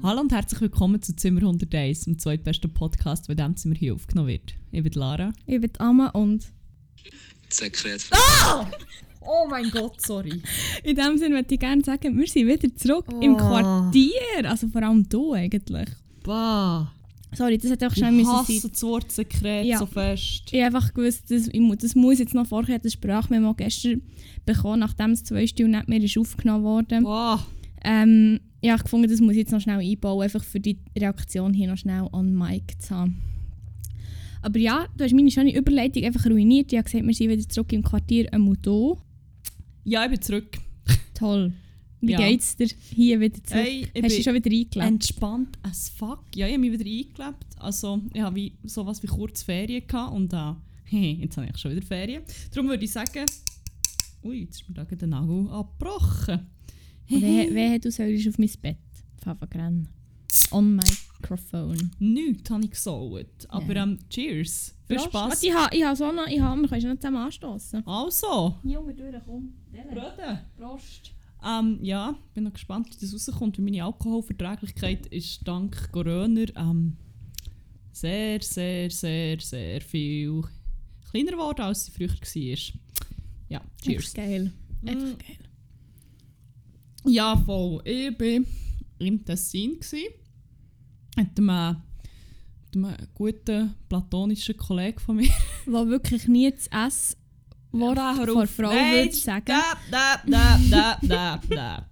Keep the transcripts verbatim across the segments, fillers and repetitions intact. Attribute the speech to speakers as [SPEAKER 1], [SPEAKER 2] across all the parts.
[SPEAKER 1] Hallo und herzlich willkommen zu Zimmer hunderteins, dem zweitbesten Podcast, bei dem Zimmer hier aufgenommen wird. Ich bin Lara.
[SPEAKER 2] Ich bin Amma und...
[SPEAKER 3] Sekret.
[SPEAKER 1] Ah! Oh mein Gott, sorry.
[SPEAKER 2] In dem Sinne möchte ich gerne sagen, wir sind wieder zurück
[SPEAKER 1] Oh.
[SPEAKER 2] im Quartier. Also vor allem du eigentlich.
[SPEAKER 1] Bah.
[SPEAKER 2] Sorry, das hätte auch
[SPEAKER 1] Ich
[SPEAKER 2] schnell müssen
[SPEAKER 1] hasse
[SPEAKER 2] sein.
[SPEAKER 1] das Wort Sekret
[SPEAKER 2] Ja.
[SPEAKER 1] so fest.
[SPEAKER 2] Ich habe einfach gewusst, dass ich, mu- das muss jetzt noch vorher das Sprachmemo gestern bekommen, nachdem es zwei Stunden nicht mehr ist aufgenommen wurde.
[SPEAKER 1] Bah.
[SPEAKER 2] Ähm, ich habe gefunden, das muss ich jetzt noch schnell einbauen, einfach für die Reaktion hier noch schnell on mic zu haben. Aber ja, du hast meine schöne Überleitung einfach ruiniert. Ich habe gesagt, wir sind wieder zurück im Quartier Amudo.
[SPEAKER 1] Ja, ich bin zurück.
[SPEAKER 2] Toll. Wie
[SPEAKER 1] Ja.
[SPEAKER 2] geht's dir hier wieder zurück?
[SPEAKER 1] Hey, ich
[SPEAKER 2] Hast du
[SPEAKER 1] bin
[SPEAKER 2] dich schon wieder eingelebt?
[SPEAKER 1] entspannt as fuck. Ja, ich habe mich wieder eingelebt. Also, ich habe wie, sowas wie kurz Ferien gehabt und äh, jetzt habe ich schon wieder Ferien. Darum würde ich sagen... Ui, jetzt ist mir da gerade der Nagel abgebrochen.
[SPEAKER 2] Wer, wer hat du sollst auf mein Bett? Papa rennen. On Microphone.
[SPEAKER 1] Nichts habe ich gesaut. Aber
[SPEAKER 2] Ja.
[SPEAKER 1] ähm, cheers. Viel
[SPEAKER 2] Prost.
[SPEAKER 1] Spass.
[SPEAKER 2] Warte, ich habe ich ha so noch, ich ha, wir können schon noch zusammen anstoßen.
[SPEAKER 1] Also,
[SPEAKER 2] Junge, durch, komm.
[SPEAKER 1] Bröde.
[SPEAKER 2] Prost.
[SPEAKER 1] Ähm, ja, bin noch gespannt, wie das rauskommt. Weil meine Alkoholverträglichkeit ist dank Corona ähm, sehr, sehr, sehr, sehr viel kleiner geworden, als sie früher war. Ja, cheers.
[SPEAKER 2] Einfach geil. Einfach
[SPEAKER 1] Mm.
[SPEAKER 2] geil.
[SPEAKER 1] Ja, voll. Ich war im Tessin. gsi. Mit einem, mit einem guten platonischen Kollegen von mir.
[SPEAKER 2] Wo wirklich nie das S-Wort
[SPEAKER 1] Da, hör
[SPEAKER 2] vor
[SPEAKER 1] auf.
[SPEAKER 2] Frau
[SPEAKER 1] Nein,
[SPEAKER 2] würde sagen.
[SPEAKER 1] Da, da, da, da, da, da.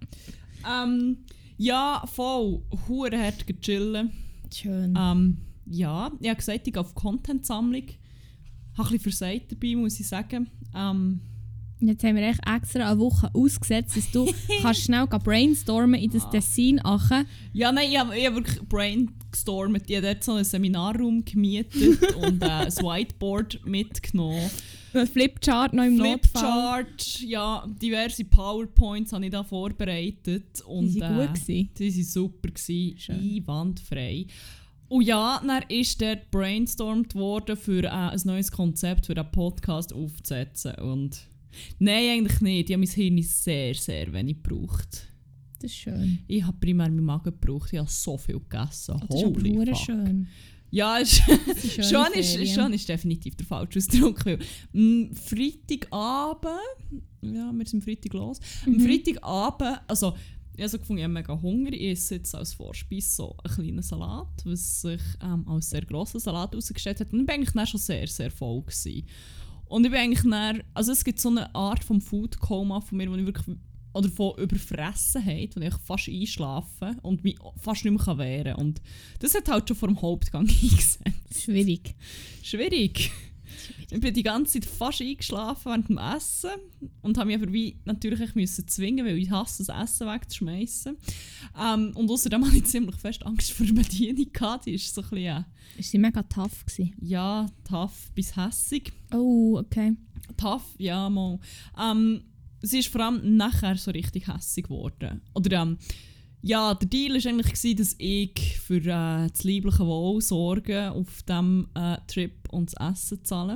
[SPEAKER 1] ähm, ja, voll. Hure hart gechillen.
[SPEAKER 2] Schön.
[SPEAKER 1] Ähm, ja, ich habe gesagt, ich gehe auf Content-Sammlung. Ich habe ein bisschen versagt dabei, muss ich sagen. Ähm,
[SPEAKER 2] Jetzt haben wir echt extra eine Woche ausgesetzt, dass du kannst schnell gehen brainstormen in das Tessin achen.
[SPEAKER 1] ja, nein, ich habe, ich habe wirklich brainstormt. Ich habe dort so einen Seminarraum gemietet und äh, ein Whiteboard mitgenommen.
[SPEAKER 2] Ein Flipchart noch im Notfall.
[SPEAKER 1] Flipchart, ja, diverse PowerPoints habe ich da vorbereitet. Und,
[SPEAKER 2] Die waren gut gewesen.
[SPEAKER 1] Die waren super, gewesen,
[SPEAKER 2] Schön.
[SPEAKER 1] einwandfrei. Und ja, dann ist dort brainstormt worden, für äh, ein neues Konzept für einen Podcast aufzusetzen. Und nein, eigentlich nicht. Ich habe mein Hirn sehr, sehr wenig gebraucht.
[SPEAKER 2] Das ist schön.
[SPEAKER 1] Ich habe primär meinen Magen gebraucht. Ich habe so viel gegessen.
[SPEAKER 2] Das ist aber
[SPEAKER 1] Holy
[SPEAKER 2] hure
[SPEAKER 1] fuck.
[SPEAKER 2] schön.
[SPEAKER 1] Ja, ist,
[SPEAKER 2] Das ist schöne
[SPEAKER 1] schon, ist,
[SPEAKER 2] Ferien.
[SPEAKER 1] schon ist definitiv der falsche Ausdruck. Weil, m, Freitagabend, ja, wir sind Freitag los. Am
[SPEAKER 2] Mhm.
[SPEAKER 1] Freitagabend, also ich habe so gefunden, ich habe mega Hunger. Ich esse jetzt als Vorspeise so einen kleinen Salat, was sich ähm, als sehr grosser Salat herausgestellt hat. Und ich war eigentlich dann schon sehr, sehr voll gewesen. Und ich bin eigentlich dann, also es gibt so eine Art vom Food-Coma von mir, wo ich wirklich, oder von Überfressenheit, wo ich fast einschlafe und mich fast nicht mehr wehren kann. Und das hat halt schon vor dem Hauptgang eingesetzt.
[SPEAKER 2] Schwierig.
[SPEAKER 1] Schwierig. Ich bin die ganze Zeit fast eingeschlafen während dem Essen und habe mich aber wie natürlich müssen zwingen, weil ich hasse, das Essen wegzuschmeißen. Ähm, und außerdem hatte ich ziemlich fest Angst vor der Bedienung gehabt. Die ist so ein bisschen, äh,
[SPEAKER 2] Ist sie mega tough gewesen?
[SPEAKER 1] ja, tough bis hässig.
[SPEAKER 2] Oh, okay.
[SPEAKER 1] Tough, ja, mal. Ähm, sie ist vor allem nachher so richtig hässig geworden. Oder ähm, ja, der Deal war eigentlich, gewesen, dass ich für äh, das liebliche Wohl sorge auf diesem äh, Trip und das Essen zahlen.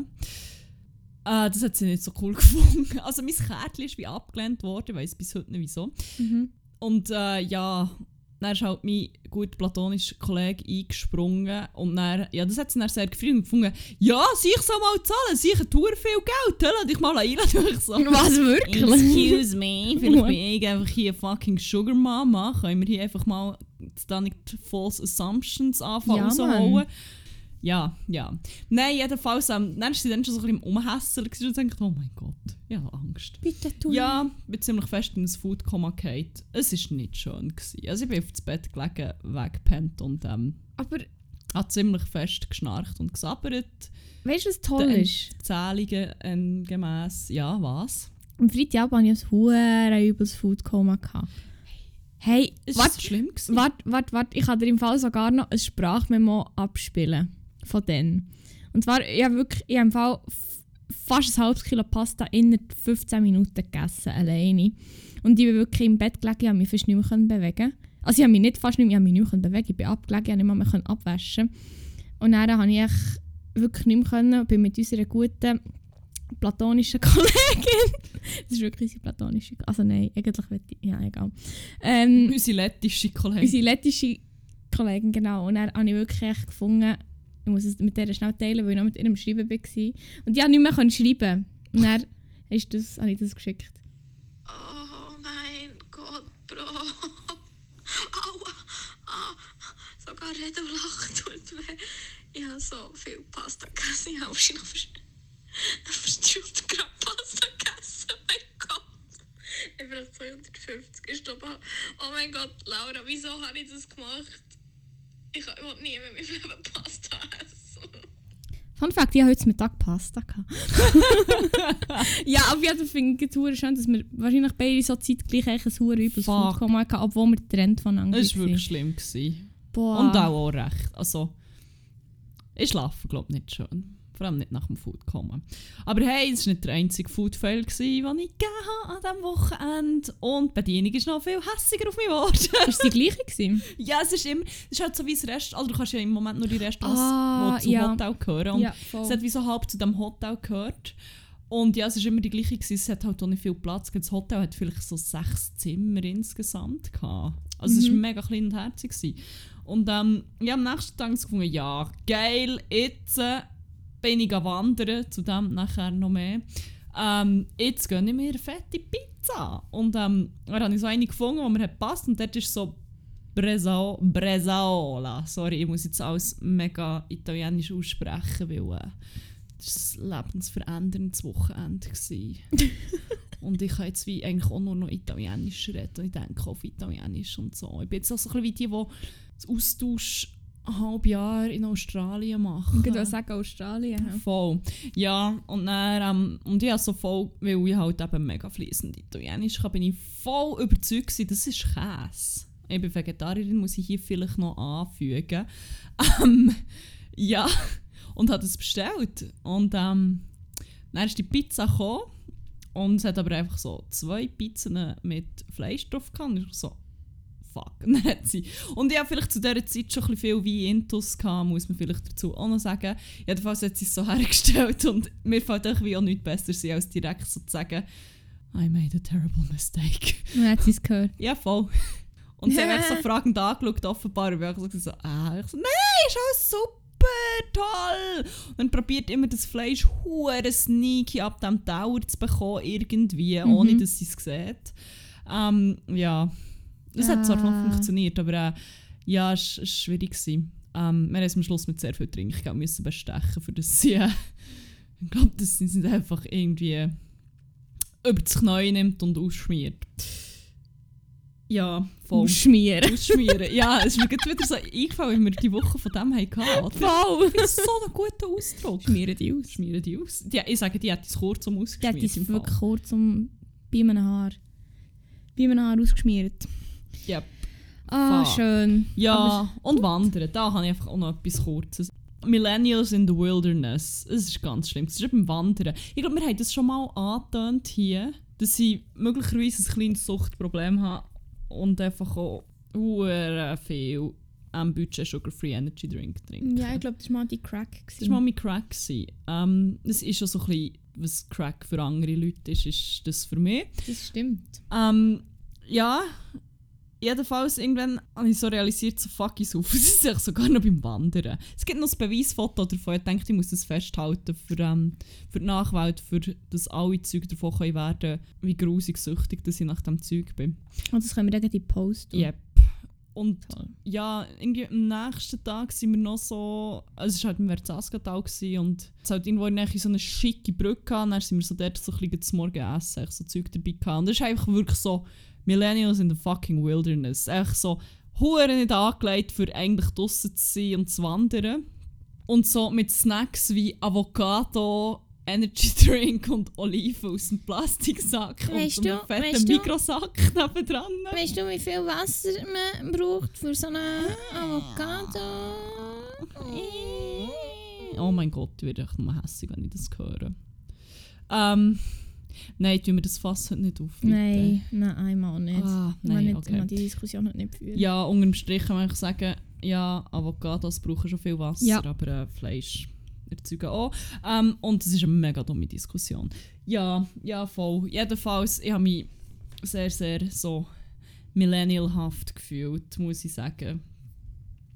[SPEAKER 1] Äh, das hat sie nicht so cool gefunden. Also mein Kärtchen ist wie abgelehnt worden, ich weiss bis heute nicht wieso.
[SPEAKER 2] Mhm.
[SPEAKER 1] Und äh, ja, dann ist halt mein gut platonischer Kollege eingesprungen und dann, ja, das hat sie dann sehr gefreut und gefunden, ja, sie ich soll mal zahlen, sie hat viel Geld, lass dich mal einladen. Ich so,
[SPEAKER 2] Was, wirklich?
[SPEAKER 1] excuse me, vielleicht bin ich einfach hier fucking Sugar Mama, können wir hier einfach mal da nicht false assumptions anfangen
[SPEAKER 2] Ja,
[SPEAKER 1] rausholen.
[SPEAKER 2] Mann.
[SPEAKER 1] Ja, ja. Nein, jedenfalls, ähm, dann war sie dann schon so ein bisschen umhässeln und dachte, oh mein Gott, ich habe Angst.
[SPEAKER 2] Bitte tu.
[SPEAKER 1] Ja, ich bin ziemlich fest in ein Food-Coma gefallen. Es war nicht schön gewesen. Also ich bin auf das Bett gelegen, weggepennt und ähm,
[SPEAKER 2] Aber
[SPEAKER 1] habe ziemlich fest geschnarcht und gesabbert.
[SPEAKER 2] weißt du, was toll
[SPEAKER 1] Den
[SPEAKER 2] ist?
[SPEAKER 1] Erzählungen ähm, gemäss, ja, was?
[SPEAKER 2] Am Freitagabend hatte ich ein hure übles Food-Coma. Hey,
[SPEAKER 1] Ist
[SPEAKER 2] warte,
[SPEAKER 1] das schlimm gewesen?
[SPEAKER 2] warte, warte, warte. Ich kann dir im Fall sogar noch ein Sprachmemo abspielen. Von denen. Und zwar, ich habe wirklich, ich habe im Fall f- fast ein halbes Kilo Pasta innerhalb fünfzehn Minuten gegessen, alleine. Und ich bin wirklich im Bett gelegen, ich konnte mich fast nicht mehr bewegen. Also ich habe mich nicht fast nicht mehr, ich habe mich nicht mehr bewegen. Ich bin abgelegen, ich konnte nicht mehr abwaschen. Und dann konnte ich echt wirklich nicht mehr können, bin mit unserer guten platonischen Kollegin. Das ist wirklich unsere platonische. Also nein, eigentlich will ich, ja egal. Ähm,
[SPEAKER 1] Unsere lettische Kollegin.
[SPEAKER 2] unsere lettische Arbeitskollegin, genau. Und dann habe ich wirklich echt gefunden, ich muss es mit der schnell teilen, weil ich noch mit ihrem Schreiben war. Und ich konnte nicht mehr schreiben. Und dann ist das, habe ich das geschickt.
[SPEAKER 4] Oh mein Gott, Bro. Aua. Ah, sogar reden und lachen tut weh. Ich habe so viel Pasta gegessen. Ich habe wahrscheinlich noch verstanden Gramm Pasta gegessen. Oh mein Gott. Ich bin auf zweihundertfünfzig gestorben. Oh mein Gott, Laura, wieso habe ich das gemacht? Ich will nie mehr mit meinem Pasta essen.
[SPEAKER 2] Fun Fact, ich habe heute Mittag Pasta gehabt. Ja, auf jeden Fall finde ich es schön, dass wir wahrscheinlich beide so zeitgleich ein Huren über das Food kommen hatten, obwohl wir getrennt voneinander
[SPEAKER 1] waren. Das war wirklich schlimm. Boah. Und auch, auch recht. Also, ich schlafe, glaube ich, nicht schön. Vor allem nicht nach dem Food kommen. Aber hey, es war nicht der einzige Food-Fail, den ich gegeben habe an diesem Wochenende. Und die Bedienung ist noch viel hässiger auf mich geworden.
[SPEAKER 2] War es die gleiche gewesen?
[SPEAKER 1] Ja, es ist immer, es ist halt so wie das Restaurant, also du kannst ja im Moment nur die Restaurants,
[SPEAKER 2] ah,
[SPEAKER 1] die zum
[SPEAKER 2] ja.
[SPEAKER 1] Hotel gehören. Und
[SPEAKER 2] ja,
[SPEAKER 1] es hat wie so halb zu diesem Hotel gehört. Und ja, es war immer die gleiche gewesen. Es hat halt auch nicht viel Platz. Das Hotel hat vielleicht so sechs Zimmer insgesamt gehabt. Also mhm. es war mega klein und herzig gewesen. Und ähm, ja, am nächsten Tag habe ich gefunden, ja, geil, jetzt äh, bin ich wandern, zu dem nachher noch mehr. Ähm, jetzt gönne ich mir eine fette Pizza. Und ähm, dann habe ich so eine gefunden, die mir hat gepasst. Und dort ist so Brezao, Brezaola. Sorry, ich muss jetzt alles mega italienisch aussprechen, weil äh, das war ein lebensveränderndes Wochenende. Und ich kann jetzt wie eigentlich auch nur noch Italienisch reden. Und ich denke auf Italienisch und so. Ich bin jetzt auch so ein bisschen wie die, die das Austausch ein halbes Jahr in Australien machen.
[SPEAKER 2] Ich würde sagen Australien. Ja.
[SPEAKER 1] Voll. Ja, und dann, ähm, und ich so voll, weil ich halt eben mega fließend Italienisch kann, bin ich voll überzeugt gewesen, das ist Käse. Ich bin Vegetarierin, muss ich hier vielleicht noch anfügen. Ähm, ja, und habe das bestellt. Und ähm, dann ist die Pizza gekommen. Und es hat aber einfach so zwei Pizzen mit Fleisch drauf gehabt. Und ich so, fuck. Und, dann hat sie, und ich hatte vielleicht zu dieser Zeit schon ein bisschen viel Wein-Intus gehabt, muss man vielleicht dazu auch noch sagen. Jedenfalls hat sie es so hergestellt und mir fällt auch nichts besser sein, als direkt so zu sagen, I made a terrible mistake.
[SPEAKER 2] Und dann hat sie es gehört.
[SPEAKER 1] Ja, voll. Und sie haben mich so fragend angeschaut, offenbar. Und ich habe so gesagt, ah. Ich so, nein, ist alles super, toll. Und dann probiert immer das Fleisch hure sneaky ab dem Tower zu bekommen, irgendwie, mhm. ohne dass sie es sieht. Ähm, ja, das ah. hat zwar noch funktioniert, aber äh, ja, es war schwierig. Ähm, wir haben es am Schluss mit sehr viel Trinkgeld müssen bestechen, für das sie, äh, ich glaube, dass sie es einfach irgendwie über das Knie nimmt und ausschmiert. Ja, voll.
[SPEAKER 2] Ausschmieren.
[SPEAKER 1] Ausschmieren. Ja, es ist mir wieder so eingefallen, wie wir die Woche von dem hatten.
[SPEAKER 2] Voll.
[SPEAKER 1] Das ist so ein guter Ausdruck.
[SPEAKER 2] Schmieren die aus.
[SPEAKER 1] Schmieren die aus. Die, ich sage, die hat es kurz um ausgeschmiert.
[SPEAKER 2] Die hat es wirklich kurz um bei einem Haar. Bei einem Haar ausgeschmiert.
[SPEAKER 1] Ja.
[SPEAKER 2] Ah, Fuck. Schön.
[SPEAKER 1] Ja, aber und Wandern. Da habe ich einfach auch noch etwas Kurzes. Millennials in the Wilderness. Das ist ganz schlimm. Das ist beim Wandern. Ich glaube, wir haben das schon mal angetönt hier, dass ich möglicherweise ein kleines Suchtproblem habe und einfach auch sehr viel am Budget Sugar-Free Energy Drink trinken.
[SPEAKER 2] Ja, ich glaube, das war mal die Crack.
[SPEAKER 1] Das war mal mein Crack. Ähm, das ist schon so ein bisschen, was Crack für andere Leute ist, ist das für mich.
[SPEAKER 2] Das stimmt.
[SPEAKER 1] Ähm, ja, jedenfalls irgendwann habe ich so realisiert, so fuck ich auf. Das ist eigentlich sogar noch beim Wandern. Es gibt noch ein Beweisfoto davon. Ich denke, ich muss das festhalten für, ähm, für die Nachwelt, für dass alle Zeuge davon können werden, wie grusig süchtig dass ich nach diesem Zeug bin.
[SPEAKER 2] Und das können wir irgendwie posten.
[SPEAKER 1] Yep. Und Toll. Ja, irgendwie am nächsten Tag sind wir noch so, also es war halt im Verzaskatal und es halt irgendwo in so eine schicke Brücke gehabt, dann sind wir so dort so ein bisschen zum Morgen essen, so Zeug dabei gehabt. Und das ist einfach wirklich so Millennials in the fucking Wilderness. Einfach so hure nicht angelegt, für eigentlich draussen zu sein und zu wandern. Und so mit Snacks wie Avocado, Energy Drink und Oliven aus dem Plastiksack
[SPEAKER 2] weißt
[SPEAKER 1] und einem
[SPEAKER 2] du,
[SPEAKER 1] fetten
[SPEAKER 2] weißt
[SPEAKER 1] Mikrosack nebendran.
[SPEAKER 2] Weißt du, wie viel Wasser man braucht für so einen Avocado?
[SPEAKER 1] Oh mein Gott, ich werde echt nur hässlich, wenn ich das höre. Ähm, nein, tun wir das Fass heute nicht auf. Bitte.
[SPEAKER 2] Nein, nein, einmal nicht.
[SPEAKER 1] Ah, nein,
[SPEAKER 2] nicht,
[SPEAKER 1] okay.
[SPEAKER 2] Man die Diskussion heute nicht führen.
[SPEAKER 1] Ja, unterm Strich kann man sagen, ja, Avocados brauchen schon viel Wasser,
[SPEAKER 2] ja.
[SPEAKER 1] aber äh, Fleisch erzeugen auch. Ähm, und das ist eine mega dumme Diskussion. Ja, ja, voll. Jedenfalls, ich habe mich sehr, sehr so millennialhaft gefühlt, muss ich sagen.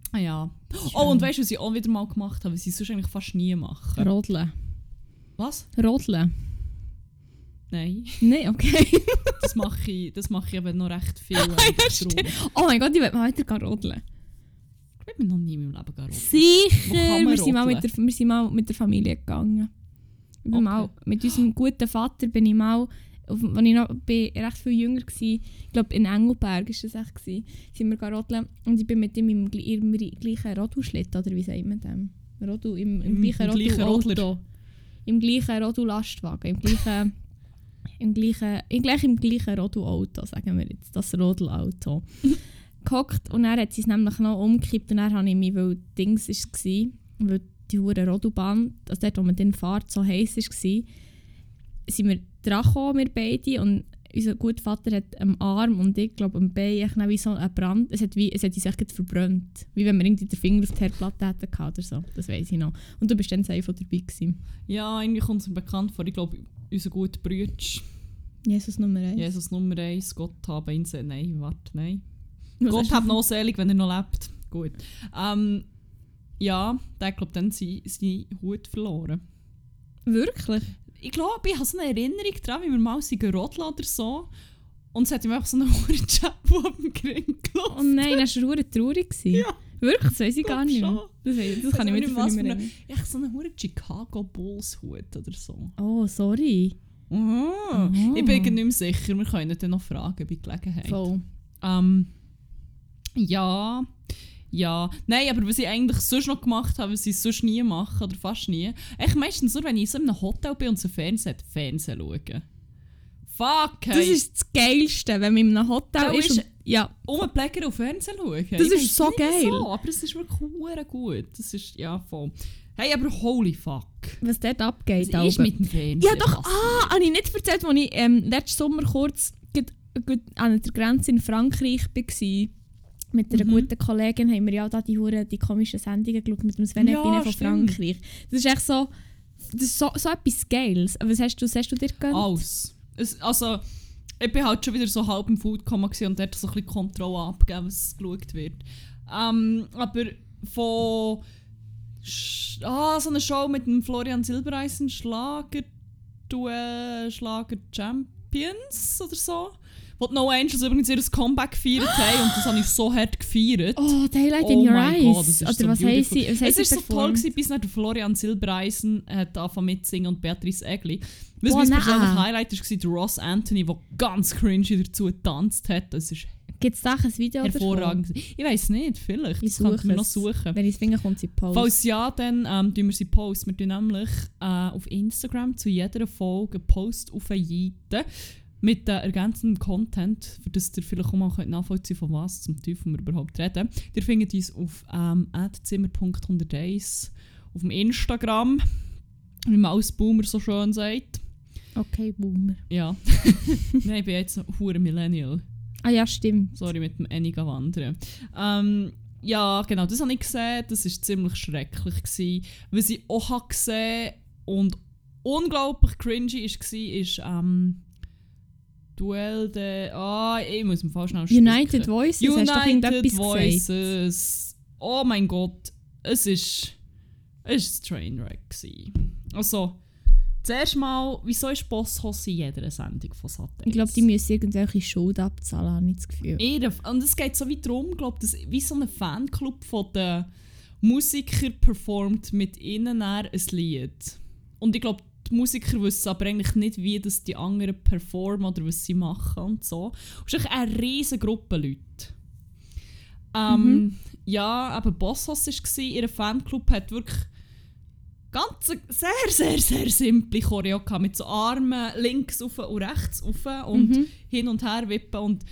[SPEAKER 1] Ah ja. Oh, und weißt du, was ich auch wieder mal gemacht habe, was ich sonst eigentlich fast nie mache?
[SPEAKER 2] Rodeln.
[SPEAKER 1] Was?
[SPEAKER 2] Rodeln?
[SPEAKER 1] Nein.
[SPEAKER 2] Nein, okay.
[SPEAKER 1] Das mache ich, das mache ich aber noch recht viel.
[SPEAKER 2] ja,
[SPEAKER 1] drum.
[SPEAKER 2] Oh mein Gott, ich will mal weiter rodeln.
[SPEAKER 1] Ich bin noch nie in meinem Leben gerodeln.
[SPEAKER 2] Sicher!
[SPEAKER 1] Wo kann man
[SPEAKER 2] Wir sind, mal mit
[SPEAKER 1] rodeln?
[SPEAKER 2] der, wir sind mal mit der Familie gegangen. Ich bin
[SPEAKER 1] Okay.
[SPEAKER 2] mal, mit unserem guten Vater bin ich mal, auf, als ich noch bin, recht viel jünger war, ich glaube in Engelberg war das echt, gewesen, sind wir rodeln und ich bin mit ihm im, gl- im gleichen Rodelschlitten, oder wie sagt man dem? Rodel, im, im,
[SPEAKER 1] Im-
[SPEAKER 2] gleichen
[SPEAKER 1] im gleichen
[SPEAKER 2] Rodel-Auto.
[SPEAKER 1] Rodler.
[SPEAKER 2] Im gleichen Rodel-Lastwagen, im gleichen, im gleichen, im gleich im gleichen Rodel-Auto, sagen wir jetzt, das Rodel-Auto. Gehockt und dann hat sie es nämlich noch umgekippt und dann habe ich mich, weil Dings war, weil die hure Rodobahn, also dort wo man dann fährt, so heiß war, sind wir dran gekommen, wir beide, und unser guter Vater hat am Arm und ich glaube am Bein echt wie so einen Brand, es hat, wie, es hat uns echt verbrannt, wie wenn wir irgendwie den Finger auf die Herdplatte hätten gehabt oder so, das weiss ich noch. Und du bist dann safe auch dabei gewesen.
[SPEAKER 1] Ja, eigentlich kommt es mir bekannt vor. Ich glaube, unser guter Bruder,
[SPEAKER 2] Jesus Nummer eins.
[SPEAKER 1] Jesus Nummer eins, Gott habe ihn se- Nein, warte, nein.
[SPEAKER 2] Was
[SPEAKER 1] Gott
[SPEAKER 2] hast
[SPEAKER 1] hat
[SPEAKER 2] du-
[SPEAKER 1] noch selig, wenn er noch lebt. Gut. Ähm, ja, der glaube dann sie seinen Hut verloren.
[SPEAKER 2] Wirklich?
[SPEAKER 1] Ich glaube, ich habe so eine Erinnerung daran, wie wir mal sind rodeln oder so. Und es hat ihm einfach so einen hohen Chapo auf dem Gring gelassen.
[SPEAKER 2] Oh nein, das war verdammt traurig. Ja. Wirklich? Das weiss ich gar nicht mehr.
[SPEAKER 1] schon.
[SPEAKER 2] Das, weiss, das
[SPEAKER 1] Ich
[SPEAKER 2] kann ich
[SPEAKER 1] weiss
[SPEAKER 2] mir
[SPEAKER 1] nicht,
[SPEAKER 2] dafür
[SPEAKER 1] was
[SPEAKER 2] nicht mehr
[SPEAKER 1] für eine-
[SPEAKER 2] erinnern.
[SPEAKER 1] Echt so einen hohen Chicago Bulls Hut oder so.
[SPEAKER 2] Oh, sorry.
[SPEAKER 1] Aha.
[SPEAKER 2] Oh.
[SPEAKER 1] Ich bin nicht mehr sicher, wir können ihn dann noch fragen bei Gelegenheit.
[SPEAKER 2] Voll.
[SPEAKER 1] Ähm, ja, ja. Nein, aber was ich eigentlich sonst noch gemacht habe, was ich sonst nie mache, oder fast nie, echt meistens nur, wenn ich so in einem Hotel bin und so Fernsehen hat, Fernsehen schauen. Fuck, hey.
[SPEAKER 2] Das ist das Geilste, wenn man in einem Hotel
[SPEAKER 1] Da
[SPEAKER 2] ist.
[SPEAKER 1] ist-
[SPEAKER 2] Und, ja,
[SPEAKER 1] Umpläger auf Fernsehen schauen.
[SPEAKER 2] Das
[SPEAKER 1] Ich
[SPEAKER 2] ist
[SPEAKER 1] weiss
[SPEAKER 2] so
[SPEAKER 1] nicht
[SPEAKER 2] geil.
[SPEAKER 1] wieso, aber es ist wirklich hure gut. Das ist, ja, voll. Hey, aber holy fuck.
[SPEAKER 2] was dort abgeht.
[SPEAKER 1] Was ist
[SPEAKER 2] Alben.
[SPEAKER 1] mit dem Fernsehen?
[SPEAKER 2] Ja, doch,
[SPEAKER 1] passiert?
[SPEAKER 2] ah, habe ich nicht erzählt, als ich ähm, letzten Sommer kurz grad- grad an der Grenze in Frankreich war. Mit einer
[SPEAKER 1] Mhm.
[SPEAKER 2] guten Kollegin haben wir ja da die, Hure, die komischen Sendungen geschaut mit dem Sven
[SPEAKER 1] Ja,
[SPEAKER 2] Epine von
[SPEAKER 1] stimmt.
[SPEAKER 2] Frankreich. Das ist echt so, das ist so, so etwas Geiles. Aber was hast du, was hast du dir gegönnt?
[SPEAKER 1] Alles. Es, also, ich bin halt schon wieder so halb im Foodcoma gewesen und dort so ein bisschen Kontrolle abgegeben, was geschaut wird. Ähm, aber von Sch ah, so eine Show mit dem Florian Silbereisen, Schlager Duell, Schlager Champions oder so. Wo die No Angels übrigens ihr Comeback gefeiert haben und das habe ich so hart gefeiert.
[SPEAKER 2] Oh, Daylight
[SPEAKER 1] Oh
[SPEAKER 2] in Your
[SPEAKER 1] mein
[SPEAKER 2] Eyes.
[SPEAKER 1] Gott, das ist
[SPEAKER 2] Oder
[SPEAKER 1] so
[SPEAKER 2] was
[SPEAKER 1] beautiful.
[SPEAKER 2] heisst sie? Was
[SPEAKER 1] Es
[SPEAKER 2] heisst
[SPEAKER 1] war
[SPEAKER 2] sie
[SPEAKER 1] so toll,
[SPEAKER 2] performt?
[SPEAKER 1] gewesen, bis dann der Florian Silbereisen hat angefangen mitzusingen und Beatrice Egli. Was
[SPEAKER 2] Boah,
[SPEAKER 1] mein
[SPEAKER 2] nein.
[SPEAKER 1] persönliches Highlight war, der Ross Anthony, der ganz cringy dazu getanzt hat. Das ist
[SPEAKER 2] Gibt es da ein Video
[SPEAKER 1] hervorragend. gewesen. Ich weiß nicht, vielleicht.
[SPEAKER 2] Ich
[SPEAKER 1] Das könnten
[SPEAKER 2] suche
[SPEAKER 1] wir noch
[SPEAKER 2] es.
[SPEAKER 1] suchen.
[SPEAKER 2] Wenn ich es finde, kommt sie Post.
[SPEAKER 1] Falls ja, dann ähm, tun wir sie Post. Wir tun nämlich äh, auf Instagram zu jeder Folge einen Post aufjeiten mit äh, ergänzendem Content, für das ihr vielleicht auch mal könnt nachvollziehen könnt, von was zum Teufel wir überhaupt reden. Ihr findet uns auf ähm, at zimmer punkt hunderteins auf dem Instagram, wie man als Boomer so schön sagt.
[SPEAKER 2] Okay, Boomer.
[SPEAKER 1] Ja. Nein, ich bin jetzt ein hure Millennial.
[SPEAKER 2] Ah ja, stimmt.
[SPEAKER 1] Sorry, mit dem Eniga wandern. Ähm, ja, genau, das habe ich gesehen. Das war ziemlich schrecklich gewesen. Was ich auch habe gesehen und unglaublich cringy war, ist ähm, Duell de... Ah, ich muss mir fast schnell
[SPEAKER 2] United
[SPEAKER 1] spicken.
[SPEAKER 2] Voices, hast du doch
[SPEAKER 1] United
[SPEAKER 2] irgendetwas gesagt?
[SPEAKER 1] Voices. Oh mein Gott. Es ist... Es war ein Trainwreck gewesen. Also, zuerst mal, wieso ist Bosshaus in jeder Sendung von Sat eins?
[SPEAKER 2] Ich glaube, die müssen irgendwelche Schuld abzahlen, habe ich das Gefühl.
[SPEAKER 1] Ihre, und es geht so wie darum, glaub, dass wie so ein Fanclub von den Musikern performt mit ihnen ein Lied. Und ich glaube, die Musiker wissen aber eigentlich nicht, wie das die anderen performen oder was sie machen und so. Es ist echt eine riesige Gruppe Leute. Ähm,
[SPEAKER 2] Mhm.
[SPEAKER 1] Ja, eben Bosshaus war, ihr Fanclub hat wirklich ganz eine sehr, sehr, sehr simple Choreo gehabt, mit so Armen links rauf und rechts rauf und
[SPEAKER 2] Mhm.
[SPEAKER 1] hin und her wippen. Und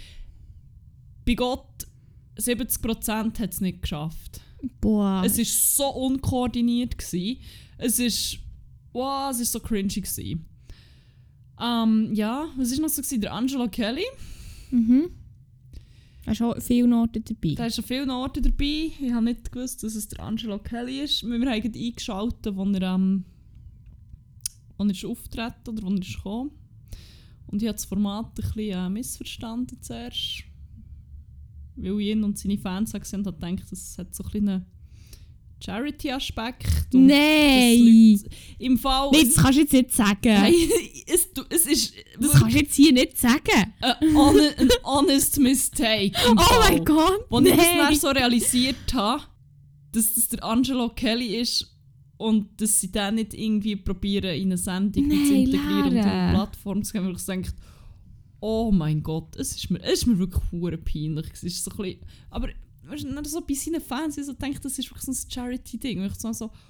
[SPEAKER 1] bei Gott, siebzig Prozent hat es nicht geschafft.
[SPEAKER 2] Boah.
[SPEAKER 1] Es war so unkoordiniert. Gewesen. Es ist, wow, es ist so cringy. Gewesen. Ähm, ja, was war noch so? Gewesen? Der Angelo Kelly.
[SPEAKER 2] Mhm. Hast du auch viele Noten dabei?
[SPEAKER 1] Da ist an vielen Orten dabei. Ich habe nicht gewusst, dass es der Angelo Kelly ist. Wir haben gerade eingeschaltet, als er, ähm, als er ist auftreten oder als er ist gekommen. Und ich habe das Format ein bisschen äh, missverstanden zuerst. weil ich ihn und seine Fans habe gesehen und habe gedacht, das hat so ein bisschen Charity-Aspekt. und
[SPEAKER 2] Nein!
[SPEAKER 1] dass Leute- Im Fall...
[SPEAKER 2] Nein, das kannst du jetzt nicht sagen.
[SPEAKER 1] Nein, es, du- es ist
[SPEAKER 2] Das kannst du jetzt hier nicht sagen.
[SPEAKER 1] ein hone- ein honest mistake. im
[SPEAKER 2] Oh
[SPEAKER 1] Fall.
[SPEAKER 2] mein Gott!
[SPEAKER 1] Als ich das
[SPEAKER 2] nein.
[SPEAKER 1] dann so realisiert habe, dass das der Angelo Kelly ist und dass sie den nicht irgendwie probieren, in eine Sendung mit zu
[SPEAKER 2] Nein,
[SPEAKER 1] integrieren und
[SPEAKER 2] Lara.
[SPEAKER 1] eine Plattform zu geben, weil ich denke, oh mein Gott, es ist mir, es ist mir wirklich hure peinlich. Es ist so ein bisschen, aber weißt du, dann so bei seinen Fans, ich so denke, das ist wirklich so ein Charity-Ding. Und ich so, so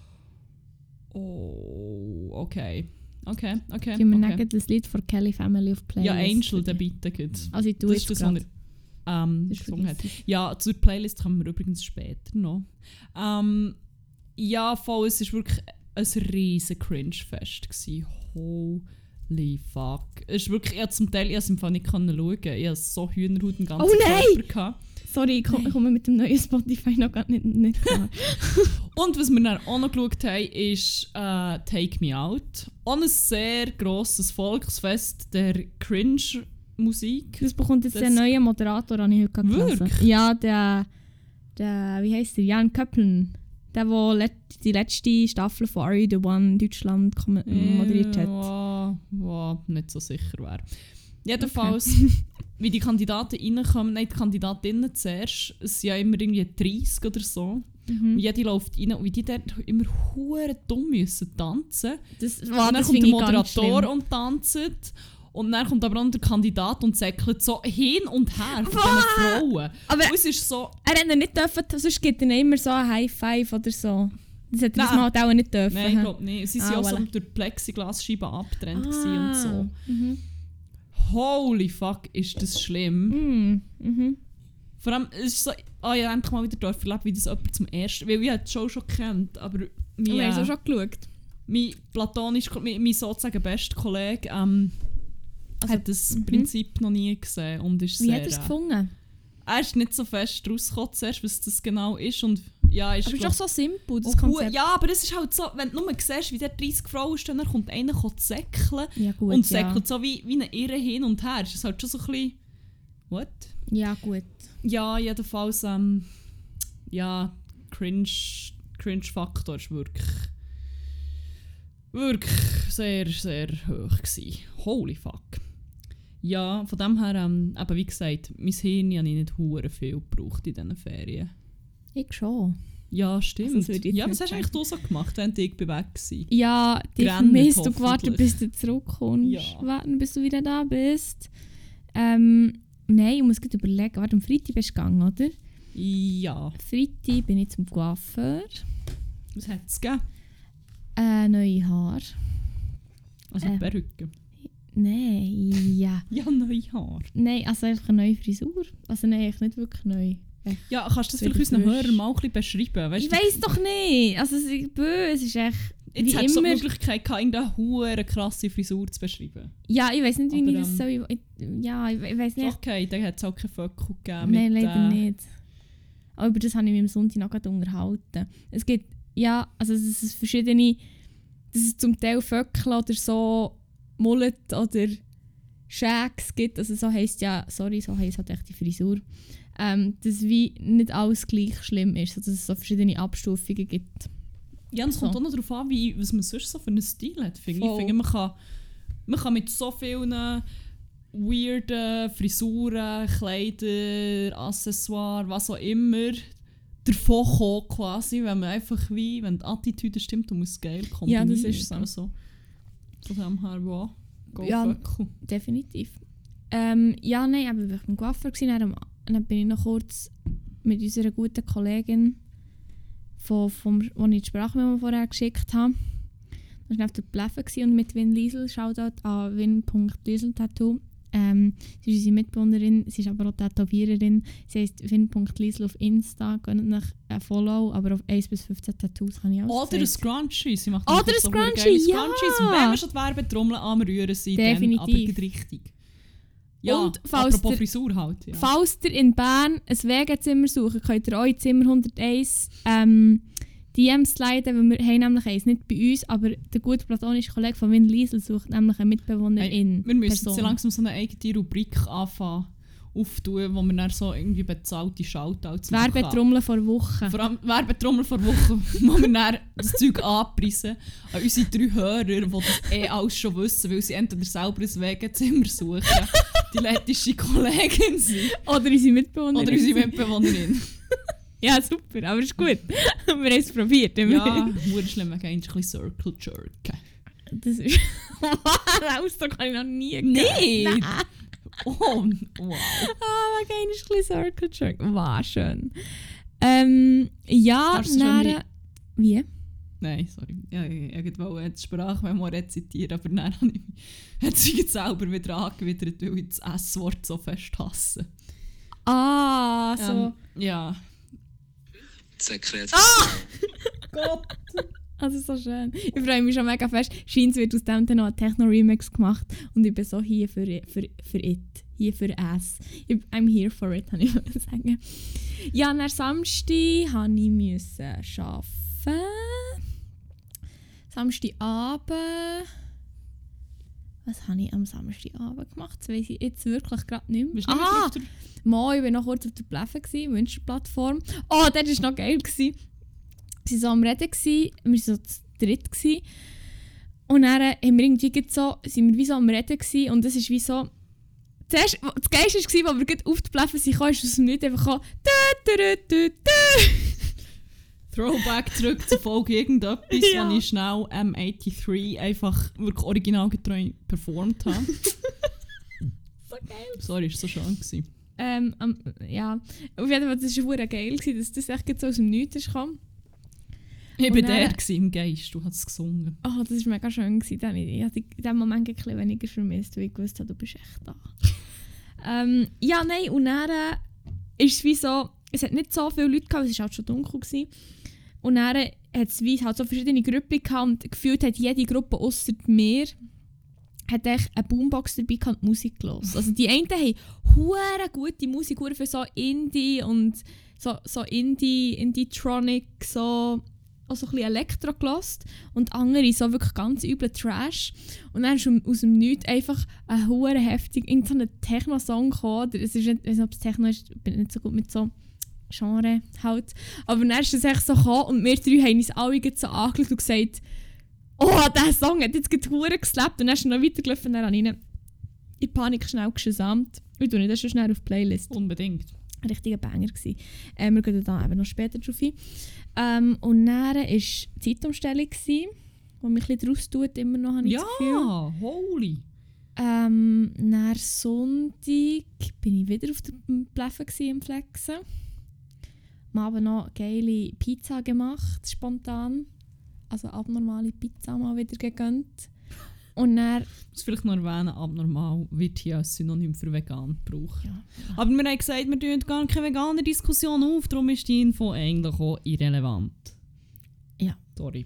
[SPEAKER 1] oh, okay. Okay, okay,
[SPEAKER 2] Gib mir
[SPEAKER 1] okay.
[SPEAKER 2] okay. das Lied von Kelly Family of Playlist.
[SPEAKER 1] Ja, Angel, der bitte gut.
[SPEAKER 2] Also ich tue
[SPEAKER 1] Das
[SPEAKER 2] jetzt
[SPEAKER 1] ist das, was
[SPEAKER 2] gerade.
[SPEAKER 1] er ähm,
[SPEAKER 2] Das ist
[SPEAKER 1] gesungen hat.
[SPEAKER 2] vergessen.
[SPEAKER 1] Ja, zur Playlist kommen wir übrigens später noch. Ähm, ja, voll, es war wirklich ein riesen Cringe-Fest gewesen. Holy fuck. Es ist wirklich, ich konnte zum Teil ich konnte es im Fall nicht schauen. Ich hatte so Hühnerhaut im ganzen
[SPEAKER 2] Oh nein!
[SPEAKER 1] Körper gehabt.
[SPEAKER 2] Sorry, ich komme, ich komme mit dem neuen Spotify noch gar nicht, nicht klar.
[SPEAKER 1] Und was wir dann auch noch geschaut haben, ist äh, Take Me Out. Auch ein sehr grosses Volksfest der Cringe-Musik.
[SPEAKER 2] Das bekommt jetzt
[SPEAKER 1] Das-
[SPEAKER 2] der neue Moderator, habe ich heute gerade gelesen.
[SPEAKER 1] Wirklich?
[SPEAKER 2] Ja, der, der, wie heisst der, Jan Köppeln. Der, der let, die letzte Staffel von Are You The One Deutschland kom- moderiert hat.
[SPEAKER 1] Ja, ja, nicht so sicher wäre. Jedenfalls, wie die Kandidaten reinkommen, nein, die Kandidatinnen zuerst, es sind ja immer irgendwie dreißig oder so.
[SPEAKER 2] Mhm.
[SPEAKER 1] Und jede läuft rein und wie die dort immer hure dumm müssen tanzen.
[SPEAKER 2] Das,
[SPEAKER 1] Und
[SPEAKER 2] wow,
[SPEAKER 1] dann
[SPEAKER 2] das
[SPEAKER 1] kommt der
[SPEAKER 2] finde ich ganz
[SPEAKER 1] Moderator
[SPEAKER 2] schlimm.
[SPEAKER 1] und tanzt. Und dann kommt aber auch der Kandidat und säckelt so hin und her von diesen Frauen.
[SPEAKER 2] Aber
[SPEAKER 1] Und es ist so...
[SPEAKER 2] er hätte nicht dürfen, sonst gibt er immer so ein High Five oder so. Das hätte er das
[SPEAKER 1] Nein.
[SPEAKER 2] Mal halt auch nicht dürfen.
[SPEAKER 1] Nein, ich glaube nicht. Sie waren
[SPEAKER 2] Ah,
[SPEAKER 1] ja auch so
[SPEAKER 2] voilà.
[SPEAKER 1] durch die Plexiglasscheiben abgetrennt
[SPEAKER 2] Ah.
[SPEAKER 1] gewesen und so.
[SPEAKER 2] Mhm.
[SPEAKER 1] Holy fuck, ist das schlimm.
[SPEAKER 2] Mhm. Mhm.
[SPEAKER 1] Vor allem, es ist so, ah ja, endlich mal wieder dort erlebt, wie das jemand zum ersten, weil ich die Show schon kennt, aber mein,
[SPEAKER 2] Wir haben
[SPEAKER 1] äh,
[SPEAKER 2] es auch schon geschaut.
[SPEAKER 1] mein platonisch, mein, mein sozusagen bester Kollege ähm,
[SPEAKER 2] Also,
[SPEAKER 1] hat das
[SPEAKER 2] mhm.
[SPEAKER 1] Prinzip noch nie gesehen und ist
[SPEAKER 2] Wie
[SPEAKER 1] sehr...
[SPEAKER 2] hat er es
[SPEAKER 1] äh,
[SPEAKER 2] gefunden?
[SPEAKER 1] Er ist nicht so fest rausgekommen zuerst, was das genau ist und ja, ist
[SPEAKER 2] Aber es ist
[SPEAKER 1] glaub-
[SPEAKER 2] doch so simpel, das
[SPEAKER 1] oh,
[SPEAKER 2] Konzept.
[SPEAKER 1] ja, aber es ist halt so, wenn du nur siehst, wie der dreißig Frauen stehen, dann kommt einer kommt säckeln
[SPEAKER 2] Ja, gut,
[SPEAKER 1] und
[SPEAKER 2] ja.
[SPEAKER 1] säckelt so wie, wie eine Irre hin und her. Es ist halt schon so ein bisschen... What?
[SPEAKER 2] Ja, gut.
[SPEAKER 1] Ja, jedenfalls, ähm, ja, Cringe, Cringe-Faktor ist wirklich, wirklich sehr, sehr hoch gewesen. Holy fuck. Ja, von dem her, ähm, eben wie gesagt, mein Hirn habe ich nicht hure viel gebraucht in diesen Ferien.
[SPEAKER 2] Ich schon.
[SPEAKER 1] Ja, stimmt.
[SPEAKER 2] Also, das würde ich
[SPEAKER 1] ja,
[SPEAKER 2] jetzt
[SPEAKER 1] was hast du
[SPEAKER 2] nicht
[SPEAKER 1] eigentlich du so gemacht, während ich bin weg war?
[SPEAKER 2] Ja, die
[SPEAKER 1] Gerannt,
[SPEAKER 2] vermisst du gewartet,
[SPEAKER 1] hoffentlich.
[SPEAKER 2] bis du zurückkommst.
[SPEAKER 1] Ja.
[SPEAKER 2] Warten, bis du wieder da bist. Ähm, nein, ich muss gerade überlegen. Warte, am Freitag bist du gegangen, oder?
[SPEAKER 1] Ja.
[SPEAKER 2] Freitag bin ich zum Coiffeur.
[SPEAKER 1] Was hat es gegeben?
[SPEAKER 2] Äh, neue Haare.
[SPEAKER 1] Also
[SPEAKER 2] Äh.
[SPEAKER 1] Perücke.
[SPEAKER 2] Nein, ja.
[SPEAKER 1] Ja, neue Haare.
[SPEAKER 2] Nein, also einfach eine neue Frisur. Also nein, eigentlich nicht wirklich neu.
[SPEAKER 1] Ja, kannst du das
[SPEAKER 2] Wieder
[SPEAKER 1] vielleicht unseren
[SPEAKER 2] frisch.
[SPEAKER 1] Hörern mal ein bisschen beschreiben? Weißt
[SPEAKER 2] Ich
[SPEAKER 1] du,
[SPEAKER 2] weiß doch nicht. Also es ist böse, es ist echt
[SPEAKER 1] Jetzt
[SPEAKER 2] wie
[SPEAKER 1] hättest du die
[SPEAKER 2] immer.
[SPEAKER 1] Möglichkeit gehabt, irgendeine hure krasse Frisur zu beschreiben.
[SPEAKER 2] Ja, ich weiß nicht, wie
[SPEAKER 1] Aber,
[SPEAKER 2] ich das
[SPEAKER 1] ähm,
[SPEAKER 2] soll. Ich, ja, ich, ich weiß nicht.
[SPEAKER 1] Okay, dann hat es auch keinen Föckel gegeben.
[SPEAKER 2] Nein,
[SPEAKER 1] mit,
[SPEAKER 2] leider
[SPEAKER 1] äh,
[SPEAKER 2] nicht. Aber über das habe ich mich am Sonntag noch gerade unterhalten. Es gibt, ja, also es ist verschiedene, dass es zum Teil Föckel oder so Mullet oder Shags gibt. Also so heisst ja, sorry, so heisst halt echt die Frisur. Ähm, dass wie nicht alles gleich schlimm ist, also dass es so verschiedene Abstufungen gibt.
[SPEAKER 1] Ja, und es
[SPEAKER 2] So.
[SPEAKER 1] kommt auch noch darauf an, wie, was man sonst so für einen Stil hat. Finde ich. ich
[SPEAKER 2] Voll.
[SPEAKER 1] finde, man kann, man kann mit so vielen weirden Frisuren, Kleider, Accessoires, was auch immer, davon kommen quasi, wenn man einfach wie, wenn die Attitüde stimmt, dann muss es geil kommen.
[SPEAKER 2] Ja, das ist so.
[SPEAKER 1] Also, von dem her, wow, go
[SPEAKER 2] Ja.
[SPEAKER 1] Föckel.
[SPEAKER 2] Definitiv. Ähm, ja, nein, aber ich war beim Coiffeur gewesen, dann, dann bin ich noch kurz mit unserer guten Kollegin, von, vom, wo ich die Sprachmemo vorher geschickt habe. Dann war ich auf der Pläffe und mit Win Liesel, Shoutout an win punkt liesel tattoo. Ähm, sie ist unsere Mitbewohnerin, sie ist aber auch Tätowiererin. Sie heisst win punkt liesel auf Insta, gönnt nach ein Follow, aber auf eins bis fünfzehn Tattoos kann ich auch
[SPEAKER 1] Oder ein Scrunchie. Sie macht
[SPEAKER 2] Oder
[SPEAKER 1] wirklich
[SPEAKER 2] ein
[SPEAKER 1] so verdammt
[SPEAKER 2] Scrunchie,
[SPEAKER 1] geile
[SPEAKER 2] ja.
[SPEAKER 1] Scrunchies. Und wenn wir schon die Werbetrommel am Rühren sind,
[SPEAKER 2] Definitiv.
[SPEAKER 1] dann aber geht richtig. Ja,
[SPEAKER 2] Und falls
[SPEAKER 1] apropos
[SPEAKER 2] der-
[SPEAKER 1] Frisur halt. Ja.
[SPEAKER 2] Falls ihr in Bern ein W G-Zimmer sucht, könnt ihr euch Zimmer hunderteins ähm, D Ms sliden, weil wir haben nämlich eins, nicht bei uns, aber der gute platonische Kollege von Win Liesel sucht nämlich eine Mitbewohnerin.
[SPEAKER 1] Hey, wir müssen
[SPEAKER 2] Person.
[SPEAKER 1] jetzt langsam so eine eigene Rubrik anfangen. auftun, wo wir dann so irgendwie bezahlte Shoutouts machen.
[SPEAKER 2] Werbetrommel vor Wochen.
[SPEAKER 1] Vor allem Werbetrommel vor Wochen, wo wir dann das Zeug anpreisen an unsere drei Hörer, die das eh alles schon wissen, weil sie entweder selber ein Wegenzimmer suchen, die lettische Kollegin sind.
[SPEAKER 2] Oder unsere Mitbewohnerin.
[SPEAKER 1] Oder unsere Mitbewohnerin.
[SPEAKER 2] Ja, super, aber ist gut. Wir haben es probiert.
[SPEAKER 1] Ja, nur schlimm, man kann ein bisschen Circle Jerken.
[SPEAKER 2] Das ist... Ausdruck habe ich noch nie gehört.
[SPEAKER 1] Nein!
[SPEAKER 2] Nein.
[SPEAKER 1] Oh, wow.
[SPEAKER 2] Ah, man kann ein bisschen Circle Jerk. Wow, schön. Ähm, ja,
[SPEAKER 1] Kannst du schon
[SPEAKER 2] dann...
[SPEAKER 1] nicht-
[SPEAKER 2] Wie?
[SPEAKER 1] Nein, sorry. Ja, ich wollte die Sprachmemo rezitieren, aber dann habe ich mich hat sie jetzt selber wieder angewidert, weil ich das S-Wort so fest hasse.
[SPEAKER 2] Ah, so...
[SPEAKER 1] Ähm, ja.
[SPEAKER 3] Sekret.
[SPEAKER 1] Gott!
[SPEAKER 2] Also so schön. Ich freue mich schon mega fest. Scheint wird aus dem dann noch ein Techno-Remix gemacht und ich bin so hier für, für, für it. Hier für es. Ich- I'm here for it, kann ich mal sagen. Ja, am Samstag musste ich arbeiten. Samstagabend... Was habe ich am Samstagabend gemacht? Das weiss ich jetzt wirklich gerade nicht mehr.
[SPEAKER 1] Bist du nicht
[SPEAKER 2] Aha!
[SPEAKER 1] auf der-
[SPEAKER 2] Mal, ich war noch kurz auf der Pläffe, Münsterplattform. Oh, das war noch geil. Gewesen. Wir waren so am Reden, gewesen, wir waren so zu dritt. Gewesen. Und dann äh, haben wir irgendwie gerade so, sind wir wie so am Reden gewesen, und das ist wie so... Zuerst, das Geilste war, als wir gerade auf die Pläffe sind, ist aus dem Nichts einfach so... Dü, dü, dü, dü.
[SPEAKER 1] Throwback zurück zur Folge irgendetwas,
[SPEAKER 2] Ja.
[SPEAKER 1] wo ich schnell M dreiundachtzig einfach wirklich originalgetreu performt habe.
[SPEAKER 2] So geil.
[SPEAKER 1] Sorry, ist so schön gewesen.
[SPEAKER 2] Ähm, um, ja, auf jeden Fall, das war verdammt geil, gewesen, dass das echt gerade so aus dem Nichts kam.
[SPEAKER 1] Ich
[SPEAKER 2] Und
[SPEAKER 1] war
[SPEAKER 2] dann-
[SPEAKER 1] der gewesen, im Geist, du hast es gesungen.
[SPEAKER 2] Oh, das war mega schön. Gewesen. Dann, ich habe in diesem Moment ein bisschen weniger vermisst, weil ich gewusst habe, du bist echt da. ähm, ja, nein, und dann äh, ist es wie so, es hat nicht so viele Leute gehabt, es war halt schon dunkel. Gewesen. Und dann hat es wie halt so verschiedene Gruppen gehabt und gefühlt hat jede Gruppe ausser mir hat echt eine Boombox dabei gehabt und Musik gehört. Also die einen haben hure gute Musik, hure für so Indie und so, so Indie, Indie-Tronic, so, auch so ein bisschen Elektro gehört und andere so wirklich ganz übel Trash. Und dann ist aus dem Nichts einfach ein hure heftig irgendein Techno-Song gekommen. Es ist nicht, ich weiß nicht, ob es Techno ist, ich bin nicht so gut mit so Genre halt. Aber dann ist es echt so gekommen und wir drei haben uns alle so angeschaut und gesagt, oh, dieser Song hat jetzt gerade hure geslappt. Und dann ist er noch weitergelaufen und dann habe ich ihn in Panik schnell gesamt. Ich tue nicht, das ist schon schnell auf die Playlist.
[SPEAKER 1] Unbedingt.
[SPEAKER 2] Ein richtiger Banger gewesen. Ähm, wir gehen da eben noch später drauf ein. Ähm, und dann war die Zeitumstellung, gewesen, die mich ein bisschen draus tut, immer noch, habe ich
[SPEAKER 1] Ja,
[SPEAKER 2] das Gefühl.
[SPEAKER 1] holy.
[SPEAKER 2] Ähm, dann Sonntag bin ich wieder auf der Pläffe im Flexen. Wir haben noch geile Pizza gemacht, spontan. Also abnormale Pizza mal wieder gegönnt. Und dann...
[SPEAKER 1] Ich muss vielleicht noch erwähnen, abnormal wird hier als Synonym für vegan gebraucht.
[SPEAKER 2] Ja,
[SPEAKER 1] Aber wir haben gesagt, wir tun gar keine vegane Diskussion auf, darum ist die Info eigentlich auch irrelevant.
[SPEAKER 2] Ja.
[SPEAKER 1] Sorry.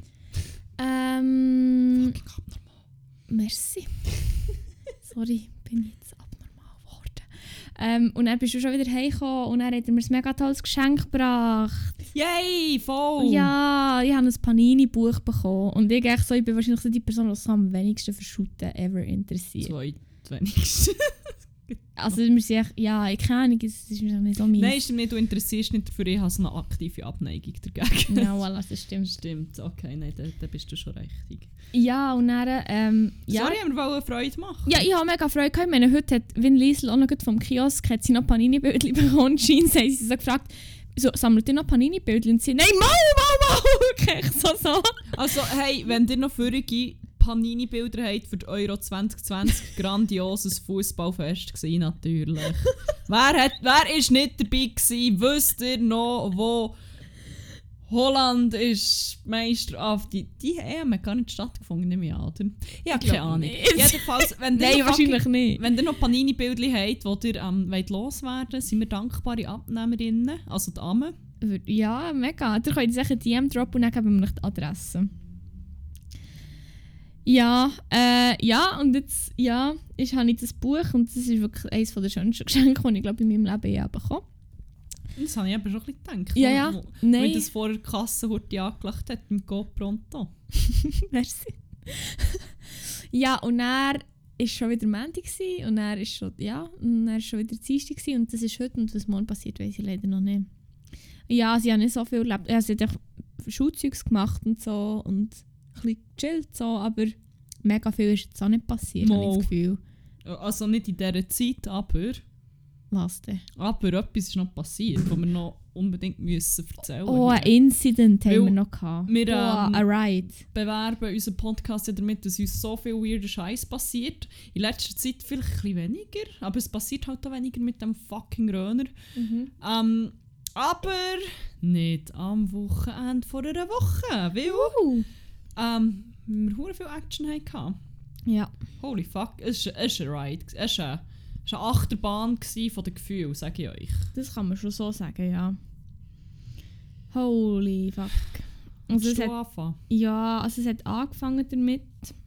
[SPEAKER 2] Ähm...
[SPEAKER 1] Fucking abnormal.
[SPEAKER 2] Merci. Sorry, bin ich jetzt abnormal geworden. Ähm, und dann bist du schon wieder heimgekommen und dann hat er mir ein mega tolles Geschenk gebracht.
[SPEAKER 1] Yay, voll!
[SPEAKER 2] Ja, ich habe ein Panini-Buch bekommen. Und ich, echt so, ich bin wahrscheinlich so die Person, die sich am wenigsten für Shooten ever interessiert.
[SPEAKER 1] Zwei, wenigstens.
[SPEAKER 2] Also wir sind echt, ja, ich keine Ahnung, es ist mir nicht so mies.
[SPEAKER 1] Nein, stimmt nicht, du interessierst nicht dafür, ich habe so eine aktive Abneigung dagegen.
[SPEAKER 2] Ja, voilà, das stimmt.
[SPEAKER 1] Stimmt, okay, nein, da, da bist du schon richtig.
[SPEAKER 2] Ja, und dann, ähm, ja.
[SPEAKER 1] Sorry, wir wollen Freude machen.
[SPEAKER 2] Ja, ich habe mega Freude gehabt. Ich meine, heute hat Vin Liesl auch noch gut vom Kiosk hat sie noch Panini-Bildchen bekommen. Scheint haben sie so gefragt, so, sammelt ihr noch Panini-Bildchen? Und sie, nein, mau, mau, mau! Wirklich so, so.
[SPEAKER 1] Also, hey, wenn ihr noch vorige Panini-Bilder habt für die Euro zwanzig zwanzig, grandioses Fußballfest gewesen, natürlich. wer, hat, wer ist nicht dabei gewesen? Wisst ihr noch, wo Holland ist Meister auf die die E M hat gar nicht stattgefunden, nehme ich an, oder? Ja, keine
[SPEAKER 2] glaub
[SPEAKER 1] Ahnung.
[SPEAKER 2] nicht.
[SPEAKER 1] Jedenfalls, wenn ihr
[SPEAKER 2] Nein,
[SPEAKER 1] noch
[SPEAKER 2] wahrscheinlich
[SPEAKER 1] fucking-
[SPEAKER 2] nicht.
[SPEAKER 1] Wenn ihr noch Panini-Bildchen habt, die ihr ähm, wollt loswerden wollt, sind wir dankbare Abnehmerinnen, also die Amme.
[SPEAKER 2] Ja, mega. Ihr könnt sicher D M droppen und dann geben wir euch die Adresse. Ja, äh, ja, und jetzt, ja, ich habe jetzt ein Buch und das ist wirklich eines der schönsten Geschenke, die ich glaube in meinem Leben je bekommen habe.
[SPEAKER 1] Das habe ich eben schon ein bisschen gedacht.
[SPEAKER 2] Ja,
[SPEAKER 1] wo-
[SPEAKER 2] ja,
[SPEAKER 1] wo-
[SPEAKER 2] nein.
[SPEAKER 1] Weil das vor der Kasse heute angelacht hat, im Go Pronto.
[SPEAKER 2] Merci. Ja, und dann war schon wieder Montag gewesen, und er ist schon, ja, und er ist schon wieder Dienstag gewesen, und das ist heute, und was morgen passiert, weiss ich leider noch nicht. Ja, sie haben nicht so viel erlebt. Ja, sie hat einfach Schulzeugs gemacht und so und ein bisschen gechillt, so, aber mega viel ist jetzt auch nicht passiert, habe ich das Gefühl.
[SPEAKER 1] Also nicht in dieser Zeit, aber...
[SPEAKER 2] Was denn?
[SPEAKER 1] Aber etwas ist noch passiert, was wir noch unbedingt müssen erzählen müssen.
[SPEAKER 2] Oh, ein Incident haben
[SPEAKER 1] Weil
[SPEAKER 2] wir noch gehabt.
[SPEAKER 1] wir,
[SPEAKER 2] oh,
[SPEAKER 1] ähm,
[SPEAKER 2] a Ride.
[SPEAKER 1] bewerben unseren Podcast ja damit, dass uns so viel weirder Scheiß passiert. In letzter Zeit vielleicht ein bisschen weniger, aber es passiert halt auch weniger mit dem fucking Röner.
[SPEAKER 2] Mhm.
[SPEAKER 1] Ähm, aber nicht am Wochenende vor einer Woche, weil
[SPEAKER 2] Uh.
[SPEAKER 1] ähm, wir hure viel Action hatten.
[SPEAKER 2] Ja.
[SPEAKER 1] Holy fuck, es war ein Ride. Es war eine, es war eine Achterbahn von den Gefühlen, sage ich euch.
[SPEAKER 2] Das kann man schon so sagen, ja. Holy fuck. Also
[SPEAKER 1] Willst
[SPEAKER 2] es
[SPEAKER 1] du
[SPEAKER 2] hat,
[SPEAKER 1] anfangen?
[SPEAKER 2] ja, also es hat angefangen damit,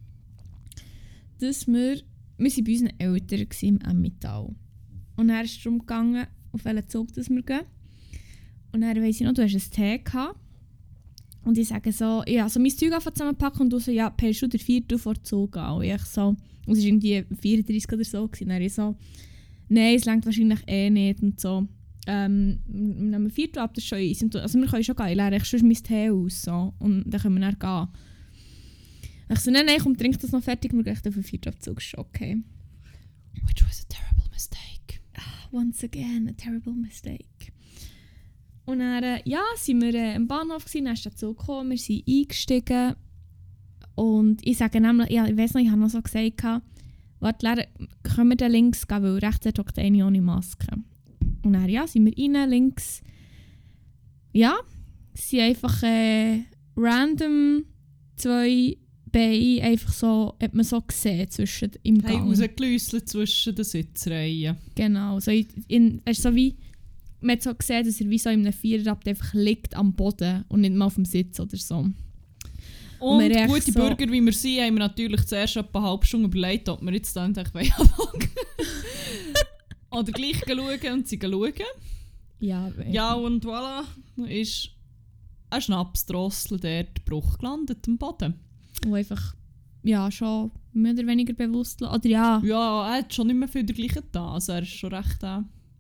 [SPEAKER 2] dass wir, wir waren bei unseren Eltern gewesen im Emmental. Und dann ist es darum gegangen, auf welchen Zug dass wir gehen. Und dann weiss ich noch, du hast ein Tee gehabt. Und ich sage so, ja, so mein Zeug zusammenpacken und du so, ja, hast du den vierten vor den Zug an? Und ich so, und es war irgendwie vierunddreißig oder so. Und dann ich so, nein, es reicht wahrscheinlich eh nicht und so. Ähm, wir nehmen vierten ab, das ist schon easy. Also wir können schon gehen, ich leere echt schon mein Tee aus. So, und dann können wir dann gehen. Ich so, nein, nein, komm, trink das noch fertig, wir gehen auf den vierten Abzug, ist okay.
[SPEAKER 1] Which was a terrible mistake.
[SPEAKER 2] Once again, a terrible mistake. Und dann, äh, ja, sind wir äh, im Bahnhof gewesen, dann ist der Zug gekommen, wir sind eingestiegen. Und ich sage nämlich, ja, ich weiss noch, ich habe noch so gesagt, warte, Lehrer, können wir da links gehen, weil rechts hockt eine ohne Maske. Und dann, ja, sind wir rein, links. Ja, sind einfach äh, random zwei Beine, einfach so, hat man so gesehen zwischen im
[SPEAKER 1] Hey,
[SPEAKER 2] Gang.
[SPEAKER 1] rausgeläusselt zwischen den Sitzreihen.
[SPEAKER 2] Genau, so in, in, es ist so wie, man hat so gesehen, dass er wie so in einem Viererabteil einfach liegt am Boden und nicht mal auf dem Sitz oder so.
[SPEAKER 1] Und,
[SPEAKER 2] Und wir echt
[SPEAKER 1] gute
[SPEAKER 2] so-
[SPEAKER 1] Bürger, wie wir sind, haben wir natürlich zuerst etwa eine halbe Stunde überlegt, ob wir jetzt dann echt anfangen. Oder gleich schauen und sie schauen.
[SPEAKER 2] Ja,
[SPEAKER 1] Ja, und voilà, ist ein Schnapsdrossel dort Bruch gelandet am Boden.
[SPEAKER 2] wo einfach, ja, schon mehr oder weniger bewusst, oder ja,
[SPEAKER 1] Ja, er hat schon nicht mehr viel dergleichen da. Also er ist schon recht, äh,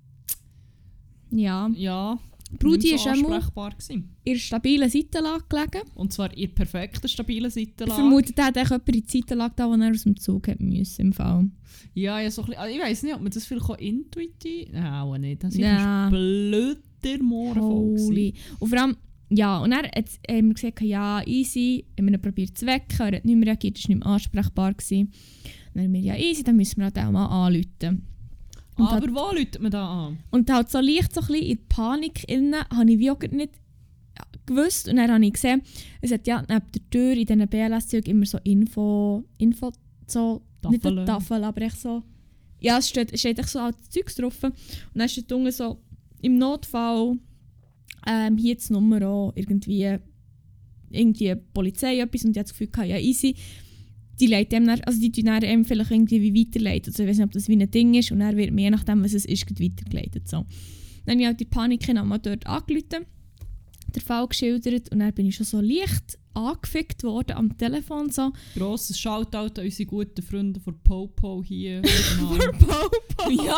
[SPEAKER 2] ja.
[SPEAKER 1] ja,
[SPEAKER 2] Brudi
[SPEAKER 1] nicht so
[SPEAKER 2] ist einmal
[SPEAKER 1] ansprechbar gewesen.
[SPEAKER 2] in der stabilen Seitenlage gelegen.
[SPEAKER 1] Und zwar in der perfekten, stabilen
[SPEAKER 2] Ich
[SPEAKER 1] Seitenlage.
[SPEAKER 2] vermute, der hat echt jemand in die Seitenlage da, wo er aus dem Zug hat müssen, im Fall.
[SPEAKER 1] Ja, ja, so ein bisschen, also ich weiss nicht, ob man das vielleicht auch intuitiv... Nein, auch nicht. Das
[SPEAKER 2] Ja.
[SPEAKER 1] war blöder Morgen voll.
[SPEAKER 2] Holy. Und vor allem, ja, und dann hat- haben wir gesagt, ja, easy, haben wir ihn probiert zu wecken, er hat nicht mehr reagiert, er war nicht mehr ansprechbar gewesen. Dann haben wir, ja, easy, dann müssen wir halt auch mal anrufen. Und
[SPEAKER 1] Aber
[SPEAKER 2] halt,
[SPEAKER 1] wo läutet man da an?
[SPEAKER 2] und halt so leicht so ein bisschen in die Panik innen, habe ich wie auch nicht gewusst. Und dann habe ich gesehen, es hat ja neben der Tür in diesen B L S-Zügen immer so Info, Info so, nicht eine
[SPEAKER 1] Tafeln.
[SPEAKER 2] Tafel, aber echt so, ja, es steht, es steht echt so altes Zeugs drauf. Und dann steht unten so, im Notfall, ähm, hier die Nummer auch, irgendwie, irgendwie Polizei etwas, und ich hatte das Gefühl, gehabt, ja, easy. Die leiten dem dann, also die tun dann einem vielleicht irgendwie wie weiterleiten. Also ich weiß nicht, ob das wie ein Ding ist, und dann wird mir je nachdem, was es ist, gleich weitergeleitet. So. Dann habe ich halt die Panik nochmal dort angerufen, den Fall geschildert, und dann bin ich schon so leicht angefickt worden am Telefon. So.
[SPEAKER 1] Grosses Shoutout an unsere guten Freunde von Popo hier. Genau.
[SPEAKER 2] Popo!
[SPEAKER 1] Ja!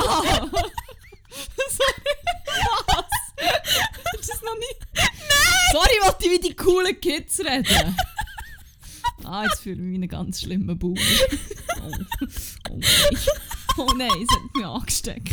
[SPEAKER 1] Sorry, was? Ist das noch nicht? Nein! Sorry, ich wollte wie die coolen Kids reden. Ah, jetzt fühle ich mich wie einen ganz schlimmen Bauch. Oh, oh nein. Oh nein, es hat mich angesteckt.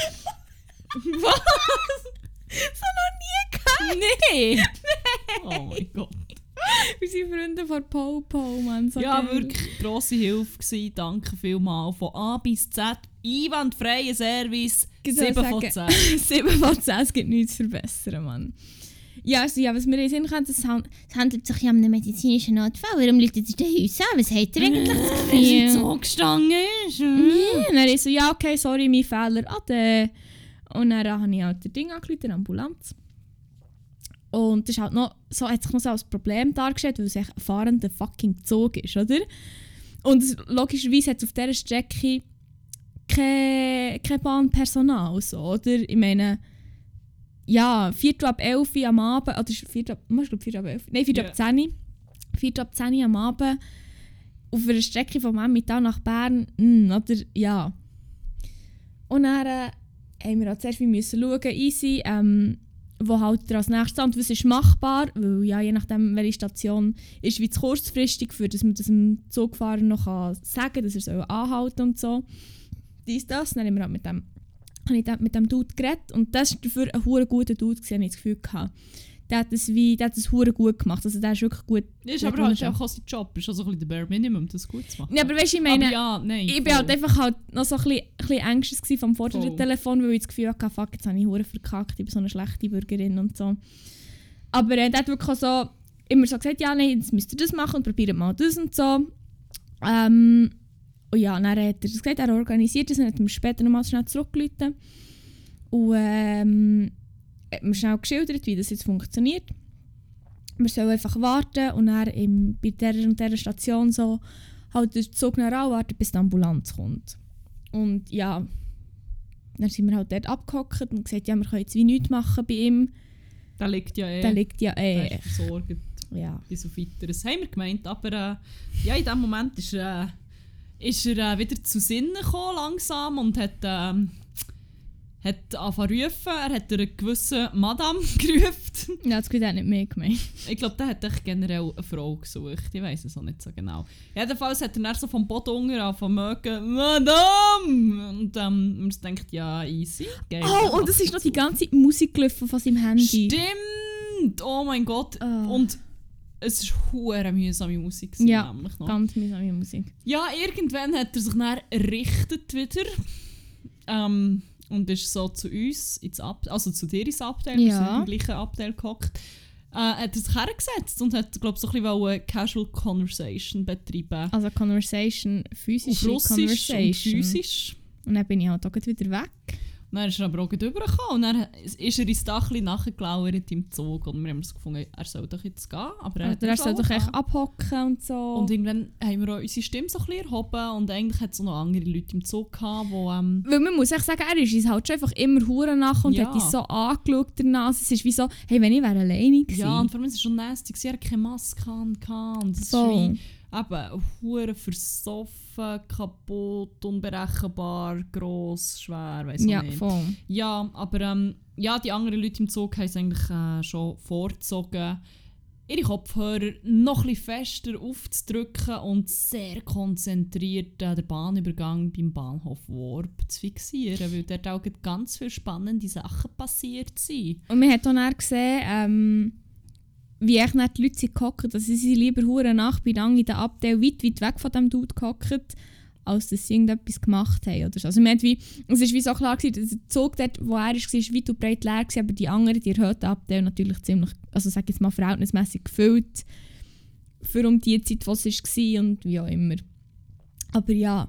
[SPEAKER 1] Was?
[SPEAKER 2] So noch nie gehabt!
[SPEAKER 1] Nee! Oh mein Gott.
[SPEAKER 2] Unsere Freunde von Popo, Mann. So
[SPEAKER 1] Ja,
[SPEAKER 2] geil.
[SPEAKER 1] wirklich grosse Hilfe gewesen. Danke vielmals. Von A bis Z. Einwandfreier Service.
[SPEAKER 2] Ich soll
[SPEAKER 1] sieben von
[SPEAKER 2] sagen,
[SPEAKER 1] zehn.
[SPEAKER 2] sieben von zehn, es gibt nichts zu verbessern, Mann. Ja, also, ja, was wir in den Sinn können, es han- es handelt sich ja um einen medizinischen Notfall. Warum läutet ihr denn uns an? Was habt ihr eigentlich das
[SPEAKER 1] Weil
[SPEAKER 2] Gefühl?
[SPEAKER 1] es so gestanden ist.
[SPEAKER 2] Ja, und dann ist so, ja, okay, sorry, mein Fehler, ade. Und dann habe ich halt das Ding angerufen, eine Ambulanz. Und das ist halt noch, so hat sich noch so als Problem dargestellt, weil es echt ein fahrender fucking Zug ist, oder? Und es, logischerweise hat es auf dieser Strecke kein, kein Bahnpersonal, so, oder? Ich meine, ja, Viertel ab elf am Abend, oder ist Viertel ab, ich glaube Viertel ab elf, nein, Viertel
[SPEAKER 1] Ja.
[SPEAKER 2] ab zehn, Viertel ab zehn am Abend, auf einer Strecke von Emmental nach Bern, mh, oder, ja. Und dann äh, haben wir auch zuerst wie müssen schauen, easy, ähm, wo halt als nächstes an, was ist machbar, weil ja, je nachdem, welche Station ist, wie zu kurzfristig, für dass man das dem Zugfahrer noch kann sagen kann, dass er soll anhalten und so. Dies, das, dann haben wir halt mit dem, habe ich mit dem Dude geredet und das war dafür ein verdammt guter Dude, habe ich das Gefühl gehabt. Der hat das wie, der hat das verdammt gut gemacht, also der ist wirklich gut.
[SPEAKER 1] Ja, ist aber halt auch sein Job, ist also ein bisschen der Bare Minimum, das gut zu machen.
[SPEAKER 2] Ja, aber weißt du, ich meine,
[SPEAKER 1] aber ja, nein,
[SPEAKER 2] ich war halt einfach halt noch so ein bisschen, ein bisschen anxious vom vorderen Telefon, weil ich das Gefühl hatte, fuck, jetzt habe ich verdammt verkackt, ich bin so eine schlechte Bürgerin und so. Aber äh, der hat wirklich so immer so gesagt, ja, nein, jetzt müsst ihr das machen und probiert mal das und so. Ähm, und ja, dann hat er das gesagt, er organisiert das und hat mir später nochmal schnell zurückgerufen. Und ähm, hat mir schnell geschildert, wie das jetzt funktioniert. Wir sollen einfach warten und dann im, bei dieser und dieser Station so halt den Zug nachher warten, bis die Ambulanz kommt. Und ja, dann sind wir halt dort abgehockt und gesagt, ja, wir können jetzt wie nichts machen bei ihm.
[SPEAKER 1] Der liegt ja eh.
[SPEAKER 2] Der liegt ja eh.
[SPEAKER 1] Der ist versorgt.
[SPEAKER 2] Ja.
[SPEAKER 1] Bis auf weiteres. Haben wir gemeint, aber äh, ja, in dem Moment ist, äh, ist er äh, wieder zu Sinnen gekommen, langsam, und hat, äh, hat angefangen zu rufen. Er hat eine gewisse Madame gerufen.
[SPEAKER 2] Ja, das hat nicht mehr gemeint.
[SPEAKER 1] Ich glaube, der hat echt generell eine Frau gesucht. Ich weiß es auch nicht so genau. Jedenfalls hat er dann so vom Boden unter angefangen zu mögen, Madame! Und ähm, man denkt, ja, easy. Geil,
[SPEAKER 2] oh, und es ist noch die ganze Zeit Musik gelaufen von seinem Handy.
[SPEAKER 1] Stimmt! Oh mein Gott.
[SPEAKER 2] Oh.
[SPEAKER 1] Und es war hure mühsame Musik.
[SPEAKER 2] Ja,
[SPEAKER 1] nämlich noch.
[SPEAKER 2] ganz mühsame Musik.
[SPEAKER 1] Ja, irgendwann hat er sich dann errichtet wieder. Ähm, und ist so zu uns, ins Ab- also zu dir ins Abteil,
[SPEAKER 2] Ja.
[SPEAKER 1] wir sind im gleichen Abteil gehockt. Äh, hat er sich hergesetzt und hat, glaube ich, so ein bisschen eine Casual Conversation betreiben.
[SPEAKER 2] Also Conversation, physische
[SPEAKER 1] Auf Russisch
[SPEAKER 2] Conversation.
[SPEAKER 1] und physisch.
[SPEAKER 2] Und dann bin ich halt auch gleich wieder weg.
[SPEAKER 1] Und dann ist er aber auch gleich rübergekommen und dann ist er ins Dach nachgelauert im Zug und wir haben uns gefunden, er soll doch jetzt gehen. Aber er,
[SPEAKER 2] Oder er
[SPEAKER 1] hat
[SPEAKER 2] soll
[SPEAKER 1] auch
[SPEAKER 2] doch
[SPEAKER 1] gehen.
[SPEAKER 2] echt abhocken und so.
[SPEAKER 1] Und irgendwann haben wir auch unsere Stimme so ein bisschen erhoben und eigentlich hat es auch noch andere Leute im Zug gehabt, die... Ähm,
[SPEAKER 2] Weil man muss echt sagen, er ist uns halt schon einfach immer hure nach und
[SPEAKER 1] Ja.
[SPEAKER 2] hat uns so angeschaut danach. Es ist wie so, hey, wenn ich wäre alleine gewesen.
[SPEAKER 1] ja, und vor allem war es schon nasty, sie hatte keine Maske an und es
[SPEAKER 2] So.
[SPEAKER 1] ist wie eben hure versoffen, kaputt, unberechenbar, gross, schwer, weiss
[SPEAKER 2] Ja,
[SPEAKER 1] auch nicht.
[SPEAKER 2] voll.
[SPEAKER 1] Ja, aber ähm, ja, die anderen Leute im Zug haben es eigentlich äh, schon vorgezogen, ihre Kopfhörer noch ein bisschen fester aufzudrücken und sehr konzentriert äh, den Bahnübergang beim Bahnhof Worp zu fixieren, weil dort auch ganz viele spannende Sachen passiert sind.
[SPEAKER 2] Und man hat auch dann gesehen, ähm, wie echt nicht die Leute sind gehockt. Also sie sind lieber hure nach bei Dang in den Abteil weit, weit weg von dem Dude gehockt, als dass sie irgendetwas gemacht haben. Oder so. Also man hat wie, es war wie so klar gewesen, dass der Zug dort, wo er war, war weit und breit leer gewesen, aber die anderen, die erhöhten Abteil natürlich ziemlich, also sag ich jetzt mal verhältnismäßig gefüllt für um die Zeit, was es war und wie auch immer. Aber ja.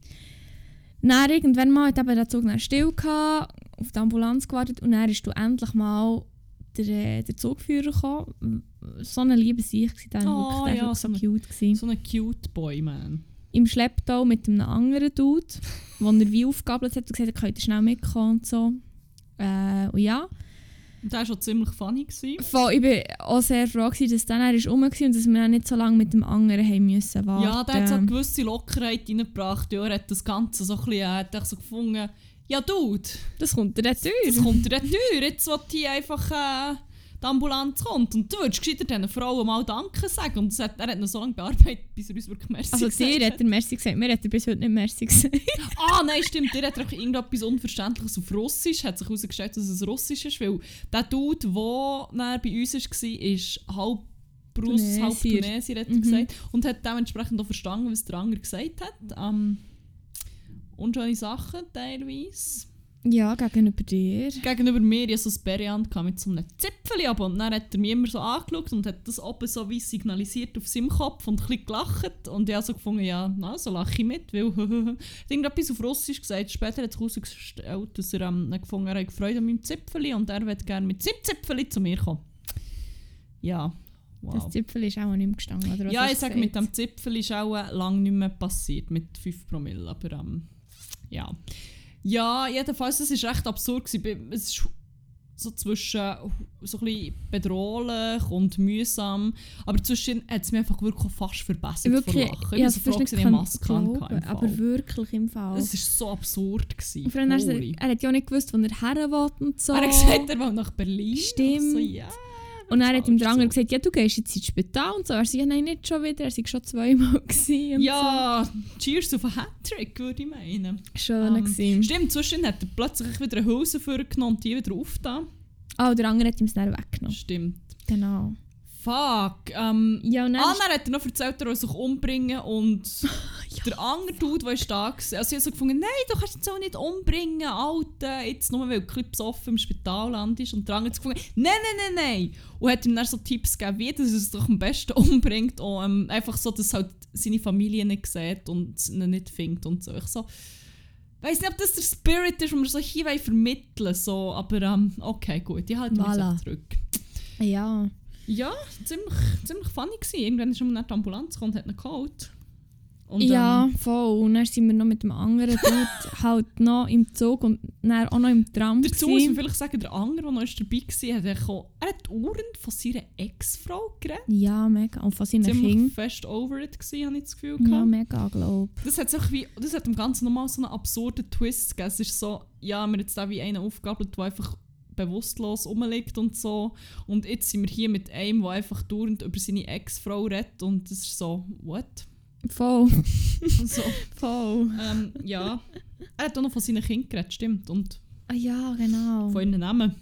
[SPEAKER 2] Dann irgendwann mal hat eben der Zug dann still gehabt, auf die Ambulanz gewartet und dann ist du endlich mal der, der Zugführer gekommen. So eine liebe Sicht, der
[SPEAKER 1] Oh,
[SPEAKER 2] war wirklich, der
[SPEAKER 1] ja,
[SPEAKER 2] war so
[SPEAKER 1] so eine-
[SPEAKER 2] cute gewesen.
[SPEAKER 1] So ein cute Boy, man.
[SPEAKER 2] Im Schlepptau mit einem anderen Dude, wo er wie aufgegabelt hat und gesagt hat, könnt ihr schnell mitkommen und so. Äh, und ja.
[SPEAKER 1] Und der war schon ziemlich funny. Gewesen.
[SPEAKER 2] Voll, ich war auch sehr froh, gewesen, dass der dann rum war und dass wir auch nicht so lange mit dem anderen haben müssen warten.
[SPEAKER 1] Ja, der hat so eine gewisse Lockerheit reingebracht. Ja, er hat das Ganze so ein bisschen, äh, hat er so gefunden, ja Dude,
[SPEAKER 2] Das kommt dir nicht
[SPEAKER 1] das
[SPEAKER 2] durch.
[SPEAKER 1] kommt dir nicht durch, jetzt will hier einfach äh, die Ambulanz kommt. Und du würdest gescheiter diesen Frauen mal Danke sagen. Und das hat, er hat noch so lange bearbeitet, bis er uns wirklich Merci
[SPEAKER 2] Also
[SPEAKER 1] gesagt
[SPEAKER 2] dir hat er Merci gesagt, mir hat er bis heute nicht Merci gesagt.
[SPEAKER 1] Ah, nein, stimmt. Der hat einfach irgendetwas Unverständliches auf Russisch. Hat sich herausgestellt, dass es Russisch ist, weil der Dude, der dann bei uns war, ist halb Russ, halb
[SPEAKER 2] Tunesier.
[SPEAKER 1] Tunesier, hat er
[SPEAKER 2] Mhm.
[SPEAKER 1] gesagt. Und hat dementsprechend auch verstanden, was der andere gesagt hat. Ähm, unschöne Sachen teilweise.
[SPEAKER 2] Ja, gegenüber dir.
[SPEAKER 1] Gegenüber mir ja so ein Berian mit so einem Zipfeli ab und dann hat er mich immer so angeschaut und hat das oben so wie signalisiert auf seinem Kopf und ein bisschen gelacht und ich habe so gefunden, ja, na, so lache ich mit, weil er hat irgendetwas auf Russisch gesagt. Später hat sich herausgestellt, dass er ähm, gefunden hat, er hat Freude an meinem Zipfeli und er würde gerne mit seinem Zipfeli zu mir kommen. Ja, wow.
[SPEAKER 2] Das Zipfel ist auch nicht mehr gestanden, oder was
[SPEAKER 1] Ja,
[SPEAKER 2] hast
[SPEAKER 1] ich
[SPEAKER 2] du
[SPEAKER 1] sage,
[SPEAKER 2] gesagt?
[SPEAKER 1] mit dem Zipfel ist auch äh, lange nicht mehr passiert, mit fünf Promille, aber ähm, ja. Ja, jedenfalls, es war recht absurd. gewesen. Es war so zwischen so ein bisschen bedrohlich und mühsam. Aber zwischen hat es mich einfach wirklich fast verbessert
[SPEAKER 2] Wirklich,
[SPEAKER 1] vor Lachen.
[SPEAKER 2] ja,
[SPEAKER 1] Ich
[SPEAKER 2] das
[SPEAKER 1] war so froh,
[SPEAKER 2] fast
[SPEAKER 1] dass ich
[SPEAKER 2] nicht
[SPEAKER 1] eine Maske
[SPEAKER 2] glauben,
[SPEAKER 1] hatte im Fall.
[SPEAKER 2] aber wirklich im Fall.
[SPEAKER 1] Es war so absurd. Gewesen.
[SPEAKER 2] Und vor allem, er,
[SPEAKER 1] Holy.
[SPEAKER 2] er hat ja auch nicht gewusst, wo er her will und so.
[SPEAKER 1] Er hat gesagt, er will nach Berlin.
[SPEAKER 2] Stimmt.
[SPEAKER 1] So, ja.
[SPEAKER 2] Und dann hat ihm der andere
[SPEAKER 1] so.
[SPEAKER 2] gesagt, ja, du gehst jetzt ins Spital und so. Er sagt, ja, nein, nicht schon wieder. Er war schon zweimal gewesen und
[SPEAKER 1] Ja, cheers auf einen Hattrick, würde ich meinen.
[SPEAKER 2] so. Schön
[SPEAKER 1] Ähm,
[SPEAKER 2] gewesen.
[SPEAKER 1] Stimmt, zwischendurch hat er plötzlich wieder eine Hülse vorgenommen und die wieder aufgetan.
[SPEAKER 2] Ah, und der andere hat ihm es dann weggenommen.
[SPEAKER 1] Stimmt.
[SPEAKER 2] Genau.
[SPEAKER 1] Fuck. Ähm,
[SPEAKER 2] Ja, und dann
[SPEAKER 1] ah,
[SPEAKER 2] ist-
[SPEAKER 1] dann hat er noch erzählt, er will sich umbringen und der andere Dude, der ist da war, also ich habe so gefunden, nein, du kannst ihn so nicht umbringen, Alter, jetzt nur weil du ein bisschen besoffen im Spital landest. Und der andere hat so gefunden, nein, nein, nein, nein. Und hat ihm dann so Tipps gegeben, wie dass er es doch am besten umbringt. Und ähm, einfach so, dass halt seine Familie nicht sieht und ihn nicht findet und so. Ich so, weiss nicht, ob das der Spirit ist, den wir so hier vermitteln so, aber ähm, okay, gut, ich halte mich
[SPEAKER 2] Voilà.
[SPEAKER 1] jetzt zurück.
[SPEAKER 2] Ja.
[SPEAKER 1] Ja, ziemlich, ziemlich funny gewesen. Irgendwann ist schon mal die Ambulanz gekommen und hat ihn geholt. Und,
[SPEAKER 2] ja,
[SPEAKER 1] ähm,
[SPEAKER 2] voll. Und dann sind wir noch mit dem anderen Dude halt noch im Zug und dann auch noch im Tram.
[SPEAKER 1] dazu muss man
[SPEAKER 2] gewesen.
[SPEAKER 1] vielleicht sagen, der andere, der noch dabei war, hat er, auch- er hat dauernd von seiner Ex-Frau geredet.
[SPEAKER 2] Ja, mega. Und von seinen
[SPEAKER 1] Ziemlich
[SPEAKER 2] Kindern.
[SPEAKER 1] fest over it gewesen, habe ich das Gefühl
[SPEAKER 2] Ja,
[SPEAKER 1] gehabt.
[SPEAKER 2] mega, glaube
[SPEAKER 1] Das hat, sich wie, das hat dem Ganzen nochmal so einen absurden Twist gegeben. Es ist so, ja, wir haben jetzt da wie einen aufgegabelt, der einfach bewusstlos rumliegt und so. Und jetzt sind wir hier mit einem, der einfach dauernd über seine Ex-Frau redet und das ist so, what?
[SPEAKER 2] ich. Voll.
[SPEAKER 1] so.
[SPEAKER 2] Voll.
[SPEAKER 1] Ähm, ja. Er hat auch noch von seinen Kindern geredet, stimmt. Und
[SPEAKER 2] Ah, ja, genau.
[SPEAKER 1] von ihren Namen.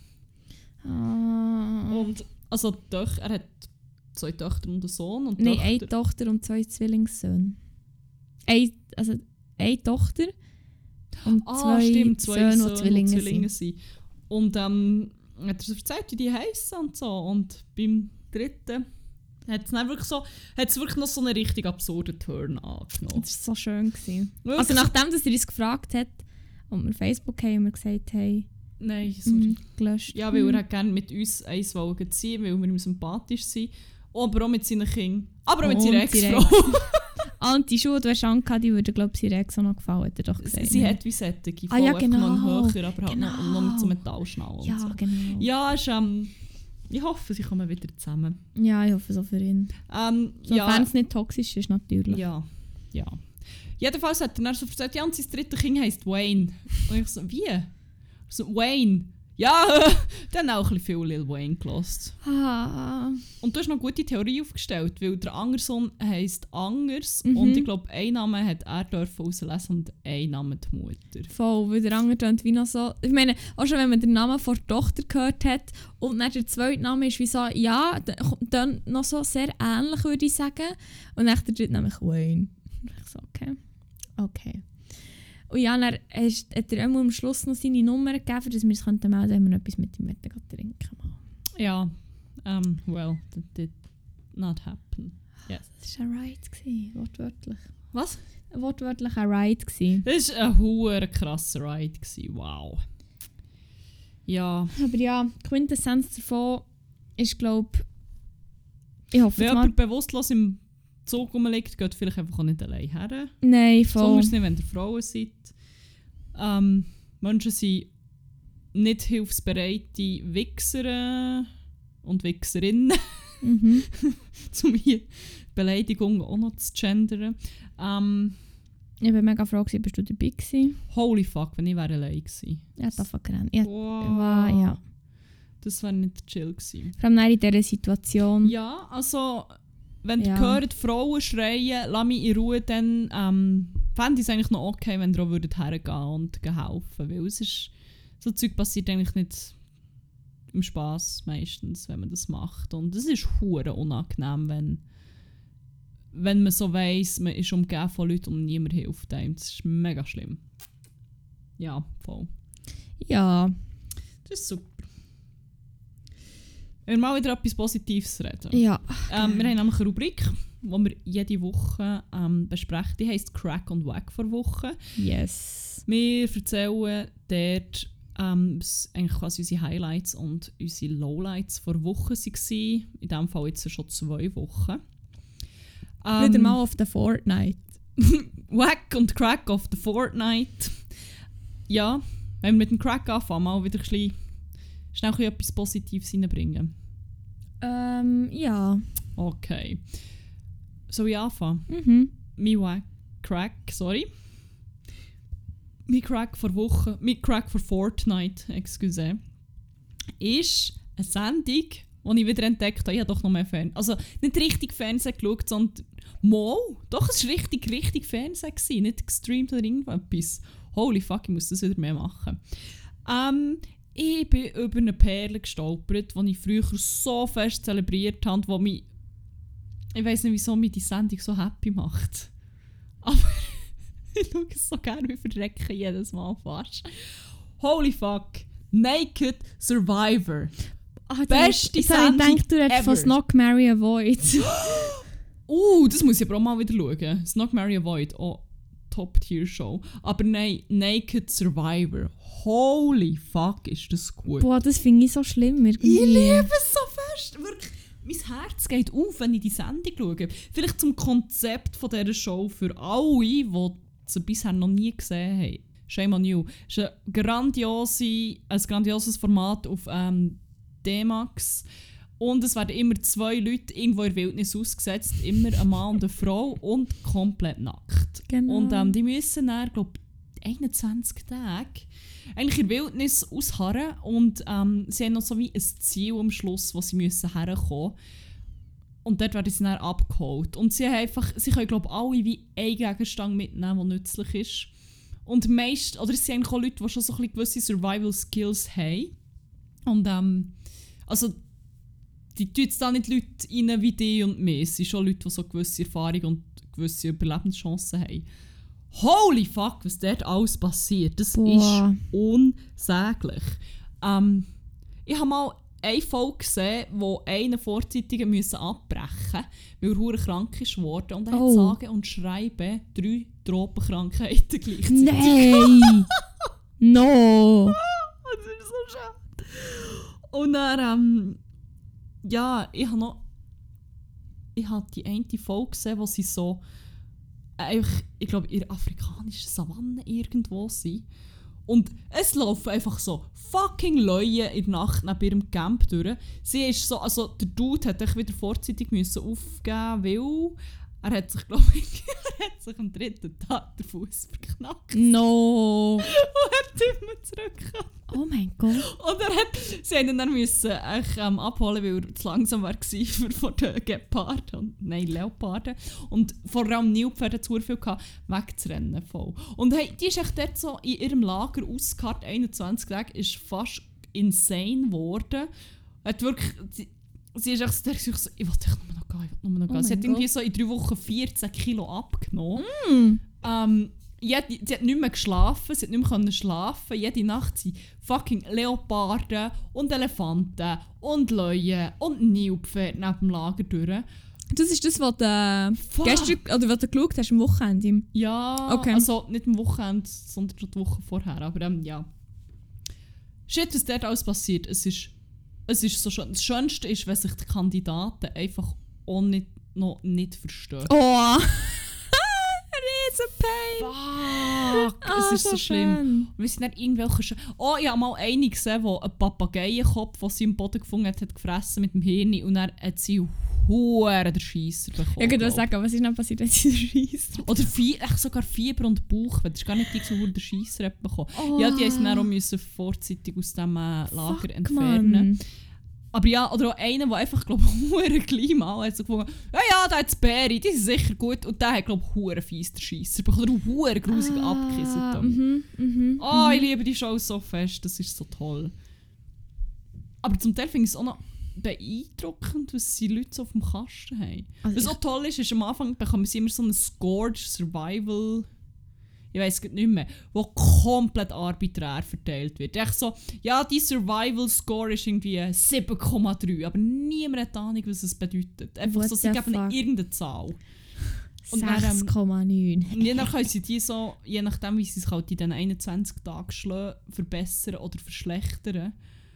[SPEAKER 2] Ah.
[SPEAKER 1] Und also doch, er hat zwei Töchter und einen Sohn. Und die
[SPEAKER 2] Nein,
[SPEAKER 1] Töchter,
[SPEAKER 2] eine Tochter und zwei Zwillingssöhne. Ein, also eine Tochter und
[SPEAKER 1] ah,
[SPEAKER 2] zwei,
[SPEAKER 1] stimmt, zwei
[SPEAKER 2] Söhne,
[SPEAKER 1] Söhne,
[SPEAKER 2] die Zwillinge,
[SPEAKER 1] die Zwillinge
[SPEAKER 2] sind.
[SPEAKER 1] sind. Und ähm, hat er so erzählt, wie die heissen und so. Und beim dritten hat es wirklich so, hat's wirklich noch so einen richtig absurden Turn angenommen.
[SPEAKER 2] Das war so schön. Gewesen.
[SPEAKER 1] Wirklich
[SPEAKER 2] Also
[SPEAKER 1] so-
[SPEAKER 2] nachdem dass er uns gefragt hat und wir Facebook haben, haben wir gesagt, hey,
[SPEAKER 1] Nein, sorry.
[SPEAKER 2] mhm, gelöscht.
[SPEAKER 1] Ja, weil
[SPEAKER 2] Mhm.
[SPEAKER 1] er hat gerne mit uns eins wollen ziehen, weil wir ihm sympathisch sind. Aber auch mit seinen Kindern. Aber auch mit
[SPEAKER 2] Und
[SPEAKER 1] seiner
[SPEAKER 2] seiner
[SPEAKER 1] Ex-Frau.
[SPEAKER 2] Ah, und die Schuhe, die hast du angehabt, die würden, glaube ich, ihrer Ex auch noch gefallen, hat er doch
[SPEAKER 1] Sie,
[SPEAKER 2] gesagt.
[SPEAKER 1] sie
[SPEAKER 2] ne?
[SPEAKER 1] hat wie Sättige,
[SPEAKER 2] Ah, ja,
[SPEAKER 1] voll einfach noch
[SPEAKER 2] genau.
[SPEAKER 1] einen höher, aber halt noch,
[SPEAKER 2] Genau.
[SPEAKER 1] noch mit so Metallschnall und
[SPEAKER 2] Ja,
[SPEAKER 1] so.
[SPEAKER 2] genau.
[SPEAKER 1] Ja, ist, ähm, ich hoffe, sie kommen wieder zusammen.
[SPEAKER 2] Ja, ich hoffe so für ihn.
[SPEAKER 1] Ähm,
[SPEAKER 2] Sofern
[SPEAKER 1] ja,
[SPEAKER 2] es nicht toxisch ist, natürlich.
[SPEAKER 1] ja, ja. Jedenfalls hat er dann so erzählt, ja, und sein drittes Kind heisst Wayne. Und ich so, wie? So, Wayne. Ja, dann auch ein bisschen viel Lil Wayne gehört.
[SPEAKER 2] Ah,
[SPEAKER 1] Und du hast noch eine gute Theorie aufgestellt, weil der andere Sohn heisst Angers
[SPEAKER 2] Mhm.
[SPEAKER 1] und ich glaube, einen Namen hat er dürfen auslesen und einen Namen die Mutter.
[SPEAKER 2] voll, weil der andere tönt wie noch so... Ich meine, auch schon wenn man den Namen von der Tochter gehört hat und dann der zweite Name ist wie so, ja, dann noch so sehr ähnlich, würde ich sagen. Und dann der dritte nämlich Wayne. Und ich so, okay. Okay. Und ja, dann hast- hat er einmal am Schluss noch seine Nummer gegeben, dass wir es melden könnten, wenn wir noch etwas mit ihm trinken wollten.
[SPEAKER 1] Ja, um, well, that did not happen. Yes.
[SPEAKER 2] Das war ein Ride, gewesen, wortwörtlich.
[SPEAKER 1] Was?
[SPEAKER 2] Wortwörtlich ein Ride. Gewesen.
[SPEAKER 1] Das war ein hoher krasser Ride. Gewesen. Wow. Ja.
[SPEAKER 2] Aber ja, die Quintessenz davon ist, glaube ich, ich hoffe
[SPEAKER 1] Wenn
[SPEAKER 2] jetzt mal...
[SPEAKER 1] jemand bewusstlos im Zug rumliegt, geht vielleicht einfach auch nicht allein her.
[SPEAKER 2] Nein, voll.
[SPEAKER 1] Besonders nicht, wenn ihr Frauen seid. Ähm, Menschen sind nicht hilfsbereite Wichser und Wichserinnen,
[SPEAKER 2] Mhm.
[SPEAKER 1] um hier Beleidigungen auch noch zu gendern. Ähm,
[SPEAKER 2] Ich war mega froh, gewesen, bist du dabei gewesen?
[SPEAKER 1] holy fuck, wenn ich wäre allein gewesen.
[SPEAKER 2] Ja, das war gerannt. Ja,
[SPEAKER 1] Wow.
[SPEAKER 2] war, ja.
[SPEAKER 1] Das wäre nicht chill gewesen.
[SPEAKER 2] Vor allem dann in dieser Situation.
[SPEAKER 1] Ja, also, wenn
[SPEAKER 2] Ja.
[SPEAKER 1] ihr hört, Frauen schreien, lass mich in Ruhe, dann ähm, fände ich es eigentlich noch okay, wenn ihr auch würdet hergehen und gehen helfen. Weil es ist, so Zeug passiert eigentlich nicht im Spass meistens, wenn man das macht. Und es ist hure unangenehm, wenn, wenn man so weiss, man ist umgeben von Leuten und niemand hilft einem. Das ist mega schlimm. Ja, voll.
[SPEAKER 2] Ja.
[SPEAKER 1] Das ist super. Wenn wir mal wieder etwas Positives reden.
[SPEAKER 2] Ja.
[SPEAKER 1] Ähm, wir haben nämlich eine Rubrik, die wir jede Woche ähm, besprechen. Die heisst Crack und Wack vor Woche.
[SPEAKER 2] Yes.
[SPEAKER 1] Wir erzählen dort ähm, was eigentlich quasi unsere Highlights und unsere Lowlights vor Woche waren. In diesem Fall jetzt schon zwei Wochen. Ähm,
[SPEAKER 2] Wieder mal auf den Fortnite.
[SPEAKER 1] Wack und Crack of the Fortnite. Ja, wenn wir mit dem Crack anfangen, mal wieder ein bisschen schnell etwas Positives reinbringen?
[SPEAKER 2] Ähm, ja.
[SPEAKER 1] Okay. Soll ich anfangen?
[SPEAKER 2] Mhm.
[SPEAKER 1] Mein Wack Crack, sorry. Mein Crack vor Wochen, mein Crack vor Fortnite, excuse, ist eine Sendung, die ich wieder entdeckt habe. Ich habe doch noch mehr Fernsehen. Also nicht richtig Fernsehen geschaut, sondern mal. Doch, es war richtig, richtig Fernsehen gewesen. Nicht gestreamt oder irgendetwas. Holy fuck, ich muss das wieder mehr machen. Ähm, ich bin über eine Perle gestolpert, die ich früher so fest zelebriert habe, wo mich, ich weiss nicht, wieso mich die Sendung so happy macht. Aber ich schaue es so gerne wie verrecken jedes Mal fast. Holy fuck. Naked Survivor.
[SPEAKER 2] Ah,
[SPEAKER 1] Beste
[SPEAKER 2] ich Sendung. Ich denke, du hättest von
[SPEAKER 1] ever.
[SPEAKER 2] Snog, Marry, Avoid.
[SPEAKER 1] Uh, das muss ich aber auch mal wieder schauen. Snog, Marry, Avoid. Oh, Top-Tier-Show. Aber nein, Naked Survivor. Holy fuck, ist das gut.
[SPEAKER 2] Boah, das finde ich so schlimm. Irgendwie.
[SPEAKER 1] Ich liebe es so fest. Wirklich, mein Herz geht auf, wenn ich die Sendung schaue. Vielleicht zum Konzept von dieser Show für alle, die sie bisher noch nie gesehen haben. Shame on you. Es ist ein, grandiose, ein grandioses Format auf ähm, D-Max. Und es werden immer zwei Leute irgendwo in der Wildnis ausgesetzt. Immer ein Mann und eine Frau und komplett nackt.
[SPEAKER 2] Genau.
[SPEAKER 1] Und ähm, die müssen dann, glaube ich, einundzwanzig Tage eigentlich in der Wildnis ausharren. Und ähm, sie haben noch so wie ein Ziel am Schluss, wo sie müssen herkommen. Und dort werden sie dann abgeholt. Und sie, haben einfach, sie können, glaube ich, alle wie einen Gegenstand mitnehmen, der nützlich ist. Und meist, oder es sind eigentlich auch Leute, die schon so ein bisschen gewisse Survival-Skills haben. Und ähm, also die tun jetzt da nicht Leute rein wie die und mich. Es sind schon Leute, die so gewisse Erfahrung und gewisse Überlebenschancen haben. Holy fuck, was dort alles passiert. Das
[SPEAKER 2] Boah.
[SPEAKER 1] ist unsäglich. Ähm, ich habe mal eine Folge gesehen, wo einer vorzeitig müssen abbrechen musste, weil er verdammt krank ist geworden. Und er hat
[SPEAKER 2] Oh.
[SPEAKER 1] sage und schreiben drei Tropenkrankheiten gleichzeitig.
[SPEAKER 2] Nein! No!
[SPEAKER 1] Das ist so schade. Und dann, ähm, ja, ich habe noch, ich habe die eine Folge gesehen, wo sie so, äh, ich glaube, in der afrikanischen Savanne irgendwo sind. Und es laufen einfach so fucking Leute in der Nacht neben ihrem Camp durch. Sie ist so, also der Dude hat echt wieder vorzeitig müssen aufgeben, weil er hat sich, glaube ich, er hat sich am dritten Tag den Fuß verknackt.
[SPEAKER 2] No!
[SPEAKER 1] Und hat immer zurückgekommen.
[SPEAKER 2] Oh mein Gott.
[SPEAKER 1] Und er hat, sie haben ihn dann müssen, echt, ähm, abholen, weil er zu langsam war für, für den Geparden. Nein, Leoparden. Und vor allem Nilpferde hat zu viel gehabt, wegzurennen. Voll. Und hey, die ist echt dort so in ihrem Lager ausgekarrt, einundzwanzig Tage, ist fast insane geworden. Hat wirklich, sie, sie ist echt so, ich, so, ich will echt nur noch gehen, ich will nur noch gehen.
[SPEAKER 2] Oh
[SPEAKER 1] sie hat
[SPEAKER 2] mein
[SPEAKER 1] irgendwie
[SPEAKER 2] Gott.
[SPEAKER 1] so in drei Wochen vierzehn Kilo abgenommen.
[SPEAKER 2] Mm.
[SPEAKER 1] Ähm, sie, hat, sie hat nicht mehr geschlafen, sie hat nicht mehr schlafen. Jede Nacht sind fucking Leoparden und Elefanten und Löwen und Nilpferde neben dem Lager durch.
[SPEAKER 2] Das ist das, was du
[SPEAKER 1] Fuck.
[SPEAKER 2] gestern, oder was du geschaut hast am Wochenende.
[SPEAKER 1] Ja,
[SPEAKER 2] Okay.
[SPEAKER 1] also nicht am Wochenende, sondern schon die Woche vorher. Aber ähm, ja. Shit, was dort alles passiert. Es ist, es ist so schön. Das Schönste ist, wenn sich die Kandidaten einfach auch nicht, noch nicht verstehen.
[SPEAKER 2] Oh! Riesenpain!
[SPEAKER 1] Fuck,
[SPEAKER 2] Ah,
[SPEAKER 1] es ist so,
[SPEAKER 2] so
[SPEAKER 1] schlimm.
[SPEAKER 2] schön.
[SPEAKER 1] Und wir sind dann irgendwelche... Sch- oh, ich habe mal eine gesehen, die einen Papageienkopf, den sie im Boden gefunden hat, hat gefressen mit dem Hirn. Und dann hat sie huere den Scheisser bekommen.
[SPEAKER 2] Ich würde
[SPEAKER 1] glaub.
[SPEAKER 2] sagen, was ist dann passiert, wenn sie schießt?
[SPEAKER 1] Oder Fie- echt sogar Fieber und Bauch. Das ist gar nicht die, die den Scheisser hat bekommen.
[SPEAKER 2] Oh.
[SPEAKER 1] Ja, die mussten dann auch müssen vorzeitig aus diesem äh, Lager
[SPEAKER 2] Fuck,
[SPEAKER 1] entfernen.
[SPEAKER 2] Mann.
[SPEAKER 1] Aber ja, oder auch einer, der einfach, glaube ich, hure klein mal hat so gefunden, ja, ja, da hat es Bären, die sind sicher gut. Und der hat, glaube ich, hure fies den Scheisser bekommen. Oder hure grusig
[SPEAKER 2] Ah,
[SPEAKER 1] abgekissen.
[SPEAKER 2] mhm, mhm,
[SPEAKER 1] Oh,
[SPEAKER 2] mhm.
[SPEAKER 1] ich liebe die Show so fest, das ist so toll. Aber zum Teil finde ich es auch noch beeindruckend, was die Leute so auf dem Kasten haben.
[SPEAKER 2] Also
[SPEAKER 1] Was
[SPEAKER 2] ich-
[SPEAKER 1] auch toll ist, ist am Anfang bekommen sie immer so einen Scored Survival, ich weiss es nicht mehr, wo komplett arbiträr verteilt wird. Echt so, ja, die Survival Score ist irgendwie sieben Komma drei, aber niemand hat Ahnung, was es bedeutet. Einfach
[SPEAKER 2] What
[SPEAKER 1] so, sie
[SPEAKER 2] the
[SPEAKER 1] geben
[SPEAKER 2] fuck?
[SPEAKER 1] irgendeine Zahl. Und dann, ähm,
[SPEAKER 2] sechs Komma neun.
[SPEAKER 1] Und je nachdem können sie die so, je nachdem wie sie sich halt in diesen einundzwanzig Tagen schlagen, verbessern oder verschlechtern.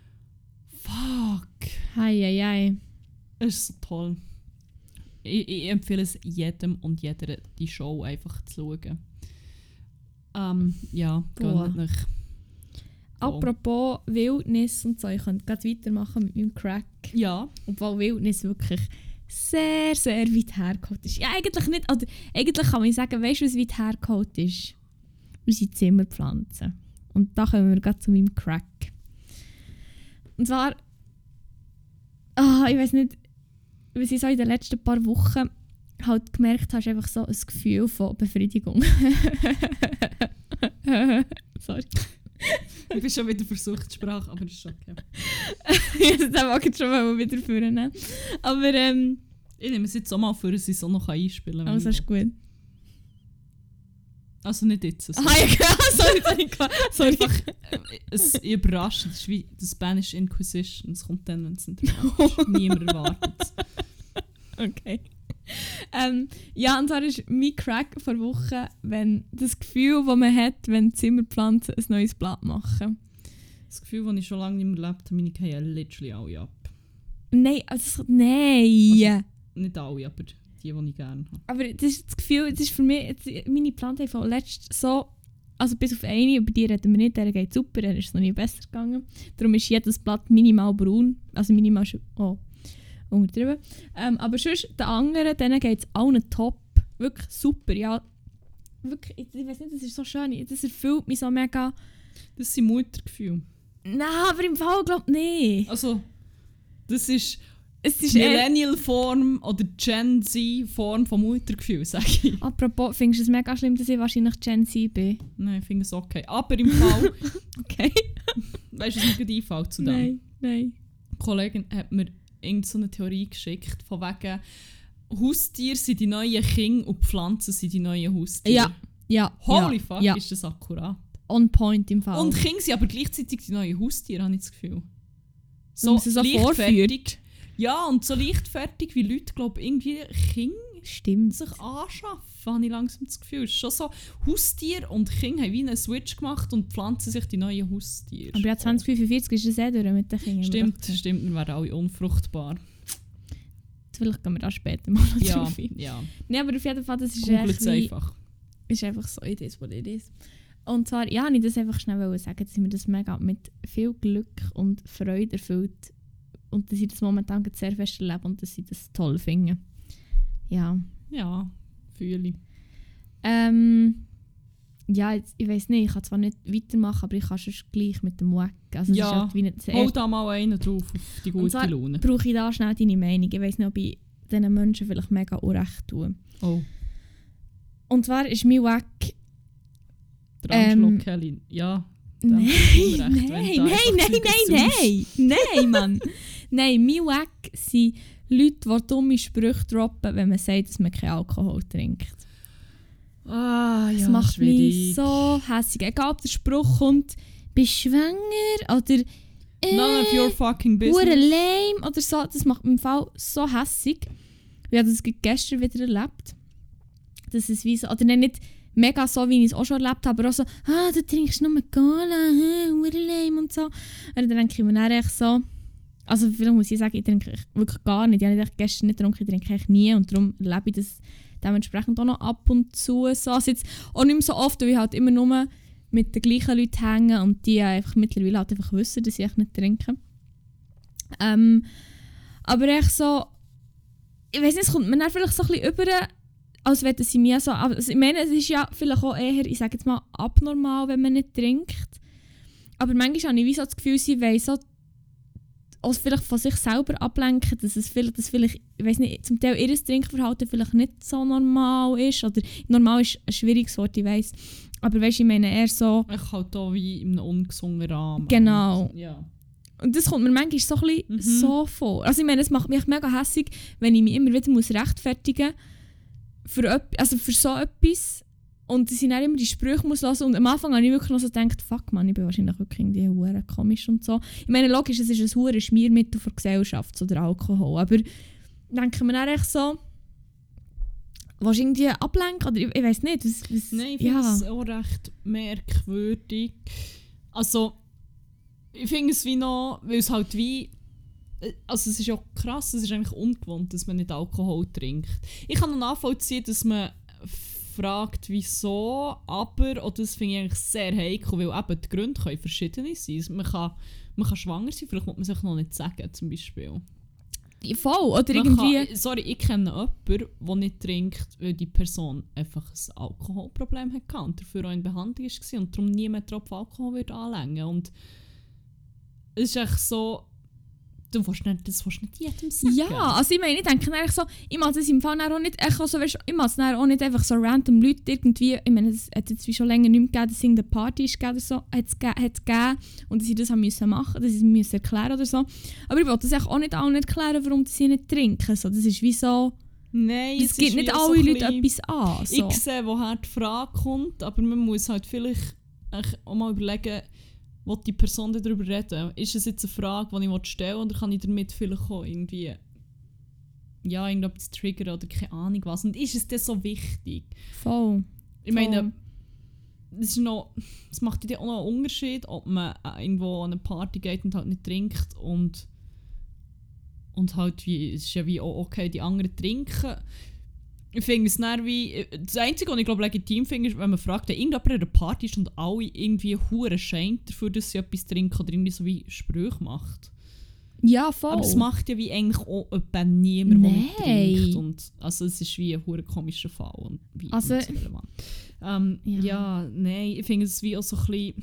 [SPEAKER 1] Fuck!
[SPEAKER 2] Hei, hei, hei.
[SPEAKER 1] Es ist so toll. Ich, ich empfehle es jedem und jeder, die Show einfach zu schauen. Ähm, ja,
[SPEAKER 2] Boah.
[SPEAKER 1] gönnt euch.
[SPEAKER 2] Apropos Wildnis und so, ich könnte gerade weitermachen mit meinem Crack.
[SPEAKER 1] Ja.
[SPEAKER 2] Obwohl Wildnis wirklich sehr, sehr weit hergeholt ist. Ja, eigentlich nicht. Oder eigentlich kann man sagen, weißt du, was weit hergeholt ist? Unsere Zimmerpflanzen. Und da kommen wir gerade zu meinem Crack. Und zwar, ah, ich weiß nicht, was ich so in den letzten paar Wochen halt gemerkt habe, ist einfach so ein Gefühl von Befriedigung. Sorry.
[SPEAKER 1] Ich bin schon wieder versucht, die Sprache, aber das ist okay.
[SPEAKER 2] Ich wollte jetzt schon mal wieder führen. Aber ähm...
[SPEAKER 1] Ich nehme es jetzt auch mal vor, dass ich es auch noch einspielen kann.
[SPEAKER 2] Also ist gut.
[SPEAKER 1] Also nicht jetzt. Also.
[SPEAKER 2] Ah, ja, sorry, sorry. sorry.
[SPEAKER 1] Einfach, äh, es überrascht. Das ist wie die Spanish Inquisition. Es kommt dann, wenn es nicht erwartet. Niemand erwartet.
[SPEAKER 2] Okay. Ähm, ja, und zwar ist mein Crack vor Wochen, wenn das Gefühl, das man hat, wenn Zimmerpflanzen ein neues Blatt machen.
[SPEAKER 1] Das Gefühl, das ich schon lange nicht mehr erlebt habe, meine gehen literally alle ab.
[SPEAKER 2] Nein, also nein!
[SPEAKER 1] Also, nicht alle, aber die, die ich gerne habe.
[SPEAKER 2] Aber das ist das Gefühl, das ist für mich, jetzt, meine Pflanze von letzt so, also bis auf eine, über die reden wir nicht, der geht super, der ist noch nie besser gegangen. Darum ist jedes Blatt minimal braun, also minimal, oh, untertrieben. Ähm, aber sonst, den anderen, denen geht es allen top, wirklich super, ja. Wirklich, ich, ich weiß nicht, das ist so schön, das erfüllt mich so mega.
[SPEAKER 1] Das sind Muttergefühle.
[SPEAKER 2] Nein, aber im Fall glaube ich nicht.
[SPEAKER 1] Also, das ist...
[SPEAKER 2] Es ist
[SPEAKER 1] Millennial-Form oder Gen Z-Form von Muttergefühl, sage ich.
[SPEAKER 2] Apropos, findest du es mega schlimm, dass ich wahrscheinlich Gen Z bin?
[SPEAKER 1] Nein, ich finde es okay. Aber im Fall...
[SPEAKER 2] Okay.
[SPEAKER 1] Weißt du, was mir gerade einfällt zu dem?
[SPEAKER 2] Nein, nein.
[SPEAKER 1] Eine Kollegin hat mir irgend so eine Theorie geschickt, von wegen Haustiere sind die neuen Kinder und Pflanzen sind die neuen Haustiere.
[SPEAKER 2] Ja, ja.
[SPEAKER 1] Holy
[SPEAKER 2] ja,
[SPEAKER 1] fuck,
[SPEAKER 2] ja.
[SPEAKER 1] ist das akkurat.
[SPEAKER 2] On point im Fall.
[SPEAKER 1] Und Kinder sind aber gleichzeitig die neuen Haustiere, habe ich das Gefühl.
[SPEAKER 2] So, so
[SPEAKER 1] leichtfertig. Ja, und so leichtfertig, wie Leute, glaube ich, irgendwie Kinder
[SPEAKER 2] Stimmt.
[SPEAKER 1] sich anschaffen, habe ich langsam das Gefühl. Es ist schon so, Haustiere und Kinder haben wie einen Switch gemacht und pflanzen sich die neuen Haustiere.
[SPEAKER 2] Aber ja, zwanzig fünfundvierzig ist das eh durch mit den Kindern.
[SPEAKER 1] Stimmt, stimmt, wir werden alle unfruchtbar.
[SPEAKER 2] Vielleicht gehen wir da später mal noch
[SPEAKER 1] Ja,
[SPEAKER 2] drauf ein.
[SPEAKER 1] ja.
[SPEAKER 2] Nein, aber auf jeden Fall, das ist
[SPEAKER 1] Googelt
[SPEAKER 2] echt
[SPEAKER 1] es
[SPEAKER 2] wie,
[SPEAKER 1] einfach.
[SPEAKER 2] ist einfach so, it is what it is. Und zwar, ja, ich das einfach schnell wollte sagen, dass ich mir das mega mit viel Glück und Freude erfüllt und dass ich das momentan sehr fest erlebe und dass ich das toll finde. Ja.
[SPEAKER 1] Ja, fühle ich.
[SPEAKER 2] Ähm, ja, jetzt, ich weiss nicht, ich kann zwar nicht weitermachen, aber ich kann schon gleich mit dem Wack. Also es
[SPEAKER 1] Ja,
[SPEAKER 2] ist halt wie nicht sehr
[SPEAKER 1] hol da mal einen drauf auf die
[SPEAKER 2] Und
[SPEAKER 1] gute
[SPEAKER 2] zwar
[SPEAKER 1] Laune.
[SPEAKER 2] brauche ich da schnell deine Meinung. Ich weiss nicht, ob ich diesen Menschen vielleicht mega unrecht tue.
[SPEAKER 1] Oh,
[SPEAKER 2] Und zwar ist mein Wack...
[SPEAKER 1] der Angelo
[SPEAKER 2] Ähm,
[SPEAKER 1] Kelly. Ja,
[SPEAKER 2] Nein,
[SPEAKER 1] Unrecht,
[SPEAKER 2] nein,
[SPEAKER 1] wenn
[SPEAKER 2] nein,
[SPEAKER 1] da
[SPEAKER 2] nein,
[SPEAKER 1] einfach
[SPEAKER 2] nein,
[SPEAKER 1] Leute
[SPEAKER 2] nein, nein, Mann. Nein, mein Wack sind Leute, die dumme Sprüche droppen, wenn man sagt, dass man keinen Alkohol trinkt.
[SPEAKER 1] Ah, ja,
[SPEAKER 2] Das macht
[SPEAKER 1] schwierig.
[SPEAKER 2] mich so hässig. Egal, ob der Spruch kommt, bist du schwanger oder äh,
[SPEAKER 1] None of your fucking
[SPEAKER 2] hure
[SPEAKER 1] business.
[SPEAKER 2] lame oder so. Das macht mich im Fall so hässig. Ich habe das gestern wieder erlebt. Das ist wie so, oder nein, nicht mega so, wie ich es auch schon erlebt habe, aber auch so, ah, du trinkst nur Cola, hure lame und so. Und dann denke ich mir dann echt so, also vielleicht muss ich sagen, ich trinke wirklich gar nicht. Ich habe nicht gestern nicht getrunken, ich trinke eigentlich nie und darum lebe ich das dementsprechend auch noch ab und zu. So. Also jetzt auch nicht mehr so oft, weil ich halt immer nur mit den gleichen Leuten hänge und die einfach mittlerweile halt einfach wissen, dass ich echt nicht trinke. Ähm, aber echt so, ich weiß nicht, es kommt mir dann vielleicht so ein bisschen über, als wenn sie mir so, also ich meine, es ist ja vielleicht auch eher, ich sage jetzt mal, abnormal, wenn man nicht trinkt. Aber manchmal habe ich wie so das Gefühl, sie wollen so also vielleicht von sich selber ablenken, dass es vielleicht, dass vielleicht ich weiss nicht, zum Teil ihr Trinkverhalten vielleicht nicht so normal ist. Oder normal ist ein schwieriges Wort, ich weiss. Aber weißt, ich meine eher so...
[SPEAKER 1] Ich halt auch wie in einem ungesungenen Rahmen.
[SPEAKER 2] Genau.
[SPEAKER 1] Und, ja.
[SPEAKER 2] Und das kommt mir manchmal so ein bisschen
[SPEAKER 1] Mhm.
[SPEAKER 2] so vor. Also ich meine, es macht mich mega hässig, wenn ich mich immer wieder muss rechtfertigen muss für, öp- also für so etwas. Und dass ich dann immer die Sprüche muss hören. Und am Anfang habe ich wirklich noch so gedacht, fuck man, ich bin wahrscheinlich wirklich irgendwie hure komisch und so. Ich meine, logisch, es ist ein hure Schmiermittel für die Gesellschaft, so der Alkohol. Aber denke mir dann echt so, willst du irgendwie ablenken? Oder ich, ich weiss nicht. Was, was,
[SPEAKER 1] Nein, ich finde
[SPEAKER 2] ja.
[SPEAKER 1] es auch recht merkwürdig. Also, ich finde es wie noch, weil es halt wie... Also es ist ja krass, es ist eigentlich ungewohnt, dass man nicht Alkohol trinkt. Ich kann noch nachvollziehen, dass man fragt, wieso, aber, und das finde ich eigentlich sehr heikel, weil eben die Gründe können verschiedene sein. Man kann, man kann schwanger sein, vielleicht muss man sich noch nicht sagen, zum Beispiel.
[SPEAKER 2] Voll, oder
[SPEAKER 1] Man
[SPEAKER 2] irgendwie...
[SPEAKER 1] Kann, sorry, ich kenne jemanden, der nicht trinkt, weil die Person einfach ein Alkoholproblem hatte und dafür auch in Behandlung war und darum nie mehr Tropfen Alkohol wird anlängen. Und es ist echt so... Du willst nicht, das willst nicht jedem sagen.
[SPEAKER 2] Ja, also ich meine, ich denke eigentlich so, ich mache das im Fall auch nicht, ich so, weißt, ich mache es auch nicht einfach so random Leute irgendwie, ich meine, es hat jetzt wie schon länger nicht mehr gegeben, dass es irgendeine Party ist oder so, hat es gegeben und dass sie das haben müssen machen, dass sie es müssen erklären oder so. Aber ich wollte das auch nicht allen erklären, warum sie nicht trinken. So, das ist wie so...
[SPEAKER 1] Nein,
[SPEAKER 2] es gibt nicht alle so Leute etwas an. So.
[SPEAKER 1] Ich sehe, woher die Frage kommt, aber man muss halt vielleicht auch mal überlegen, will die Person darüber reden? Ist es jetzt eine Frage, die ich stellen will, oder kann ich damit vielleicht auch irgendwie ja, irgendetwas triggern oder keine Ahnung was? Und ist es das so wichtig?
[SPEAKER 2] Voll.
[SPEAKER 1] Ich meine, es ist noch, es macht ja auch noch einen Unterschied, ob man irgendwo an eine Party geht und halt nicht trinkt und und halt wie, es ist ja wie auch okay, die anderen trinken. Ich finde es dann wie, das Einzige, was ich glaube legitim finde, ist, wenn man fragt, wenn irgendjemand an einer Party ist und alle irgendwie hure scheint dafür, dass sie etwas trinken oder irgendwie so wie Sprüche macht.
[SPEAKER 2] Ja, voll.
[SPEAKER 1] Aber es macht ja wie eigentlich auch etwa niemand, der nicht
[SPEAKER 2] Nein.
[SPEAKER 1] trinkt. Und, also es ist wie ein hure komischer Fall und wie
[SPEAKER 2] Also-
[SPEAKER 1] unrelevant. Ähm,
[SPEAKER 2] Ja.
[SPEAKER 1] ja. nein, ich finde es wie auch so ein bisschen...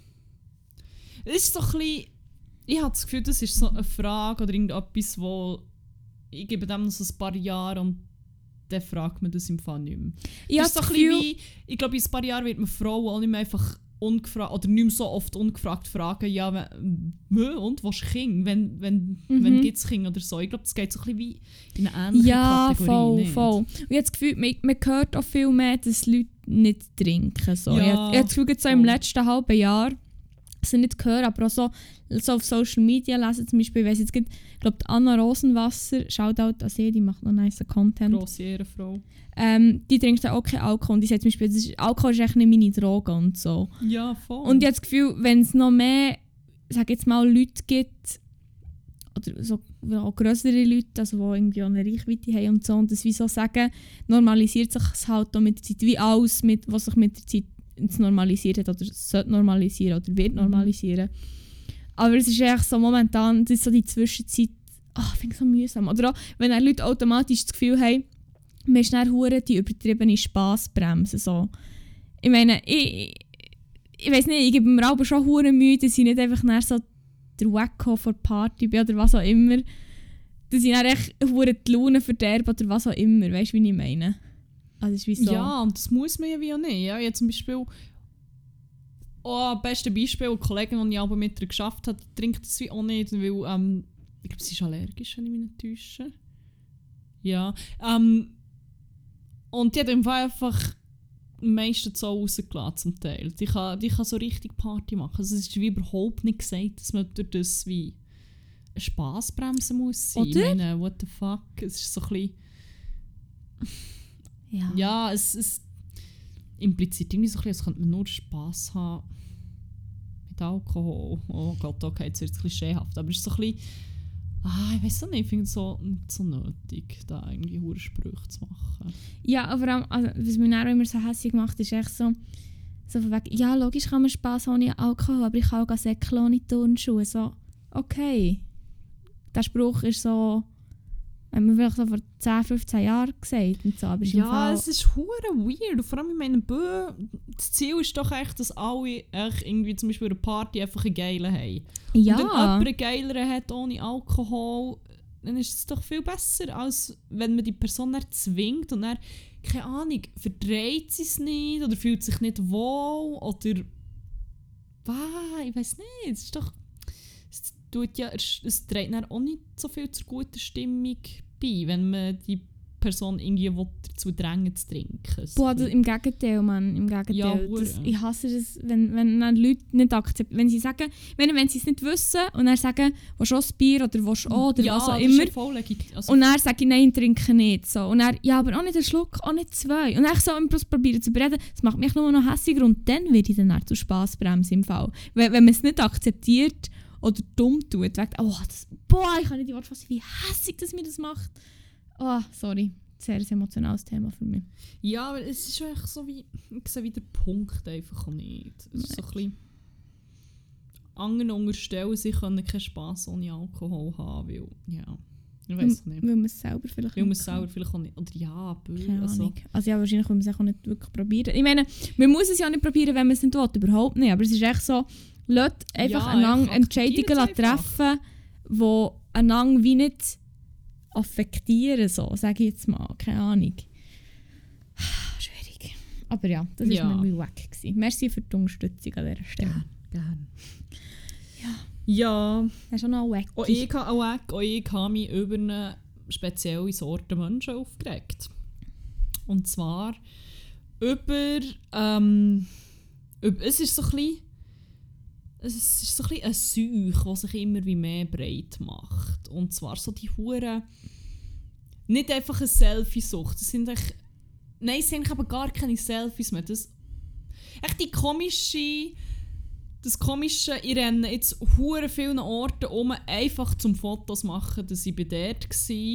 [SPEAKER 1] Es ist so ein bisschen... Ich habe das Gefühl, das ist so eine Frage oder irgendetwas, wo... Ich gebe dem noch so ein paar Jahre und dann fragt man das im Fall nicht mehr.
[SPEAKER 2] Ich habe
[SPEAKER 1] Das ist so
[SPEAKER 2] das
[SPEAKER 1] ein bisschen
[SPEAKER 2] Gefühl,
[SPEAKER 1] wie, ich glaube, in ein paar Jahren wird man Frauen auch nicht mehr einfach ungefragt, oder nicht mehr so oft ungefragt fragen, ja, wenn, «Mö, und, was ist Kind? Wenn, wenn,
[SPEAKER 2] Mhm.
[SPEAKER 1] wenn gibt es Kind oder so?» Ich glaube, das geht so ein bisschen wie in eine ähnliche
[SPEAKER 2] ja,
[SPEAKER 1] Kategorie.
[SPEAKER 2] voll,
[SPEAKER 1] nicht?
[SPEAKER 2] voll. Und ich habe das Gefühl, man, man hört auch viel mehr, dass Leute nicht trinken. So.
[SPEAKER 1] Ja,
[SPEAKER 2] ich, habe- ich habe das Gefühl, jetzt so im
[SPEAKER 1] voll.
[SPEAKER 2] letzten halben Jahr, also nicht hören, aber auch so, so auf Social Media lesen zum Beispiel, ich weiss jetzt, gibt- ich glaube, Anna Rosenwasser, Shoutout an sie, die macht noch nice Content.
[SPEAKER 1] Grosse Ehrenfrau.
[SPEAKER 2] Ähm, die trinkt dann auch keinen Alkohol. Und die sagt zum Beispiel, das ist, Alkohol ist echt nicht meine Droge und so.
[SPEAKER 1] Ja, voll.
[SPEAKER 2] Und ich habe das Gefühl, wenn es noch mehr, sag jetzt mal, Leute gibt, oder so auch grössere Leute, also die irgendwie auch eine Reichweite haben und so, und das wie so sagen, normalisiert sich es halt auch mit der Zeit, wie alles, mit, was sich mit der Zeit normalisiert hat, oder sollte normalisieren, oder wird normalisieren. Aber es ist echt so momentan, das ist so die Zwischenzeit, ach, ich finde es so mühsam. Oder auch, wenn dann Leute automatisch das Gefühl haben, man ist dann hure die übertriebene Spassbremse. So. Ich meine, ich, ich weiss nicht, ich gebe mir aber schon hure Mühe, dass ich nicht einfach dann so der Wacko vor der Party bin oder was auch immer. Dass ich dann echt hure die Laune verderbe oder was auch immer. Weißt du, wie ich meine? Also, es ist wie so.
[SPEAKER 1] Ja, und das muss man ja wie auch nicht. Ja, ich zum Beispiel oh, beste Beispiel, eine Kollegin, die ich auch mit ihr geschafft habe, die trinkt das wie auch nicht, weil ähm, ich glaube, sie ist allergisch, wenn ich mich nicht täusche. Ja. Ähm, und die hat im Fall einfach meistens so rausgelassen zum Teil. Die kann, die kann so richtig Party machen. Also es ist wie überhaupt nicht gesagt, dass man durch das wie eine Spassbremse muss sein.
[SPEAKER 2] Oder?
[SPEAKER 1] Ich meine, what the fuck? Es ist so ein bisschen...
[SPEAKER 2] Ja.
[SPEAKER 1] Ja, es, es impliziert irgendwie so ein bisschen, als könnte man nur Spass haben mit Alkohol. Oh Gott, okay, jetzt wird es klischeehaft. Aber es ist so ein bisschen... Ah, ich weiß auch nicht, ich finde es so, nicht so nötig, da irgendwie hure Sprüche zu machen.
[SPEAKER 2] Ja, aber allem, also, was mich dann auch immer so hässlich macht, ist echt so, so von wegen, ja, logisch kann man Spass ohne Alkohol, aber ich kann auch säckeln ohne Turnschuhe. So, okay. Der Spruch ist so, haben wir vielleicht so vor zehn, fünfzehn Jahren gesagt und so, aber ist im
[SPEAKER 1] Ja,
[SPEAKER 2] Fall...
[SPEAKER 1] es ist hure weird. Und vor allem in meinen Bö, das Ziel ist doch echt, dass alle echt irgendwie zum Beispiel eine Party einfach einen geilen haben.
[SPEAKER 2] Ja.
[SPEAKER 1] Und wenn jemand einen geileren hat ohne Alkohol, dann ist es doch viel besser, als wenn man die Person dann zwingt und dann, keine Ahnung, verdreht sie es nicht oder fühlt sich nicht wohl oder bah, ich weiß nicht, es ist doch, es tut ja, es, es trägt dann auch nicht so viel zur guten Stimmung bei, wenn man die Person irgendwie will, dazu drängen zu trinken.
[SPEAKER 2] Boah, das, im Gegenteil, Mann, im Gegenteil.
[SPEAKER 1] Ja,
[SPEAKER 2] das,
[SPEAKER 1] hure.
[SPEAKER 2] ich hasse das, wenn, wenn dann Leute nicht akzeptieren, wenn sie sagen, wenn, wenn sie es nicht wissen und dann sagen, willst du auch ein Bier oder willst du auch oder
[SPEAKER 1] ja,
[SPEAKER 2] was auch
[SPEAKER 1] das
[SPEAKER 2] immer.
[SPEAKER 1] ist ja voll legit- also,
[SPEAKER 2] Und dann sage ich, nein, ich trinke nicht. So. Und dann, ja, aber auch nicht einen Schluck, auch nicht zwei. Und dann so im Plus probieren zu bereden, das macht mich nur noch hässiger und dann werde ich dann auch zu Spassbremse im Fall. Wenn, wenn man es nicht akzeptiert oder dumm tut, sagt, oh, das, boah, ich kann nicht die Worte fassen, wie hässig das mir das macht. Oh, sorry. sehr ein emotionales Thema für mich.
[SPEAKER 1] Ja, aber es ist echt so wie, ich sehe wieder Punkt einfach nicht. Es ist so ein bisschen, anderen unterstellen, sie können keinen Spass ohne Alkohol haben, weil, ja, ich weiß nicht.
[SPEAKER 2] Weil man es selber vielleicht
[SPEAKER 1] Weil man
[SPEAKER 2] nicht
[SPEAKER 1] es
[SPEAKER 2] kann.
[SPEAKER 1] selber vielleicht auch nicht, oder ja, bö,
[SPEAKER 2] Keine
[SPEAKER 1] also,
[SPEAKER 2] Ahnung. Also ja, wahrscheinlich will man es auch nicht wirklich probieren. Ich meine, man muss es ja nicht probieren, wenn man es nicht will, überhaupt nicht. Aber es ist echt so, Leute einfach
[SPEAKER 1] Ja,
[SPEAKER 2] einander
[SPEAKER 1] einfach
[SPEAKER 2] Entscheidungen
[SPEAKER 1] akzeptieren es
[SPEAKER 2] treffen, die einander wie nicht affektieren, so, sage ich jetzt mal. Keine Ahnung. Schwierig. Aber ja, das war
[SPEAKER 1] Ja.
[SPEAKER 2] mir mein Wack gewesen. Merci für die Unterstützung an dieser Stelle.
[SPEAKER 1] Gerne.
[SPEAKER 2] Ja.
[SPEAKER 1] Ja,
[SPEAKER 2] Hast du auch noch einen Wack?
[SPEAKER 1] auch ich habe auch weg, auch ich habe mich über eine spezielle Sorte Menschen aufgeregt. Und zwar über, ähm, über es ist so ein bisschen, es ist so ein bisschen eine Seuche, die sich immer wie mehr breit macht. Und zwar so die Hure, nicht einfach eine Selfie-Sucht, das sind echt, nein, es sind aber gar keine Selfies mehr. Das, echt die komische, das komische, ich renne jetzt hure vielen Orten um, einfach zum Fotos machen, dass ich bei dort war.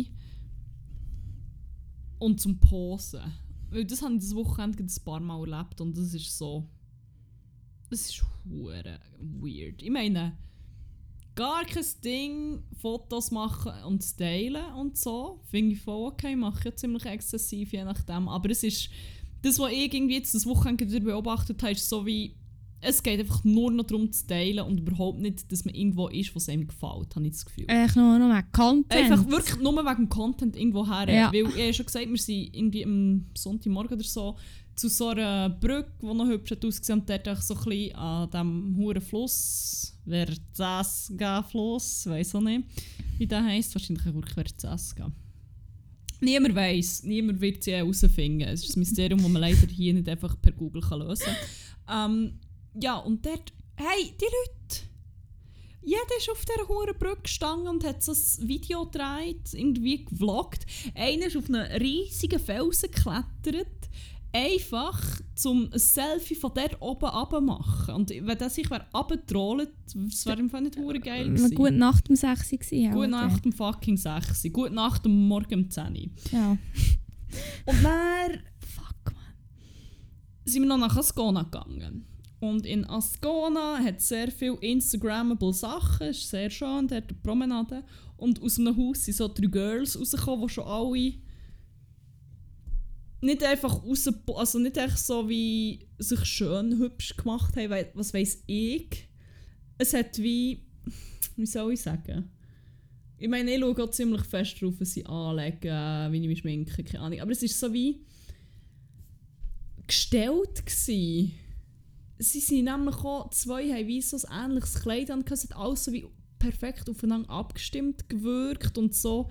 [SPEAKER 1] Und zum Posen. Weil das habe ich das Wochenende ein paar Mal erlebt und das ist so, das ist hure weird. Ich meine, gar kein Ding, Fotos machen und teilen und so, finde ich voll okay, mache ich ja ziemlich exzessiv, je nachdem. Aber es ist, das, was ich irgendwie jetzt das Wochenende wieder beobachtet habe, ist so wie, es geht einfach nur noch darum zu teilen und überhaupt nicht, dass man irgendwo ist, was einem gefällt, habe ich das Gefühl.
[SPEAKER 2] Echt nur noch mehr Content.
[SPEAKER 1] Einfach wirklich nur wegen dem Content irgendwo her.
[SPEAKER 2] Ja.
[SPEAKER 1] Weil ich habe schon gesagt, wir sind irgendwie am Sonntagmorgen oder so zu so einer Brücke, die noch hübsch hat ausgesehen und dort so ein bisschen an diesem hohen Fluss, Verzaska-Fluss, weiss auch nicht, wie der heisst, wahrscheinlich wirklich Verzaska. Niemand weiss, niemand wird sie herausfinden. Es ist ein Mysterium, das man leider hier nicht einfach per Google kann lösen kann. Ähm, ja, und dort, hey, die Leute, jeder ist auf dieser hohen Brücke gestanden und hat so ein Video gedreht, irgendwie gevloggt. Einer ist auf einen riesigen Felsen geklettert, einfach zum ein Selfie von dort oben runter machen. Und wenn der sich runtergetrollt wäre, das wäre im Fall nicht hure geil gewesen.
[SPEAKER 2] Gute Nacht um sechs Uhr gewesen.
[SPEAKER 1] Gute
[SPEAKER 2] auch,
[SPEAKER 1] Nacht um fucking sechs. Gute Nacht um morgen um zehn Uhr.
[SPEAKER 2] Ja.
[SPEAKER 1] Und dann
[SPEAKER 2] Fuck, man.
[SPEAKER 1] sind wir noch nach Ascona gegangen. Und in Ascona hat es sehr viele Instagrammable Sachen, es ist sehr schön, dort eine Promenade. Und aus einem Haus sind so drei Girls rausgekommen, die schon alle nicht einfach raus, also nicht einfach so wie sich schön hübsch gemacht haben, weil, was weiss ich. Es hat wie, wie soll ich sagen? Ich meine, ich schaue auch ziemlich fest drauf, was sie anlegen, wie ich mich schminke, keine Ahnung. Aber es war so wie gestellt gewesen. Sie sind nämlich auch, zwei haben wie so ein ähnliches Kleid an, es hat alles so wie perfekt aufeinander abgestimmt gewirkt und so.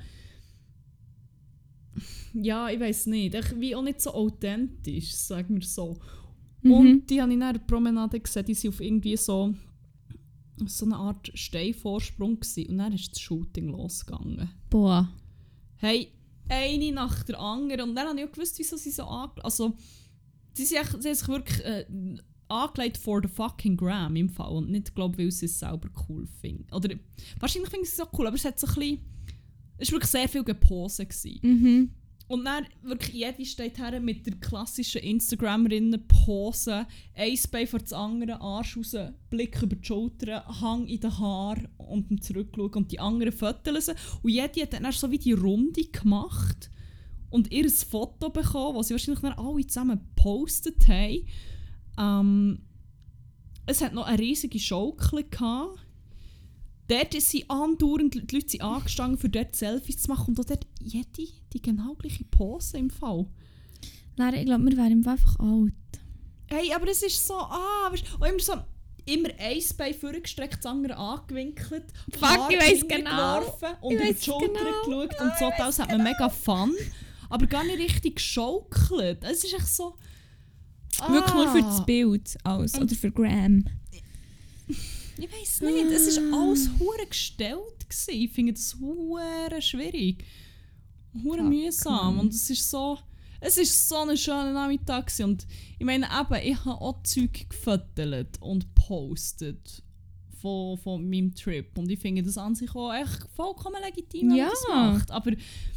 [SPEAKER 1] Ja, ich weiss nicht, echt wie auch nicht so authentisch, sagen wir so.
[SPEAKER 2] Mhm.
[SPEAKER 1] Und die habe ich in der Promenade gesehen, die sind auf irgendwie so, so eine Art Steinvorsprung gewesen. Und dann ist das Shooting losgegangen.
[SPEAKER 2] Boah.
[SPEAKER 1] Hey, eine nach der anderen. Und dann habe ich auch gewusst, wieso sie so angelegt. Also, sie, sind echt, sie haben sich wirklich äh, angelegt for the fucking gram im Fall. Und nicht, glaube ich, weil sie es selber cool finden. Oder wahrscheinlich finden sie es auch cool, aber es hat so ein bisschen, es war wirklich sehr viel gepostet gewesen.
[SPEAKER 2] Mhm.
[SPEAKER 1] Und dann wirklich jede steht her mit der klassischen Instagramerinnen-Pose, ein Bein vor das andere, Arsch raus, Blick über die Schulter, Hang in den Haaren und dann zurückschauen und die anderen fotografieren sie. Und jede hat dann so wie die Runde gemacht und ihr Foto bekommen, das sie wahrscheinlich dann alle zusammen gepostet haben. Ähm, es hat noch eine riesige Schaukel gehabt. Dort sind andauernd, die Leute sind angestanden, für dort Selfies zu machen und auch dort jede die genau gleiche Pose im Fall.
[SPEAKER 2] Lara, ich glaube, wir wären einfach alt.
[SPEAKER 1] Hey, aber es ist so, ah, weißt du, immer so, immer ein Bein vorgestreckt, das andere angewinkelt,
[SPEAKER 2] Fuck, ich weiss
[SPEAKER 1] hinterher
[SPEAKER 2] genau.
[SPEAKER 1] geworfen und
[SPEAKER 2] Ich
[SPEAKER 1] über die
[SPEAKER 2] weiss
[SPEAKER 1] Schulter
[SPEAKER 2] genau.
[SPEAKER 1] geschaut und so, das hat man mega Fun, aber gar nicht richtig geschaukelt. Es ist echt so, ah,
[SPEAKER 2] Wirklich nur für das Bild aus. Oder für Gram.
[SPEAKER 1] ich weiss nicht, es war alles hure gestellt gewesen. Ich finde das hure schwierig. Hure
[SPEAKER 2] Fuck,
[SPEAKER 1] mühsam.
[SPEAKER 2] man.
[SPEAKER 1] Und es ist so, es ist so ein schöner Nachmittag gewesen. Und ich meine eben, ich habe auch Zeug gefotografiert und gepostet von, von meinem Trip. Und ich finde das an sich auch echt vollkommen legitim, wenn
[SPEAKER 2] Ja.
[SPEAKER 1] man das macht. Aber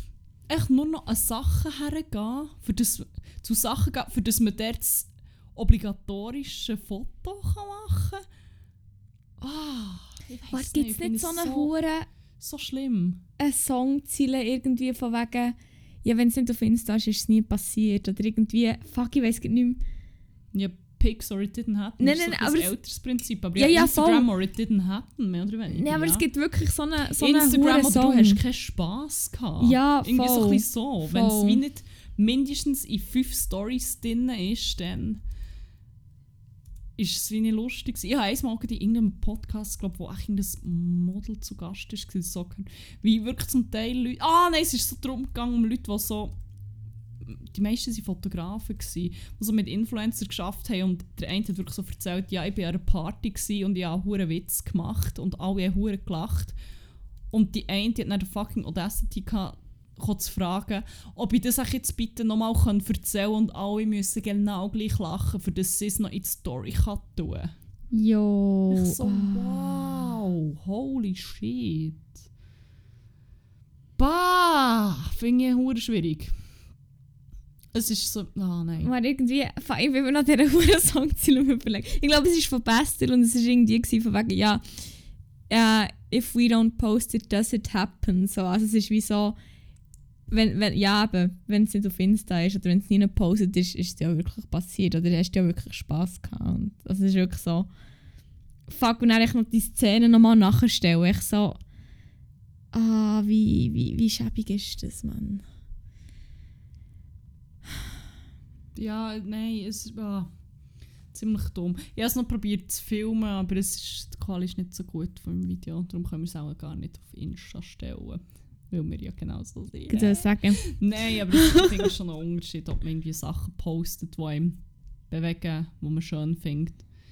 [SPEAKER 1] echt nur noch an Sachen hergehen, für das, zu Sachen gehen, für das man dort das obligatorische Foto kann machen kann. Ah, ich weiss
[SPEAKER 2] Was gibt es
[SPEAKER 1] ich
[SPEAKER 2] nicht
[SPEAKER 1] finde
[SPEAKER 2] so
[SPEAKER 1] es
[SPEAKER 2] eine Hure
[SPEAKER 1] so schlimm.
[SPEAKER 2] eine Songziele irgendwie von wegen, ja, wenn es nicht auf Insta ist, ist es nie passiert. Oder irgendwie, fuck, ich weiss nicht mehr.
[SPEAKER 1] Ja, Pics or it didn't happen.
[SPEAKER 2] Nein,
[SPEAKER 1] das ist
[SPEAKER 2] nein,
[SPEAKER 1] so ein
[SPEAKER 2] aber es-
[SPEAKER 1] älteres Prinzip. Aber
[SPEAKER 2] Ja,
[SPEAKER 1] ja,
[SPEAKER 2] ja,
[SPEAKER 1] Instagram
[SPEAKER 2] voll.
[SPEAKER 1] or it didn't happen, mehr oder weniger.
[SPEAKER 2] Nein, aber
[SPEAKER 1] ja.
[SPEAKER 2] es gibt wirklich so eine so eine
[SPEAKER 1] Instagram
[SPEAKER 2] hure
[SPEAKER 1] oder
[SPEAKER 2] Song.
[SPEAKER 1] du hast keinen Spass gehabt.
[SPEAKER 2] Ja,
[SPEAKER 1] Irgendwie so
[SPEAKER 2] voll.
[SPEAKER 1] ein bisschen so. Wenn es
[SPEAKER 2] Voll.
[SPEAKER 1] wie nicht mindestens in fünf Storys drin ist, dann ist es wie nicht lustig gewesen. Ich habe einmal in irgendeinem Podcast, glaube wo ein Model zu Gast war, so, wie wirklich zum Teil Leute... Ah nein, es ist so darum gegangen, um Leute, die so... Die meisten waren Fotografen, die so mit Influencer geschafft haben und der eine hat wirklich so erzählt, ja, ich war an einer Party gewesen und ich habe einen Witz gemacht und alle haben verdammt gelacht. Und die eine die hat dann den fucking Audacity gehabt, zu fragen, ob ich das auch jetzt bitte nochmal erzählen kann und alle müssen genau gleich lachen, für das sie es noch in die Story kann tun kann.
[SPEAKER 2] Jo.
[SPEAKER 1] Ich so,
[SPEAKER 2] ah.
[SPEAKER 1] wow, holy shit. Bah, finde ich verdammt schwierig. Es ist so, ah nein.
[SPEAKER 2] War irgendwie, ich bin mir nach dieser Hure Songziele überlegen. Ich glaube, es ist von Bastille und es war irgendwie gewesen, von wegen, ja, uh, if we don't post it, does it happen? So, also es ist wie so, wenn, wenn, ja eben, wenn es nicht auf Insta ist oder wenn es nie gepostet ist, ist es ja wirklich passiert oder hast du ja wirklich Spass gehabt. Und also es ist wirklich so, fuck, und dann ich noch die Szene nochmal nachstellen, ich so, ah, wie, wie, wie schäbig ist das, Mann?
[SPEAKER 1] Ja, nein, es war ziemlich dumm. Ich habe es noch probiert zu filmen, aber es ist, die Qualität ist nicht so gut vom Video. Darum können wir es auch gar nicht auf Insta stellen. Weil wir ja genau so sehen.
[SPEAKER 2] Ich würde sagen.
[SPEAKER 1] Nein, aber ich finde es schon einen Unterschied, ob man irgendwie Sachen postet, die einem bewegen, die man schön findet.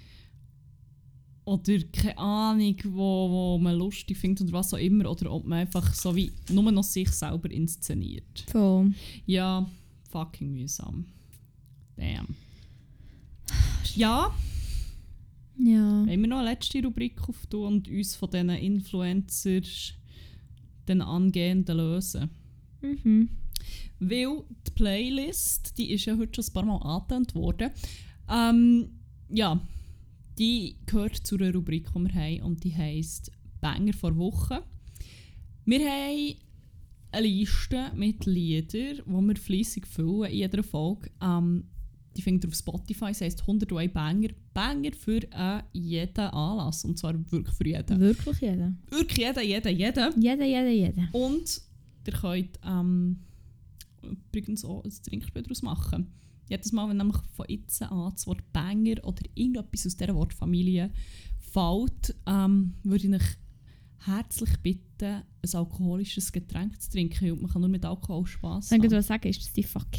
[SPEAKER 1] Oder keine Ahnung, wo, wo man lustig findet oder was auch immer. Oder ob man einfach so wie nur noch sich selber inszeniert.
[SPEAKER 2] Voll.
[SPEAKER 1] Ja, fucking mühsam. Damn. Ja,
[SPEAKER 2] Ja.
[SPEAKER 1] wollen wir noch eine letzte Rubrik auftun und uns von diesen Influencers, den Angehenden, lösen?
[SPEAKER 2] Mhm.
[SPEAKER 1] Weil die Playlist, die ist ja heute schon ein paar Mal angetönt worden. Ähm, ja, die gehört zu einer Rubrik, die wir haben und die heisst «Banger vor Woche». Wir haben eine Liste mit Liedern, die wir fleissig füllen in jeder Folge. Ähm, die findet ihr auf Spotify, das heisst hunderteins Banger. Banger für äh, jeden Anlass. Und zwar wirklich für jeden.
[SPEAKER 2] Wirklich jeder.
[SPEAKER 1] Wirklich jeden, jeden, jeden.
[SPEAKER 2] Jeder, jeder, jeder.
[SPEAKER 1] Und ihr könnt ähm, übrigens auch ein Trinkspiel daraus machen. Jedes Mal, wenn nämlich von jetzt an das Wort Banger oder irgendetwas aus dieser Wortfamilie fällt, ähm, würde ich euch herzlich bitten, ein alkoholisches Getränk zu trinken. Und man kann nur mit Alkohol Spass
[SPEAKER 2] Sag
[SPEAKER 1] haben.
[SPEAKER 2] du, was sagen, ist das die fucking.